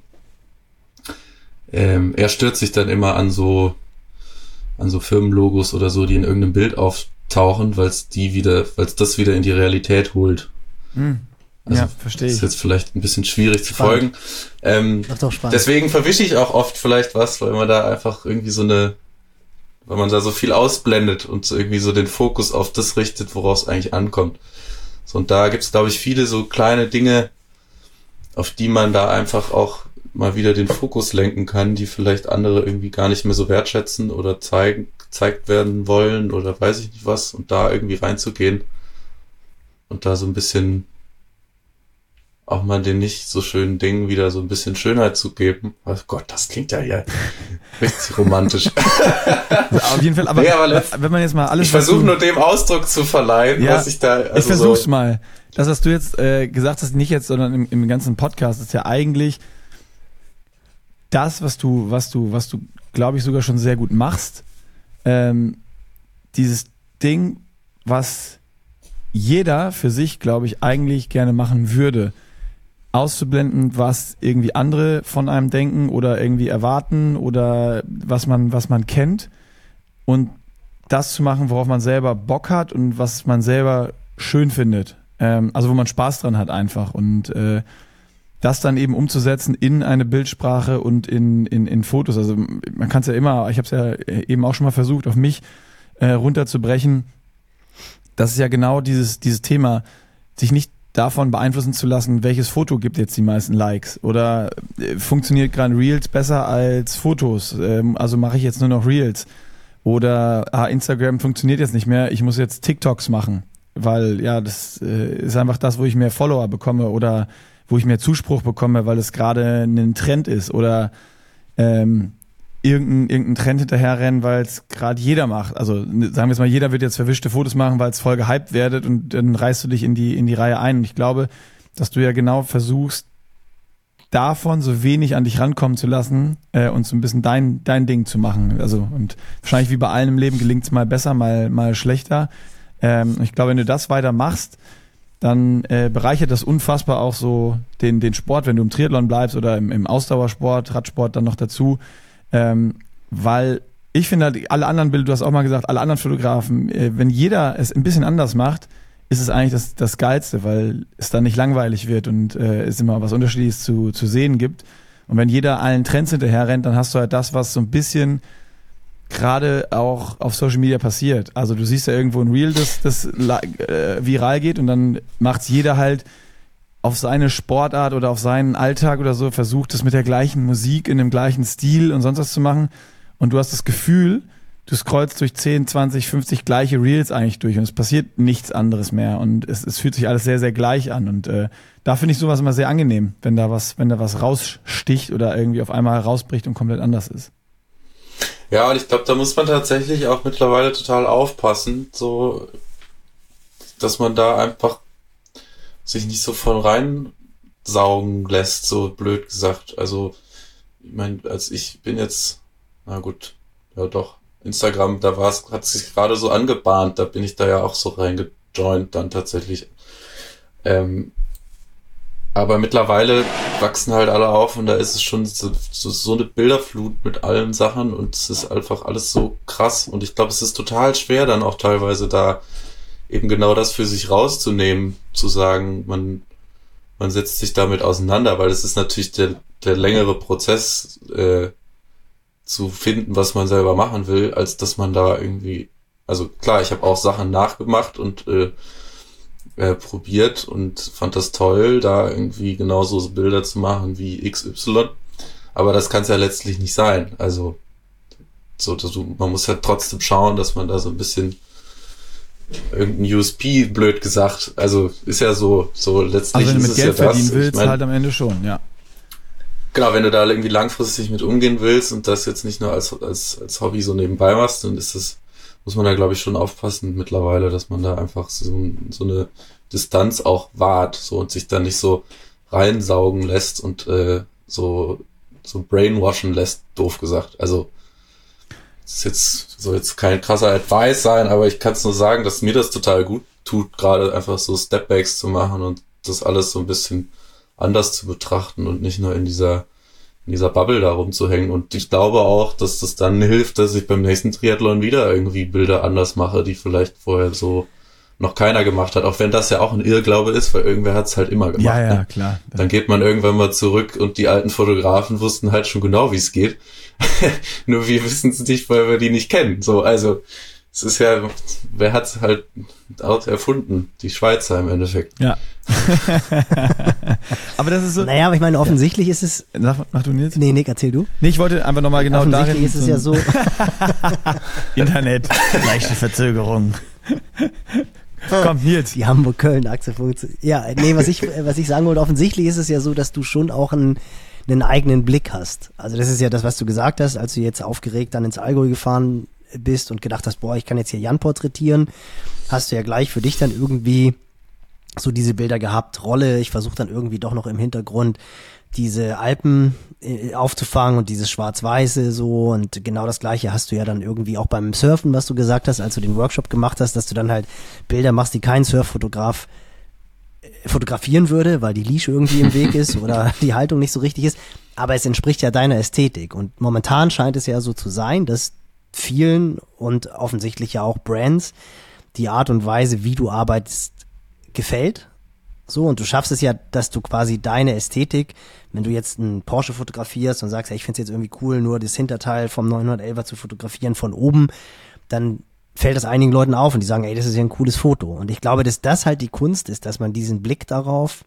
er stört sich dann immer an so Firmenlogos oder so, die in irgendeinem Bild auftauchen, weil es das wieder in die Realität holt. Also, ja, verstehe ich. Ist jetzt vielleicht ein bisschen schwierig zu folgen. Doch spannend. Deswegen verwische ich auch oft vielleicht was, weil man da einfach irgendwie weil man da so viel ausblendet und so irgendwie so den Fokus auf das richtet, worauf es eigentlich ankommt. So, und da gibt's, glaube ich, viele so kleine Dinge, auf die man da einfach auch mal wieder den Fokus lenken kann, die vielleicht andere irgendwie gar nicht mehr so wertschätzen oder gezeigt werden wollen oder weiß ich nicht was, und da irgendwie reinzugehen und da so ein bisschen auch mal den nicht so schönen Dingen wieder so ein bisschen Schönheit zu geben. Oh Gott, das klingt ja hier richtig romantisch. Ja, auf jeden Fall, aber, nee, aber wenn man jetzt mal alles... Ich versuche nur dem Ausdruck zu verleihen, was ich da... Also ich versuch's mal. Das, was du jetzt gesagt hast, nicht jetzt, sondern im ganzen Podcast, ist ja eigentlich das, was du, glaube ich, sogar schon sehr gut machst. Dieses Ding, was jeder für sich, glaube ich, eigentlich gerne machen würde. Auszublenden, was irgendwie andere von einem denken oder irgendwie erwarten oder was man kennt, und das zu machen, worauf man selber Bock hat und was man selber schön findet. Also wo man Spaß dran hat einfach, und das dann eben umzusetzen in eine Bildsprache und in Fotos. Also man kann es ja immer, ich habe es ja eben auch schon mal versucht, auf mich runterzubrechen. Das ist ja genau dieses Thema, sich nicht davon beeinflussen zu lassen, welches Foto gibt jetzt die meisten Likes oder funktioniert gerade Reels besser als Fotos, also mache ich jetzt nur noch Reels, oder Instagram funktioniert jetzt nicht mehr, ich muss jetzt TikToks machen, weil ja, das ist einfach das, wo ich mehr Follower bekomme oder wo ich mehr Zuspruch bekomme, weil es gerade ein Trend ist, oder irgendein Trend hinterherrennen, weil es gerade jeder macht. Also sagen wir jetzt mal, jeder wird jetzt verwischte Fotos machen, weil es voll gehypt werdet, und dann reißt du dich in die Reihe ein. Und ich glaube, dass du ja genau versuchst, davon so wenig an dich rankommen zu lassen und so ein bisschen dein Ding zu machen. Also, und wahrscheinlich wie bei allen im Leben gelingt es mal besser, mal schlechter. Ich glaube, wenn du das weiter machst, dann bereichert das unfassbar auch so den Sport, wenn du im Triathlon bleibst oder im Ausdauersport, Radsport dann noch dazu. Weil ich finde halt, alle anderen Bilder, du hast auch mal gesagt, alle anderen Fotografen, wenn jeder es ein bisschen anders macht, ist es eigentlich das Geilste, weil es dann nicht langweilig wird und es immer was Unterschiedliches zu sehen gibt. Und wenn jeder allen Trends hinterher rennt, dann hast du halt das, was so ein bisschen gerade auch auf Social Media passiert. Also du siehst ja irgendwo ein Reel, das viral geht, und dann macht's jeder halt auf seine Sportart oder auf seinen Alltag oder so, versucht es mit der gleichen Musik in dem gleichen Stil und sonst was zu machen, und du hast das Gefühl, du scrollst durch 10, 20, 50 gleiche Reels eigentlich durch, und es passiert nichts anderes mehr, und es fühlt sich alles sehr, sehr gleich an, und da finde ich sowas immer sehr angenehm, wenn da was raussticht oder irgendwie auf einmal rausbricht und komplett anders ist. Ja, und ich glaube, da muss man tatsächlich auch mittlerweile total aufpassen, so, dass man da einfach sich nicht so von reinsaugen lässt, so blöd gesagt. Also, ich meine, ich bin jetzt, na gut, ja doch, Instagram, hat sich gerade so angebahnt, da bin ich da ja auch so reingejoint dann tatsächlich. Aber mittlerweile wachsen halt alle auf, und da ist es schon so eine Bilderflut mit allen Sachen, und es ist einfach alles so krass, und ich glaube, es ist total schwer dann auch teilweise da eben genau das für sich rauszunehmen, zu sagen, man setzt sich damit auseinander, weil es ist natürlich der längere Prozess zu finden, was man selber machen will, als dass man da irgendwie, also klar, ich habe auch Sachen nachgemacht und probiert und fand das toll, da irgendwie genauso so Bilder zu machen wie XY, aber das kann es ja letztlich nicht sein, also man muss ja trotzdem schauen, dass man da so ein bisschen irgendein USP, blöd gesagt. Also ist ja so letztlich. Also wenn du mit Geld verdienen willst, halt am Ende schon, ja. Genau, wenn du da irgendwie langfristig mit umgehen willst und das jetzt nicht nur als Hobby so nebenbei machst, dann muss man da, glaube ich, schon aufpassen mittlerweile, dass man da einfach so eine Distanz auch wahrt, so, und sich da nicht so reinsaugen lässt und so so brainwashen lässt, doof gesagt. Also das soll jetzt kein krasser Advice sein, aber ich kann es nur sagen, dass mir das total gut tut, gerade einfach so Stepbacks zu machen und das alles so ein bisschen anders zu betrachten und nicht nur in dieser Bubble da rumzuhängen. Und ich glaube auch, dass das dann hilft, dass ich beim nächsten Triathlon wieder irgendwie Bilder anders mache, die vielleicht vorher so noch keiner gemacht hat, auch wenn das ja auch ein Irrglaube ist, weil irgendwer hat es halt immer gemacht. Ja, ne? klar. Dann geht man irgendwann mal zurück und die alten Fotografen wussten halt schon genau, wie es geht. Nur wir wissen es nicht, weil wir die nicht kennen. So, also es ist ja, wer hat es halt auch erfunden? Die Schweizer im Endeffekt. Ja. Aber das ist so. Naja, aber ich meine, offensichtlich ist es. Mach du Nils? Nee, Nick, erzähl du. Nee, ich wollte einfach nochmal genau Offensichtlich dahin. ist es ja so. Internet, leichte Verzögerung. Komm, Nils. Die Hamburg-Köln-Achse funktioniert. Ja, nee, was ich sagen wollte, offensichtlich ist es ja so, dass du schon auch einen eigenen Blick hast. Also das ist ja das, was du gesagt hast, als du jetzt aufgeregt dann ins Allgäu gefahren bist und gedacht hast, boah, ich kann jetzt hier Jan porträtieren, hast du ja gleich für dich dann irgendwie so diese Bilder gehabt, Rolle, ich versuche dann irgendwie doch noch im Hintergrund diese Alpen aufzufangen und dieses Schwarz-Weiße so, und genau das Gleiche hast du ja dann irgendwie auch beim Surfen, was du gesagt hast, als du den Workshop gemacht hast, dass du dann halt Bilder machst, die kein Surffotograf fotografieren würde, weil die Leash irgendwie im Weg ist oder die Haltung nicht so richtig ist, aber es entspricht ja deiner Ästhetik, und momentan scheint es ja so zu sein, dass vielen und offensichtlich ja auch Brands die Art und Weise, wie du arbeitest, gefällt. So, und du schaffst es ja, dass du quasi deine Ästhetik, wenn du jetzt einen Porsche fotografierst und sagst, ja, ich finde es jetzt irgendwie cool, nur das Hinterteil vom 911er zu fotografieren von oben, dann fällt das einigen Leuten auf und die sagen, ey, das ist ja ein cooles Foto. Und ich glaube, dass das halt die Kunst ist, dass man diesen Blick darauf,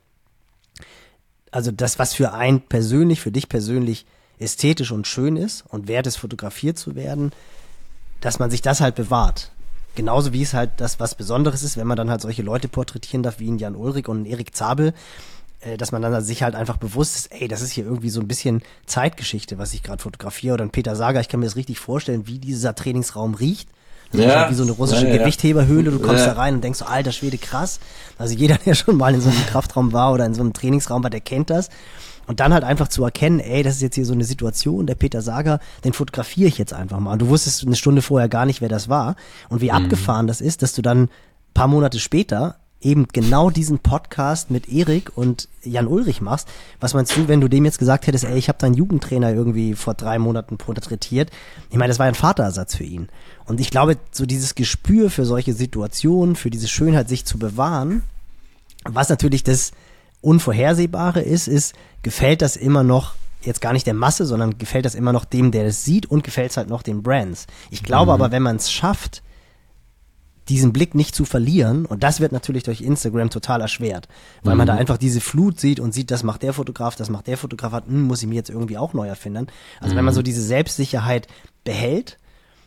also das, was für dich persönlich ästhetisch und schön ist und wert ist, fotografiert zu werden, dass man sich das halt bewahrt. Genauso wie es halt das was Besonderes ist, wenn man dann halt solche Leute porträtieren darf, wie einen Jan Ullrich und einen Erik Zabel, dass man dann sich halt einfach bewusst ist, ey, das ist hier irgendwie so ein bisschen Zeitgeschichte, was ich gerade fotografiere. Oder ein Peter Sager, ich kann mir das richtig vorstellen, wie dieser Trainingsraum riecht. Das ist halt wie so eine russische Gewichtheberhöhle, du kommst da rein und denkst so, alter Schwede, krass. Also jeder, der schon mal in so einem Kraftraum war oder in so einem Trainingsraum war, der kennt das. Und dann halt einfach zu erkennen, ey, das ist jetzt hier so eine Situation, der Peter Sager, den fotografiere ich jetzt einfach mal. Und du wusstest eine Stunde vorher gar nicht, wer das war. Und wie abgefahren das ist, dass du dann ein paar Monate später eben genau diesen Podcast mit Erik und Jan Ullrich machst. Was meinst du, wenn du dem jetzt gesagt hättest, ey, ich habe deinen Jugendtrainer irgendwie vor 3 Monaten porträtiert? Ich meine, das war ein Vaterersatz für ihn. Und ich glaube, so dieses Gespür für solche Situationen, für diese Schönheit, sich zu bewahren, was natürlich das Unvorhersehbare ist, gefällt das immer noch, jetzt gar nicht der Masse, sondern gefällt das immer noch dem, der es sieht, und gefällt es halt noch den Brands. Ich glaube aber, wenn man es schafft, diesen Blick nicht zu verlieren, und das wird natürlich durch Instagram total erschwert, weil man da einfach diese Flut sieht und sieht, das macht der Fotograf, hat, muss ich mir jetzt irgendwie auch neu erfinden. Also wenn man so diese Selbstsicherheit behält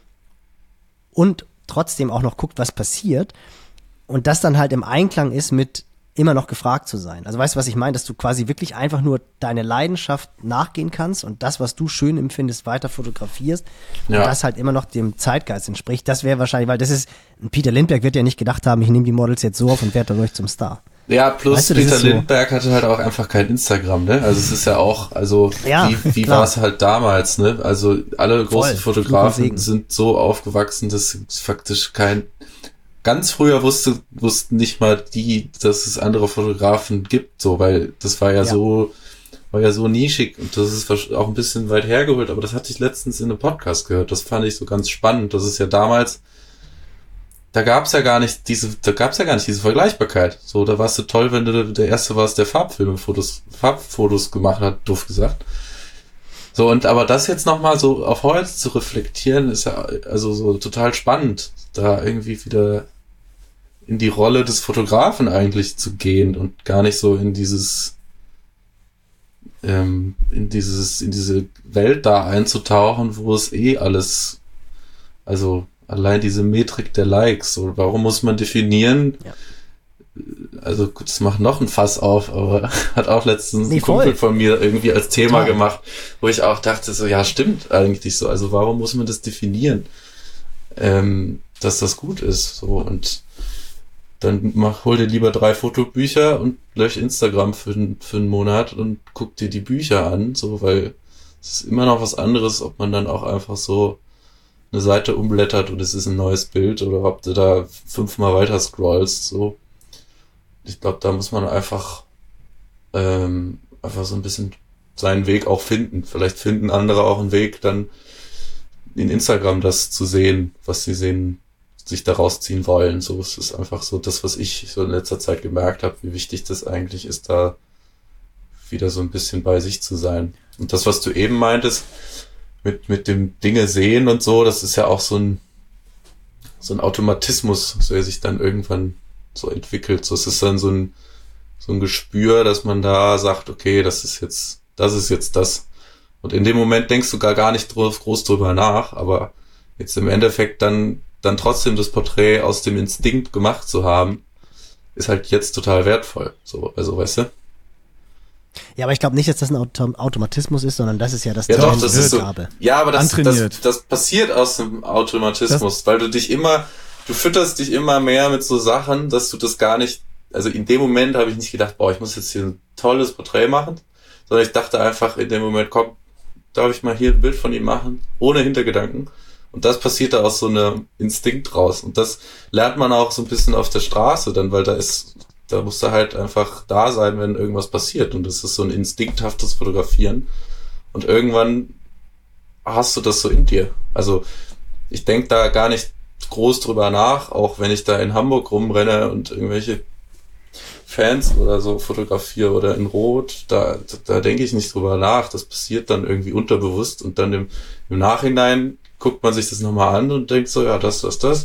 und trotzdem auch noch guckt, was passiert, und das dann halt im Einklang ist mit immer noch gefragt zu sein. Also weißt du, was ich meine? Dass du quasi wirklich einfach nur deine Leidenschaft nachgehen kannst und das, was du schön empfindest, weiter fotografierst, und das halt immer noch dem Zeitgeist entspricht. Das wäre wahrscheinlich, weil das ist, Peter Lindbergh wird ja nicht gedacht haben, ich nehme die Models jetzt so auf und werde dadurch zum Star. Ja, plus weißt du, Peter Lindbergh hatte halt auch einfach kein Instagram, ne? Also es ist ja auch, also wie war es halt damals, ne? Also alle großen Fotografen sind so aufgewachsen, dass es faktisch ganz früher wussten nicht mal dass es andere Fotografen gibt, so, weil das war ja so nischig, und das ist auch ein bisschen weit hergeholt, aber das hatte ich letztens in einem Podcast gehört, das fand ich so ganz spannend, das ist ja damals, da gab's ja gar nicht diese Vergleichbarkeit, so, da warst du toll, wenn du der Erste warst, der Farbfotos gemacht hat, doof gesagt. So, und aber das jetzt nochmal so auf heute zu reflektieren, ist ja also so total spannend, da irgendwie wieder in die Rolle des Fotografen eigentlich zu gehen und gar nicht so in diese Welt da einzutauchen, wo es alles, also allein diese Metrik der Likes, so, warum muss man definieren? Ja. Also gut, das macht noch ein Fass auf, aber hat auch letztens ein Kumpel von mir irgendwie als Thema gemacht, wo ich auch dachte, so, ja, stimmt eigentlich so. Also warum muss man das definieren, dass das gut ist? So, und dann hol dir lieber 3 Fotobücher und lösch Instagram für einen Monat und guck dir die Bücher an, so, weil Es ist immer noch was anderes, ob man dann auch einfach so eine Seite umblättert und es ist ein neues Bild oder ob du da 5-mal weiter scrollst, so. Ich glaube, da muss man einfach so ein bisschen seinen Weg auch finden. Vielleicht finden andere auch einen Weg, dann in Instagram das zu sehen, was sie sehen, sich daraus ziehen wollen. So, es ist einfach so das, was ich so in letzter Zeit gemerkt habe, wie wichtig das eigentlich ist, da wieder so ein bisschen bei sich zu sein. Und das, was du eben meintest, mit dem Dinge sehen und so, das ist ja auch so ein Automatismus, so der sich dann irgendwann so entwickelt. So, es ist dann so ein Gespür, dass man da sagt, okay, das ist jetzt das. Und in dem Moment denkst du gar nicht groß drüber nach, aber jetzt im Endeffekt dann trotzdem das Porträt aus dem Instinkt gemacht zu haben, ist halt jetzt total wertvoll. So, also, weißt du? Ja, aber ich glaube nicht, dass das ein Automatismus ist, sondern das ist ja das ja, doch, das ist so, Gabe. ja, aber das passiert aus dem Automatismus, weil du fütterst dich immer mehr mit so Sachen, dass du das gar nicht, also in dem Moment habe ich nicht gedacht, boah, ich muss jetzt hier ein tolles Porträt machen, sondern ich dachte einfach in dem Moment, komm, darf ich mal hier ein Bild von ihm machen, ohne Hintergedanken. Und das passiert da aus so einem Instinkt raus. Und das lernt man auch so ein bisschen auf der Straße dann, weil da musst du halt einfach da sein, wenn irgendwas passiert. Und das ist so ein instinkthaftes Fotografieren. Und irgendwann hast du das so in dir. Also ich denke da gar nicht groß drüber nach, auch wenn ich da in Hamburg rumrenne und irgendwelche Fans oder so fotografiere oder in Rot, da denke ich nicht drüber nach. Das passiert dann irgendwie unterbewusst und dann im Nachhinein guckt man sich das nochmal an und denkt so, ja, das.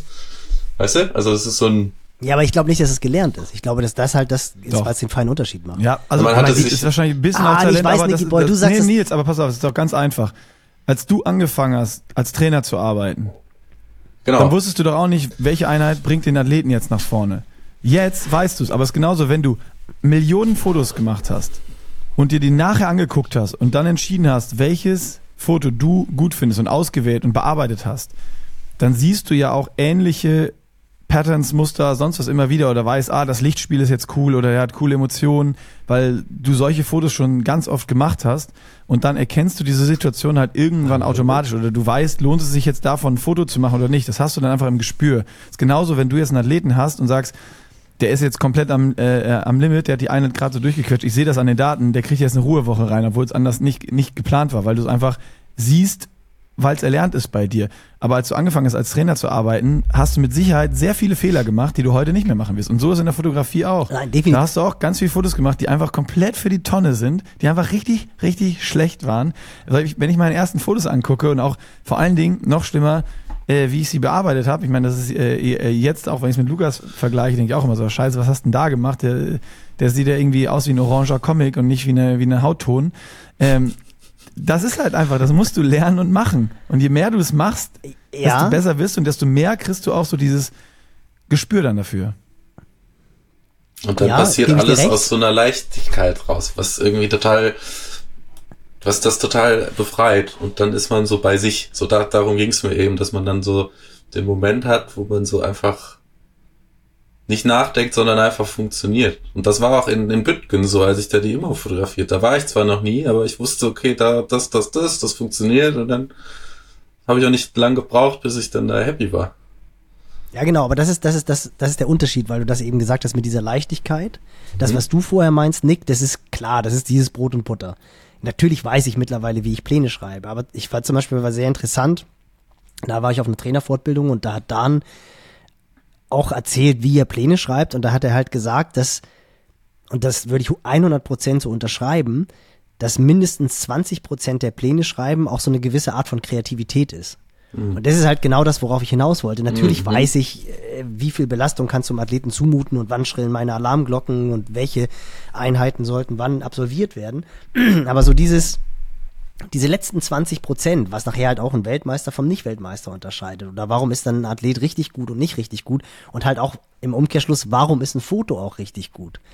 Weißt du? Also es ist so ein... Ja, aber ich glaube nicht, dass es gelernt ist. Ich glaube, dass das halt das ist, was den feinen Unterschied macht. Ja, also man hat das ist wahrscheinlich ein bisschen auch Talent, aber du sagst nee, Nils, aber pass auf, es ist doch ganz einfach. Als du angefangen hast, als Trainer zu arbeiten, Genau. dann wusstest du doch auch nicht, welche Einheit bringt den Athleten jetzt nach vorne. Jetzt weißt du es, aber es ist genauso, wenn du Millionen Fotos gemacht hast und dir die nachher angeguckt hast und dann entschieden hast, welches Foto du gut findest und ausgewählt und bearbeitet hast, dann siehst du ja auch ähnliche Patterns, Muster, sonst was immer wieder oder weißt, das Lichtspiel ist jetzt cool oder er hat coole Emotionen, weil du solche Fotos schon ganz oft gemacht hast und dann erkennst du diese Situation halt irgendwann automatisch oder du weißt, lohnt es sich jetzt davon ein Foto zu machen oder nicht, das hast du dann einfach im Gespür. Das ist genauso, wenn du jetzt einen Athleten hast und sagst, der ist jetzt komplett am Limit, der hat die Einheit gerade so durchgequetscht, ich sehe das an den Daten, der kriegt jetzt eine Ruhewoche rein, obwohl es anders nicht geplant war, weil du es einfach siehst, weil es erlernt ist bei dir. Aber als du angefangen hast, als Trainer zu arbeiten, hast du mit Sicherheit sehr viele Fehler gemacht, die du heute nicht mehr machen wirst. Und so ist in der Fotografie auch. Nein, definitiv. Da hast du auch ganz viele Fotos gemacht, die einfach komplett für die Tonne sind, die einfach richtig, richtig schlecht waren. Wenn ich meine ersten Fotos angucke und auch vor allen Dingen, noch schlimmer, wie ich sie bearbeitet habe, ich meine, das ist jetzt auch, wenn ich es mit Lukas vergleiche, denke ich auch immer so, scheiße, was hast du denn da gemacht? Der sieht ja irgendwie aus wie ein oranger Comic und nicht wie eine Hautton. Das ist halt einfach, das musst du lernen und machen. Und je mehr du es machst, desto besser wirst du und desto mehr kriegst du auch so dieses Gespür dann dafür. Und dann passiert alles aus so einer Leichtigkeit raus, was das total befreit. Und dann ist man so bei sich. So darum ging es mir eben, dass man dann so den Moment hat, wo man so einfach nicht nachdenkt, sondern einfach funktioniert. Und das war auch in Büttgen so, als ich da die Immo fotografiert. Da war ich zwar noch nie, aber ich wusste, okay, das funktioniert. Und dann habe ich auch nicht lang gebraucht, bis ich dann da happy war. Ja, genau, aber das ist der Unterschied, weil du das eben gesagt hast mit dieser Leichtigkeit. Das, was du vorher meinst, Nick, das ist klar, das ist dieses Brot und Butter. Natürlich weiß ich mittlerweile, wie ich Pläne schreibe, aber ich war zum Beispiel sehr interessant, da war ich auf einer Trainerfortbildung und da hat Dan auch erzählt, wie er Pläne schreibt und da hat er halt gesagt, dass, und das würde ich 100% so unterschreiben, dass mindestens 20% der Pläne schreiben auch so eine gewisse Art von Kreativität ist. Und das ist halt genau das, worauf ich hinaus wollte. Natürlich weiß ich, wie viel Belastung kannst du dem Athleten zumuten und wann schrillen meine Alarmglocken und welche Einheiten sollten wann absolviert werden. Aber so diese letzten 20%, was nachher halt auch ein Weltmeister vom Nicht-Weltmeister unterscheidet. Oder warum ist dann ein Athlet richtig gut und nicht richtig gut? Und halt auch im Umkehrschluss, warum ist ein Foto auch richtig gut?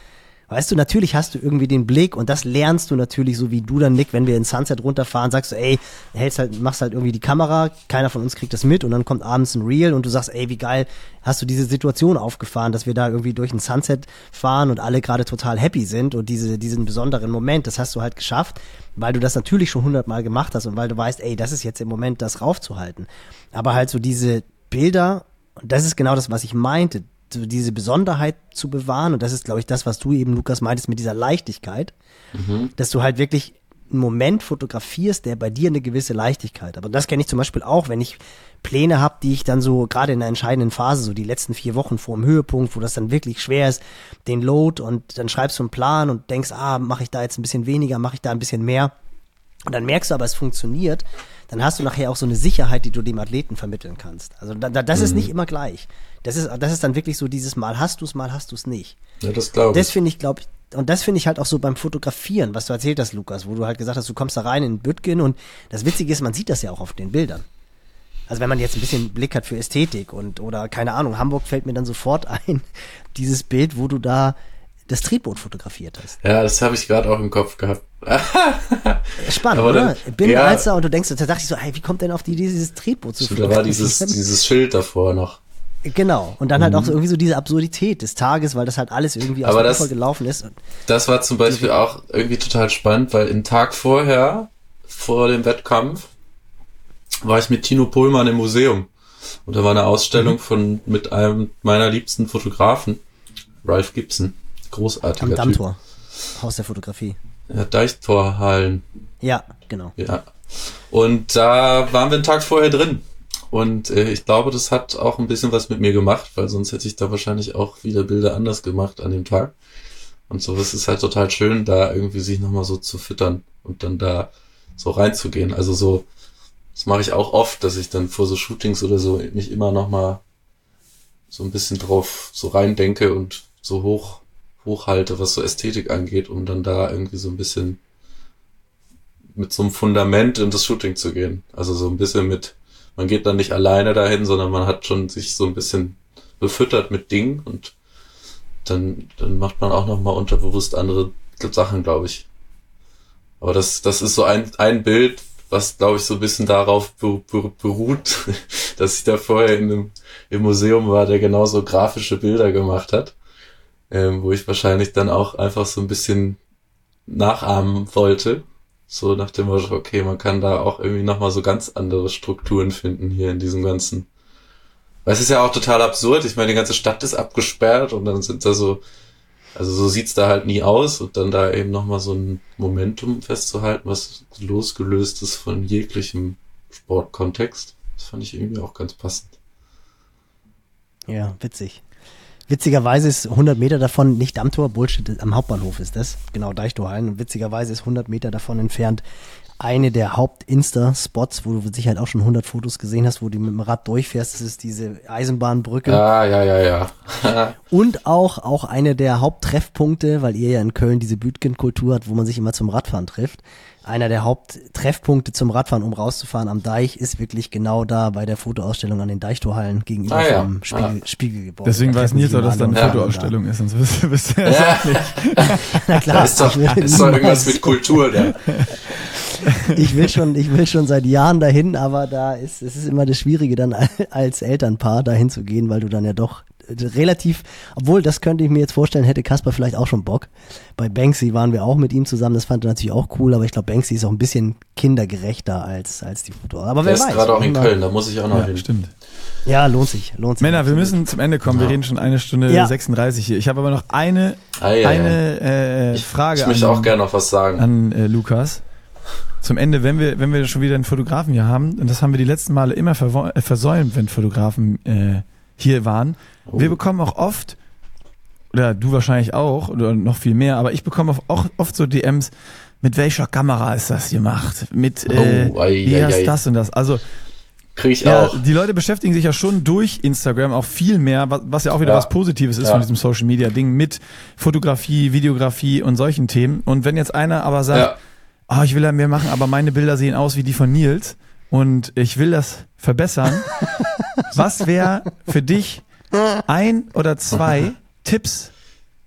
Weißt du, natürlich hast du irgendwie den Blick und das lernst du natürlich, so wie du dann, Nick, wenn wir in Sunset runterfahren, sagst du, ey, machst halt irgendwie die Kamera, keiner von uns kriegt das mit und dann kommt abends ein Reel und du sagst, ey, wie geil hast du diese Situation aufgefahren, dass wir da irgendwie durch ein Sunset fahren und alle gerade total happy sind und diesen besonderen Moment, das hast du halt geschafft, weil du das natürlich schon 100-mal gemacht hast und weil du weißt, ey, das ist jetzt im Moment, das raufzuhalten. Aber halt so diese Bilder, und das ist genau das, was ich meinte, so diese Besonderheit zu bewahren und das ist, glaube ich, das, was du eben, Lukas, meintest mit dieser Leichtigkeit, dass du halt wirklich einen Moment fotografierst, der bei dir eine gewisse Leichtigkeit, aber das kenne ich zum Beispiel auch, wenn ich Pläne habe, die ich dann so gerade in der entscheidenden Phase, so die letzten 4 Wochen vor dem Höhepunkt, wo das dann wirklich schwer ist, den Load und dann schreibst du einen Plan und denkst, mache ich da jetzt ein bisschen weniger, mache ich da ein bisschen mehr und dann merkst du aber, es funktioniert, dann hast du nachher auch so eine Sicherheit, die du dem Athleten vermitteln kannst. Also das ist nicht immer gleich. Das ist dann wirklich so dieses Mal hast du es nicht. Ja, das glaube ich. Das finde ich, und das finde ich halt auch so beim Fotografieren, was du erzählt hast, Lukas, wo du halt gesagt hast, du kommst da rein in Bütgen und das Witzige ist, man sieht das ja auch auf den Bildern. Also wenn man jetzt ein bisschen Blick hat für Ästhetik oder keine Ahnung, Hamburg fällt mir dann sofort ein, dieses Bild, wo du da das Tretboot fotografiert hast. Ja, das habe ich gerade auch im Kopf gehabt. Spannend, aber oder? Ja, und du denkst, da dachte ich so, hey, wie kommt denn auf die Idee, dieses Tretboot zu fotografieren? Da war dieses Schild davor noch. Genau, und dann halt auch so irgendwie so diese Absurdität des Tages, weil das halt alles irgendwie aus dem Ufer gelaufen ist. Das war zum Beispiel auch irgendwie total spannend, weil einen Tag vorher, vor dem Wettkampf, war ich mit Tino Pohlmann im Museum. Und da war eine Ausstellung mit einem meiner liebsten Fotografen, Ralph Gibson. Großartiger Typ. Am Dammtor, Haus der Fotografie. Ja, Deichtorhallen. Ja, genau. Ja. Und da waren wir einen Tag vorher drin. Und ich glaube, das hat auch ein bisschen was mit mir gemacht, weil sonst hätte ich da wahrscheinlich auch wieder Bilder anders gemacht an dem Tag. Und sowas ist halt total schön, da irgendwie sich nochmal so zu füttern und dann da so reinzugehen. Also so, das mache ich auch oft, dass ich dann vor so Shootings oder so mich immer nochmal so ein bisschen drauf so reindenke und so hochhalte, was so Ästhetik angeht, um dann da irgendwie so ein bisschen mit so einem Fundament in das Shooting zu gehen. Also so ein bisschen man geht dann nicht alleine dahin, sondern man hat schon sich so ein bisschen befüttert mit Dingen und dann macht man auch nochmal unterbewusst andere Sachen, glaube ich. Aber das ist so ein Bild, was, glaube ich, so ein bisschen darauf beruht, dass ich da vorher im Museum war, der genauso grafische Bilder gemacht hat, wo ich wahrscheinlich dann auch einfach so ein bisschen nachahmen wollte. So nach dem Motto, okay, man kann da auch irgendwie nochmal so ganz andere Strukturen finden hier in diesem ganzen. Weil es ist ja auch total absurd. Ich meine, die ganze Stadt ist abgesperrt und dann sind da so, also so sieht's da halt nie aus und dann da eben nochmal so ein Momentum festzuhalten, was losgelöst ist von jeglichem Sportkontext. Das fand ich irgendwie auch ganz passend. Ja, witzig. Witzigerweise ist 100 Meter davon nicht Dammtor, Bullshit, am Hauptbahnhof ist das, genau, Deichtorhallen. Und witzigerweise ist 100 Meter davon entfernt eine der Haupt-Insta-Spots, wo du sicher halt auch schon 100 Fotos gesehen hast, wo du mit dem Rad durchfährst. Das ist diese Eisenbahnbrücke. Ja. Und auch eine der Haupttreffpunkte, weil ihr ja in Köln diese Bütgen-Kultur habt, wo man sich immer zum Radfahren trifft. Einer der Haupttreffpunkte zum Radfahren, um rauszufahren am Deich, ist wirklich genau da bei der Fotoausstellung an den Deichtorhallen gegenüber vom Spiegelgebäude. Deswegen weiß Nils auch, dass da eine Fotoausstellung ist, sonst wüsste er es auch nicht. Na klar. Ist doch irgendwas mit Kultur da. Ich will schon seit Jahren dahin, aber es ist immer das Schwierige dann als Elternpaar dahin zu gehen, weil du dann ja doch relativ, obwohl das könnte ich mir jetzt vorstellen, hätte Kasper vielleicht auch schon Bock. Bei Banksy waren wir auch mit ihm zusammen, das fand er natürlich auch cool, aber ich glaube, Banksy ist auch ein bisschen kindergerechter als die Foto. Aber wer weiß. Der ist gerade auch in Köln, da muss ich auch noch hin. Stimmt. Ja, lohnt sich. Männer, wir müssen zum Ende kommen, wir reden schon 1 Stunde 36 hier. Ich habe aber noch eine Frage. Ich möchte auch gerne noch was sagen. An Lukas. Zum Ende, wenn wir schon wieder einen Fotografen hier haben, und das haben wir die letzten Male immer versäumt, wenn Fotografen hier waren. Wir bekommen auch oft, oder du wahrscheinlich auch, oder noch viel mehr, aber ich bekomme auch oft so DMs, mit welcher Kamera ist das gemacht? Mit wie hast das und das? Also kriege ich auch. Die Leute beschäftigen sich ja schon durch Instagram auch viel mehr, was ja auch wieder was Positives ist von diesem Social Media Ding, mit Fotografie, Videografie und solchen Themen. Und wenn jetzt einer aber sagt, ich will ja mehr machen, aber meine Bilder sehen aus wie die von Nils und ich will das verbessern, was wäre für dich 1 oder 2 Tipps,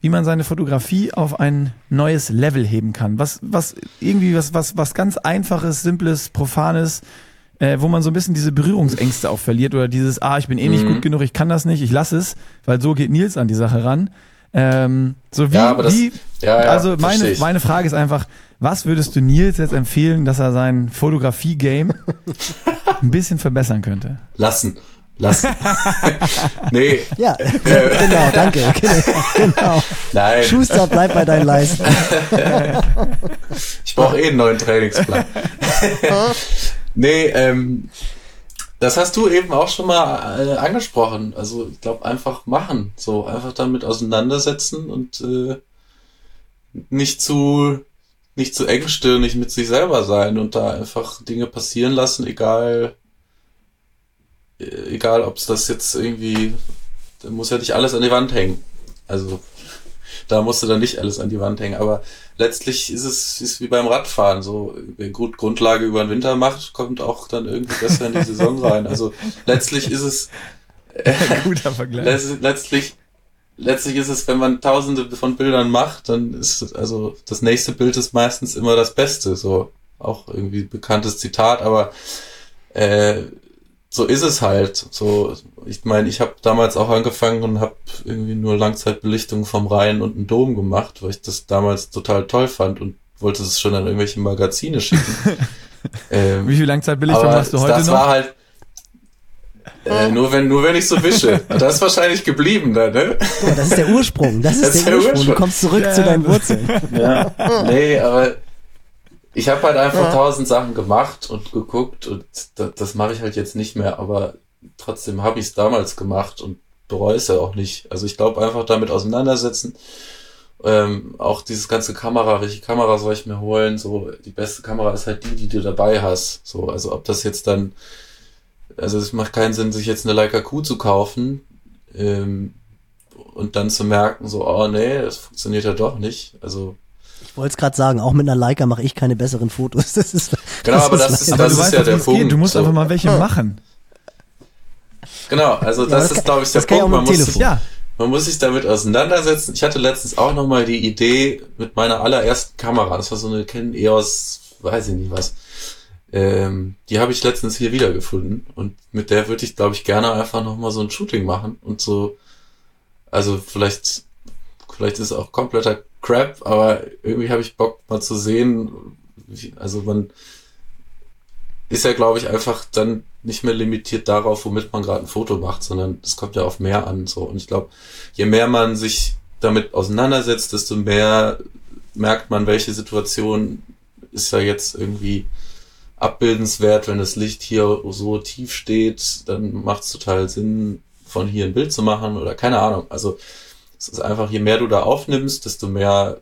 wie man seine Fotografie auf ein neues Level heben kann. Was ganz Einfaches, Simples, Profanes, wo man so ein bisschen diese Berührungsängste auch verliert oder dieses, ich bin nicht gut genug, ich kann das nicht, ich lasse es, weil so geht Nils an die Sache ran. Also meine Frage ist einfach, was würdest du Nils jetzt empfehlen, dass er sein Fotografie-Game ein bisschen verbessern könnte? Lassen. Nee. Ja, genau, danke. Genau. Nein. Schuster, bleib bei deinen Leisten. Ich brauche einen neuen Trainingsplan. Nee, das hast du eben auch schon mal angesprochen. Also ich glaube, einfach machen. So, einfach damit auseinandersetzen und nicht zu engstirnig mit sich selber sein und da einfach Dinge passieren lassen, egal ob es das jetzt irgendwie, da muss ja nicht alles an die Wand hängen. Also da musst du dann nicht alles an die Wand hängen, aber letztlich ist wie beim Radfahren, so wer gut Grundlage über den Winter macht, kommt auch dann irgendwie besser in die Saison rein. Also letztlich ist es guter Vergleich. Letztlich ist es, wenn man tausende von Bildern macht, dann ist also das nächste Bild ist meistens immer das Beste, so auch irgendwie bekanntes Zitat, aber so ist es halt. So, ich meine, ich habe damals auch angefangen und habe irgendwie nur Langzeitbelichtungen vom Rhein und einen Dom gemacht, weil ich das damals total toll fand und wollte es schon an irgendwelche Magazine schicken. Wie viel Langzeitbelichtung machst du heute noch? Das war halt nur wenn ich so wische. Das ist wahrscheinlich geblieben da, ne? Guck mal, das ist der Ursprung. Das ist der Ursprung. Du kommst zurück zu deinen Wurzeln. Ja. Nee, aber ich habe halt einfach 1000 Sachen gemacht und geguckt und das mache ich halt jetzt nicht mehr, aber trotzdem habe ich es damals gemacht und bereue es ja auch nicht. Also ich glaube einfach damit auseinandersetzen. Auch dieses ganze welche Kamera soll ich mir holen? So, die beste Kamera ist halt die du dabei hast. So, also ob das jetzt dann, also es macht keinen Sinn, sich jetzt eine Leica Q zu kaufen und dann zu merken, so, oh nee, das funktioniert ja doch nicht. Also ich wollte es gerade sagen, auch mit einer Leica mache ich keine besseren Fotos. Das ist ja der Punkt. Du musst einfach mal welche machen. Genau, also das ist, glaube ich, der Punkt. Man muss sich damit auseinandersetzen. Ich hatte letztens auch nochmal die Idee mit meiner allerersten Kamera. Das war so eine Canon EOS, weiß ich nicht was. Die habe ich letztens hier wiedergefunden. Und mit der würde ich, glaube ich, gerne einfach nochmal so ein Shooting machen. Und so, also vielleicht ist es auch kompletter Crap, aber irgendwie habe ich Bock mal zu sehen, also man ist ja, glaube ich, einfach dann nicht mehr limitiert darauf, womit man gerade ein Foto macht, sondern es kommt ja auf mehr an, so. Und ich glaube, je mehr man sich damit auseinandersetzt, desto mehr merkt man, welche Situation ist ja jetzt irgendwie abbildenswert, wenn das Licht hier so tief steht, dann macht es total Sinn, von hier ein Bild zu machen oder keine Ahnung, also es ist einfach, je mehr du da aufnimmst, desto mehr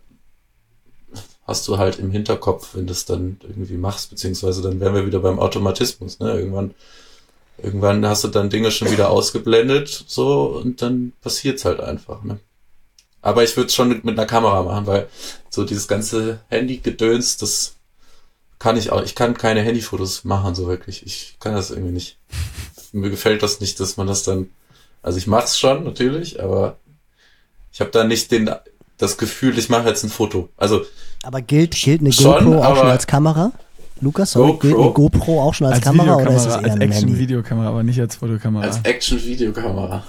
hast du halt im Hinterkopf, wenn du es dann irgendwie machst, beziehungsweise dann wären wir wieder beim Automatismus, ne? Irgendwann hast du dann Dinge schon wieder ausgeblendet, so, und dann passiert's halt einfach, ne? Aber ich würde es schon mit einer Kamera machen, weil so dieses ganze Handy-Gedöns, das kann ich auch, ich kann keine Handyfotos machen, so wirklich. Ich kann das irgendwie nicht. Mir gefällt das nicht, dass man das dann, also ich mach's schon, natürlich, aber ich habe da nicht das Gefühl, ich mache jetzt ein Foto. Also aber gilt eine GoPro auch schon als Kamera? Lukas, gilt eine GoPro auch schon als Kamera oder ist es eher ein Handy? Als Action-Videokamera, aber nicht als Fotokamera. Als Action-Videokamera.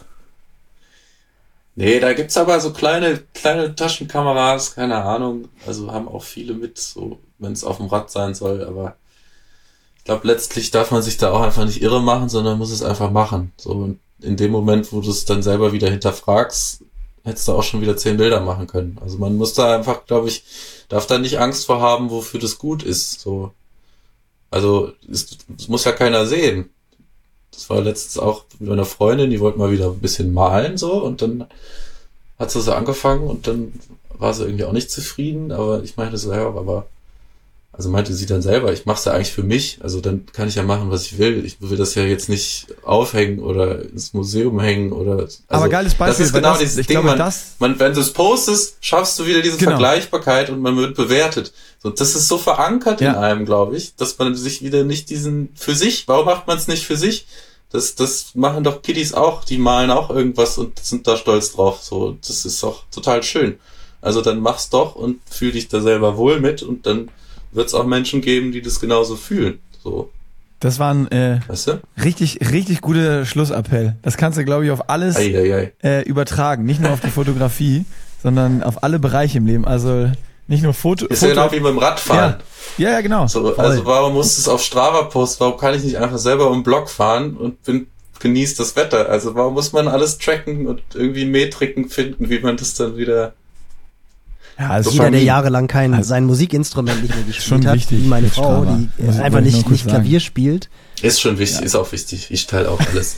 Nee, da gibt's aber so kleine Taschenkameras, keine Ahnung. Also haben auch viele mit, so wenn es auf dem Rad sein soll. Aber ich glaube, letztlich darf man sich da auch einfach nicht irre machen, sondern muss es einfach machen. So, und in dem Moment, wo du es dann selber wieder hinterfragst, hättest du auch schon wieder 10 Bilder machen können. Also man muss da einfach, glaube ich, darf da nicht Angst vor haben, wofür das gut ist. So, also es muss ja keiner sehen. Das war letztens auch mit einer Freundin, die wollte mal wieder ein bisschen malen, so, und dann hat sie so angefangen und dann war sie irgendwie auch nicht zufrieden, aber ich meinte so, ja, aber, also meinte sie dann selber, ich mach's ja eigentlich für mich, also dann kann ich ja machen, was ich will. Ich will das ja jetzt nicht aufhängen oder ins Museum hängen oder, also, aber geiles Beispiel. Das ist genau dieses Ding, wenn du es postest, schaffst du wieder diese Vergleichbarkeit und man wird bewertet. So, das ist so verankert in einem, glaube ich, dass man sich wieder nicht für sich, warum macht man es nicht für sich? Das machen doch Kiddies auch, die malen auch irgendwas und sind da stolz drauf. So, das ist doch total schön. Also dann mach's doch und fühl dich da selber wohl mit und dann wird's auch Menschen geben, die das genauso fühlen. So. Das war ein weißt du? richtig guter Schlussappell. Das kannst du, glaube ich, auf alles übertragen. Nicht nur auf die Fotografie, sondern auf alle Bereiche im Leben. Also nicht nur Foto. Ist ja genau wie beim Radfahren. Ja, genau. So, also warum muss es auf Strava posten? Warum kann ich nicht einfach selber um den Block fahren und genießt das Wetter? Also warum muss man alles tracken und irgendwie Metriken finden, wie man das dann wieder... Ja, also jeder, der jahrelang sein Musikinstrument nicht mehr gespielt hat, wichtig, wie meine Frau, die einfach nicht Klavier spielt. Ist schon wichtig, ist auch wichtig. Ich teile auch alles.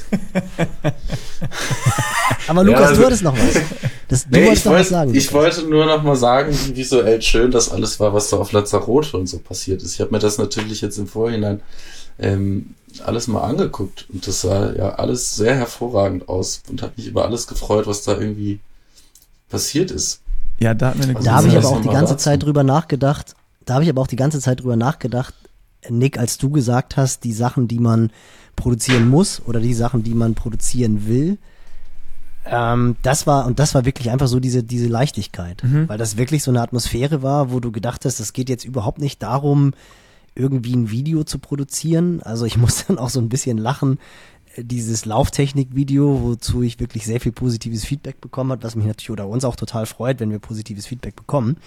Aber Lukas, du hattest noch was. Du wolltest noch was sagen. Ich wollte nur noch mal sagen, wie visuell schön das alles war, was da auf Lanzarote und so passiert ist. Ich habe mir das natürlich jetzt im Vorhinein alles mal angeguckt und das sah ja alles sehr hervorragend aus und habe mich über alles gefreut, was da irgendwie passiert ist. Ja, da hatten wir eine gute Da habe ich aber auch die ganze Zeit drüber nachgedacht. Nick, als du gesagt hast, die Sachen, die man produzieren muss oder die Sachen, die man produzieren will, das war wirklich einfach so diese Leichtigkeit, weil das wirklich so eine Atmosphäre war, wo du gedacht hast, es geht jetzt überhaupt nicht darum, irgendwie ein Video zu produzieren. Also ich muss dann auch so ein bisschen lachen, dieses Lauftechnik-Video, wozu ich wirklich sehr viel positives Feedback bekommen habe, was mich natürlich oder uns auch total freut, wenn wir positives Feedback bekommen.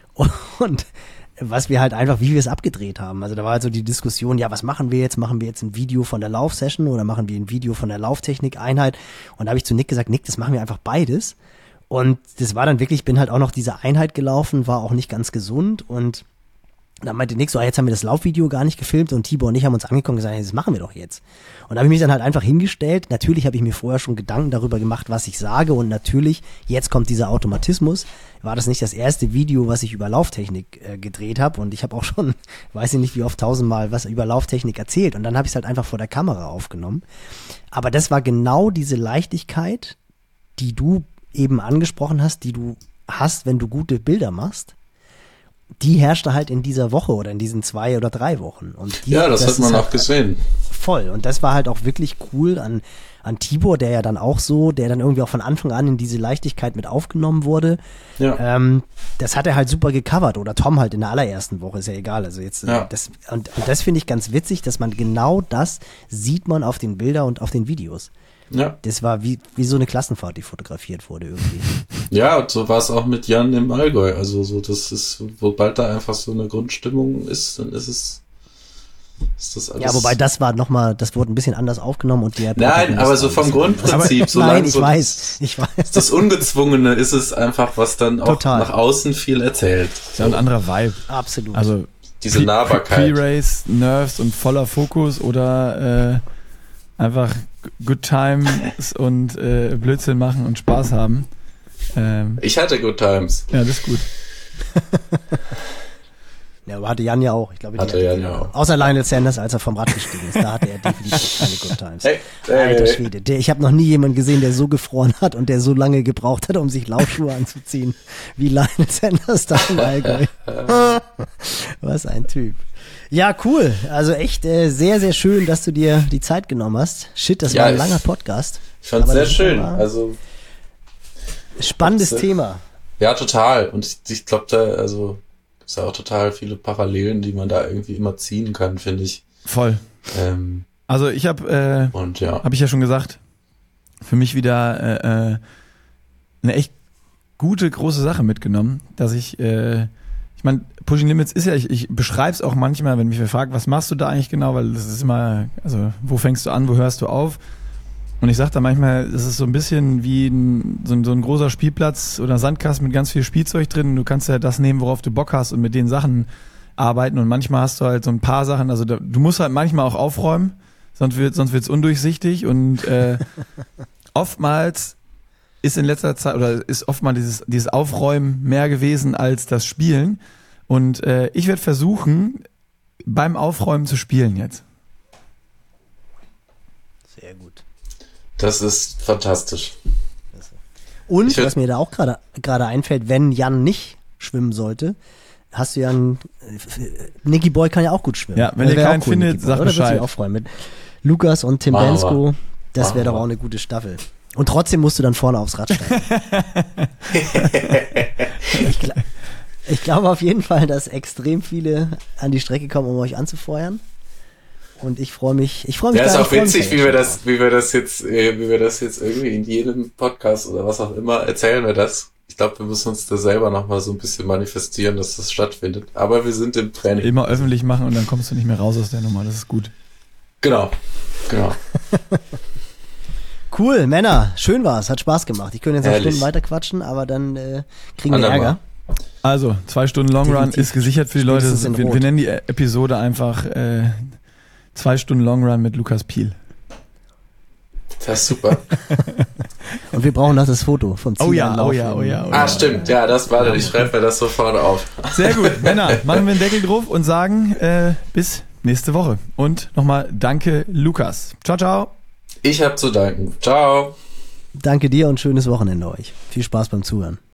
Und was wir halt einfach, wie wir es abgedreht haben. Also da war halt so die Diskussion, ja, was machen wir jetzt? Machen wir jetzt ein Video von der Laufsession oder machen wir ein Video von der Lauftechnik-Einheit? Und da habe ich zu Nick gesagt, Nick, das machen wir einfach beides. Und das war dann wirklich, ich bin halt auch noch diese Einheit gelaufen, war auch nicht ganz gesund und dann meinte Nick so, jetzt haben wir das Laufvideo gar nicht gefilmt und Tibor und ich haben uns angeguckt und gesagt, das machen wir doch jetzt. Und da habe ich mich dann halt einfach hingestellt. Natürlich habe ich mir vorher schon Gedanken darüber gemacht, was ich sage und natürlich, jetzt kommt dieser Automatismus, war das nicht das erste Video, was ich über Lauftechnik gedreht habe und ich habe auch schon, weiß ich nicht wie oft, 1000-mal was über Lauftechnik erzählt und dann habe ich es halt einfach vor der Kamera aufgenommen. Aber das war genau diese Leichtigkeit, die du eben angesprochen hast, die du hast, wenn du gute Bilder machst. Die herrschte halt in dieser Woche oder in diesen 2 oder 3 Wochen. Und das hat man halt auch gesehen. Voll. Und das war halt auch wirklich cool an Tibor, der ja dann auch so, der dann irgendwie auch von Anfang an in diese Leichtigkeit mit aufgenommen wurde. Ja. Das hat er halt super gecovert. Oder Tom halt in der allerersten Woche, ist ja egal. Also jetzt, und das finde ich ganz witzig, dass man genau das sieht man auf den Bildern und auf den Videos. Ja. Das war wie so eine Klassenfahrt, die fotografiert wurde irgendwie. Ja, und so war es auch mit Jan im Allgäu. Also so, das ist, sobald da einfach so eine Grundstimmung ist, dann ist das alles. Ja, wobei das wurde ein bisschen anders aufgenommen und Nein, aber so vom Grundprinzip, nein, ich weiß. Das Ungezwungene ist es einfach, was dann auch total nach außen viel erzählt. Ist ja ein anderer Vibe. Absolut. Also diese Nahbarkeit. Pre-Race, Nerves und voller Fokus oder einfach Good Times und Blödsinn machen und Spaß haben. Ich hatte Good Times. Ja, das ist gut. Ja, aber hatte Jan ja auch. Ich glaube, hatte Jan ja auch. Außer Lionel Sanders, als er vom Rad gestiegen ist. Da hatte er definitiv keine Good Times. Hey. Alter Schwede. Ich habe noch nie jemanden gesehen, der so gefroren hat und der so lange gebraucht hat, um sich Laufschuhe anzuziehen, wie Lionel Sanders da im Allgäu. Was ein Typ. Ja, cool. Also echt sehr, sehr schön, dass du dir die Zeit genommen hast. Shit, das war ein langer Podcast. Ich fand es sehr schön. Also spannendes Thema. Ja, total. Und ich glaube, da gibt's ja auch total viele Parallelen, die man da irgendwie immer ziehen kann, finde ich. Voll. Also ich habe, habe ich ja schon gesagt, für mich wieder eine echt gute, große Sache mitgenommen, dass ich meine, Pushing Limits ist ja, ich beschreibe es auch manchmal, wenn mich wer fragt, was machst du da eigentlich genau, weil das ist immer, also wo fängst du an, wo hörst du auf? Und ich sage da manchmal, es ist so ein bisschen wie so ein großer Spielplatz oder Sandkasten mit ganz viel Spielzeug drin. Du kannst ja das nehmen, worauf du Bock hast und mit den Sachen arbeiten. Und manchmal hast du halt so ein paar Sachen, also du musst halt manchmal auch aufräumen, sonst wird's undurchsichtig. Und oftmals ist in letzter Zeit oder ist oftmals dieses Aufräumen mehr gewesen als das Spielen. Und ich werde versuchen, beim Aufräumen zu spielen jetzt. Sehr gut. Das ist fantastisch. Und was mir da auch gerade einfällt, wenn Jan nicht schwimmen sollte, hast du ja Nicky Boy kann ja auch gut schwimmen. Ja, wenn ihr keinen findet, sag Bescheid. Aufräumen. Lukas und Tim Machen wir. Bensko, das Machen wäre doch wir. auch eine gute Staffel. Und trotzdem musst du dann vorne aufs Rad steigen. Ich glaube auf jeden Fall, dass extrem viele an die Strecke kommen, um euch anzufeuern. Und ich freue mich. Ja, ist da- auch ich freu mich witzig, da wie jetzt wir das jetzt irgendwie in jedem Podcast oder was auch immer erzählen wir das. Ich glaube, wir müssen uns da selber nochmal so ein bisschen manifestieren, dass das stattfindet. Aber wir sind im Training. Immer öffentlich machen und dann kommst du nicht mehr raus aus der Nummer. Das ist gut. Genau. Cool, Männer, schön war's, hat Spaß gemacht. Ich könnte jetzt noch Ehrlich. Stunden weiter quatschen, aber dann kriegen wir Andermal. Ärger. Also, 2 Stunden Long Run Definitiv. ist gesichert für die Leute. Spätestens in Wir Rot. nennen die Episode einfach 2 Stunden Long Run mit Lukas Piel. Das ist super. Und wir brauchen noch das Foto vom Ziel. Stimmt. Ja, ich schreibe mir das sofort auf. Sehr gut, Männer, machen wir einen Deckel drauf und sagen bis nächste Woche. Und nochmal danke, Lukas. Ciao, ciao. Ich habe zu danken. Ciao. Danke dir und schönes Wochenende euch. Viel Spaß beim Zuhören.